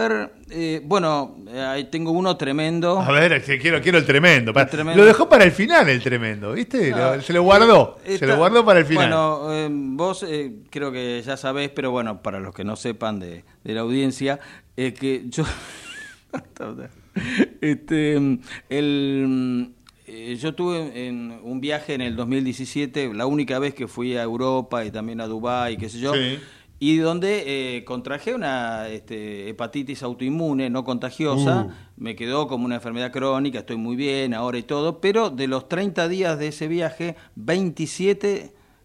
Speaker 7: Ahí tengo uno tremendo.
Speaker 3: A ver, quiero el tremendo. Lo dejó para el final el tremendo, ¿viste? Se lo guardó. Se lo guardó para el final.
Speaker 7: Bueno, vos creo que ya sabés, pero bueno, para los que no sepan de la audiencia, que yo... yo tuve en un viaje en el 2017, la única vez que fui a Europa y también a Dubái, qué sé yo, y donde contraje una hepatitis autoinmune no contagiosa, me quedó como una enfermedad crónica, estoy muy bien ahora y todo, pero de los 30 días de ese viaje, 27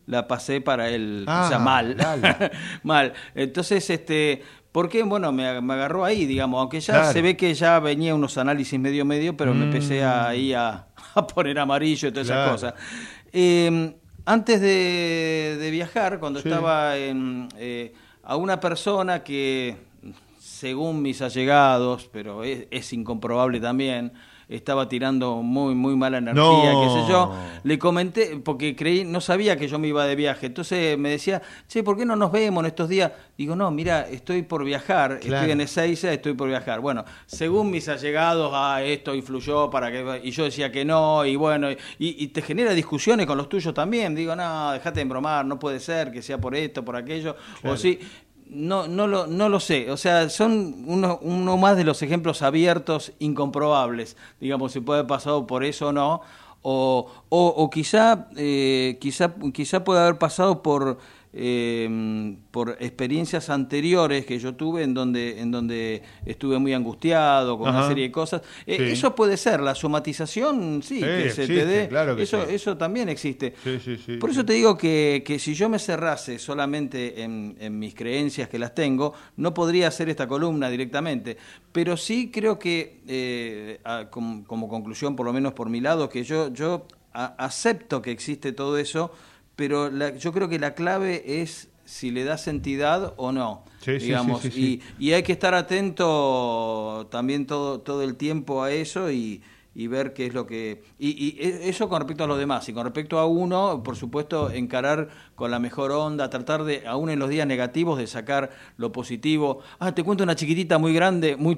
Speaker 7: la pasé para él, o sea, mal. Mal. Entonces, ¿por qué? Bueno, me agarró ahí, digamos, aunque ya se ve que ya venía unos análisis medio, pero me empecé ahí a poner amarillo y todas esas cosas. Antes de viajar, cuando estaba a una persona que, según mis allegados, pero es incomprobable también, estaba tirando muy mala energía, qué sé yo, le comenté, porque no sabía que yo me iba de viaje, entonces me decía, che, ¿por qué no nos vemos en estos días? Digo, no, mira, estoy por viajar, estoy en Ezeiza, estoy por viajar. Bueno, según mis allegados, esto influyó para que... Y yo decía que no, y bueno, y te genera discusiones con los tuyos también. Digo, no, dejate de embromar, no puede ser que sea por esto, por aquello, o sí... No lo sé, o sea, son uno más de los ejemplos abiertos, incomprobables, digamos, si puede haber pasado por eso o no, o quizá puede haber pasado por experiencias anteriores que yo tuve en donde estuve muy angustiado con una serie de cosas. Eso puede ser, la somatización, que se te dé, claro que eso también existe. Por eso te digo que si yo me cerrase solamente en mis creencias, que las tengo, no podría hacer esta columna directamente, pero sí creo que como conclusión, por lo menos por mi lado, que yo acepto que existe todo eso, pero yo creo que la clave es si le das entidad o no, digamos, y hay que estar atento también todo el tiempo a eso y ver qué es lo que... Y eso con respecto a los demás, y con respecto a uno, por supuesto, encarar con la mejor onda, tratar de, aún en los días negativos, de sacar lo positivo. Te cuento una chiquitita muy grande, muy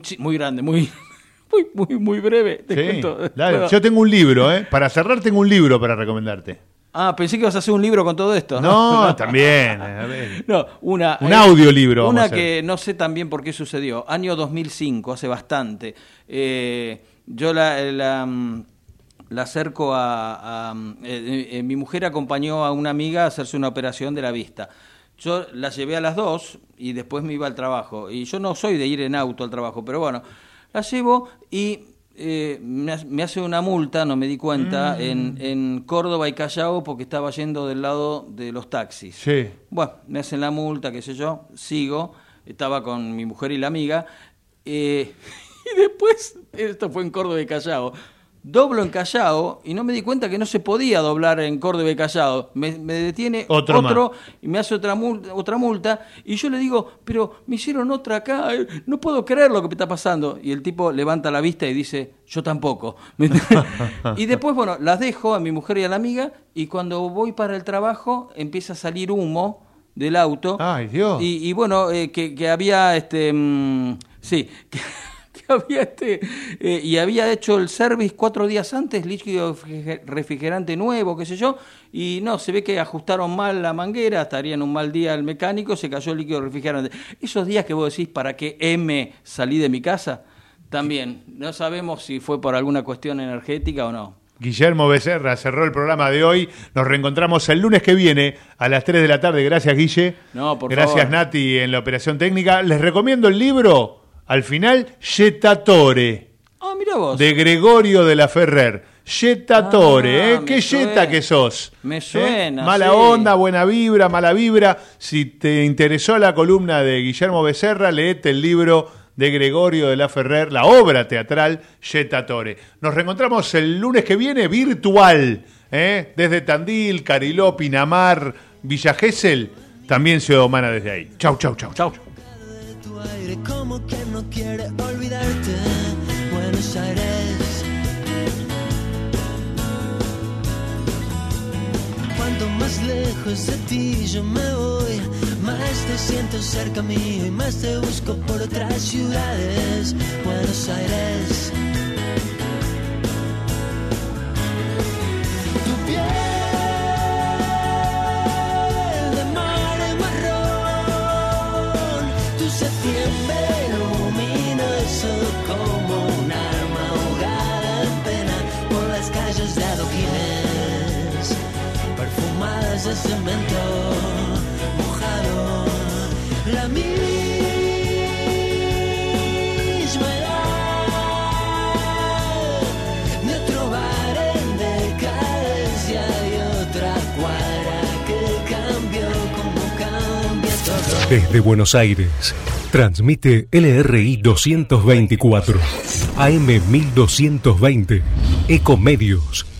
Speaker 7: breve, te cuento.
Speaker 3: Dale. Bueno. Yo tengo un libro, para cerrar tengo un libro para recomendarte.
Speaker 7: Pensé que ibas a hacer un libro con todo esto.
Speaker 3: No, también. A ver.
Speaker 7: No, un
Speaker 3: audiolibro.
Speaker 7: Una que no sé también por qué sucedió. Año 2005, hace bastante. Yo la acerco mi mujer acompañó a una amiga a hacerse una operación de la vista. Yo la llevé a las 2 y después me iba al trabajo. Y yo no soy de ir en auto al trabajo, pero bueno, la llevo y... me hace una multa, no me di cuenta, en Córdoba y Callao, porque estaba yendo del lado de los taxis. Bueno, me hacen la multa, qué sé yo, sigo, estaba con mi mujer y la amiga, y después, esto fue en Córdoba y Callao, doblo en Callao y no me di cuenta que no se podía doblar en Córdoba y Callao. Me detiene otro y me hace otra multa y yo le digo, pero me hicieron otra acá, no puedo creer lo que me está pasando. Y el tipo levanta la vista y dice, yo tampoco. Y después, bueno, las dejo a mi mujer y a la amiga y cuando voy para el trabajo empieza a salir humo del auto.
Speaker 3: ¡Ay, Dios!
Speaker 7: Y bueno, que había y había hecho el service 4 días antes, líquido refrigerante nuevo, qué sé yo, y no, se ve que ajustaron mal la manguera, estaría en un mal día el mecánico, se cayó el líquido refrigerante. Esos días que vos decís, ¿para qué salí de mi casa? También, no sabemos si fue por alguna cuestión energética o no.
Speaker 3: Guillermo Becerra cerró el programa de hoy. Nos reencontramos el lunes que viene a las 3 de la tarde. Gracias, Guille.
Speaker 7: No, por
Speaker 3: Gracias,
Speaker 7: favor.
Speaker 3: Nati, en la operación técnica. Les recomiendo el libro... Al final, Jettatore.
Speaker 7: Mira vos.
Speaker 3: De Gregorio de la Ferrer. Jettatore, ¿Qué jetta que sos?
Speaker 7: Me suena.
Speaker 3: Mala onda, buena vibra, mala vibra. Si te interesó la columna de Guillermo Becerra, leete el libro de Gregorio de la Ferrer, la obra teatral Jettatore. Nos reencontramos el lunes que viene virtual, desde Tandil, Cariló, Pinamar, Villa Gesell, también Ciudad Humana desde ahí. Chau.
Speaker 2: Como que no quiere olvidarte, Buenos Aires. Cuanto más lejos de ti yo me voy, más te siento cerca mío y más te busco por otras ciudades. Buenos Aires. Tu piel de mar marrón, tu septiembre luminoso como un arma ahogada en pena por las calles de adoquines perfumadas de cemento mojado. La misma edad de otro bar en decadencia y otra cuadra que
Speaker 5: Desde Buenos Aires, transmite LRI 224, AM 1220, Ecomedios.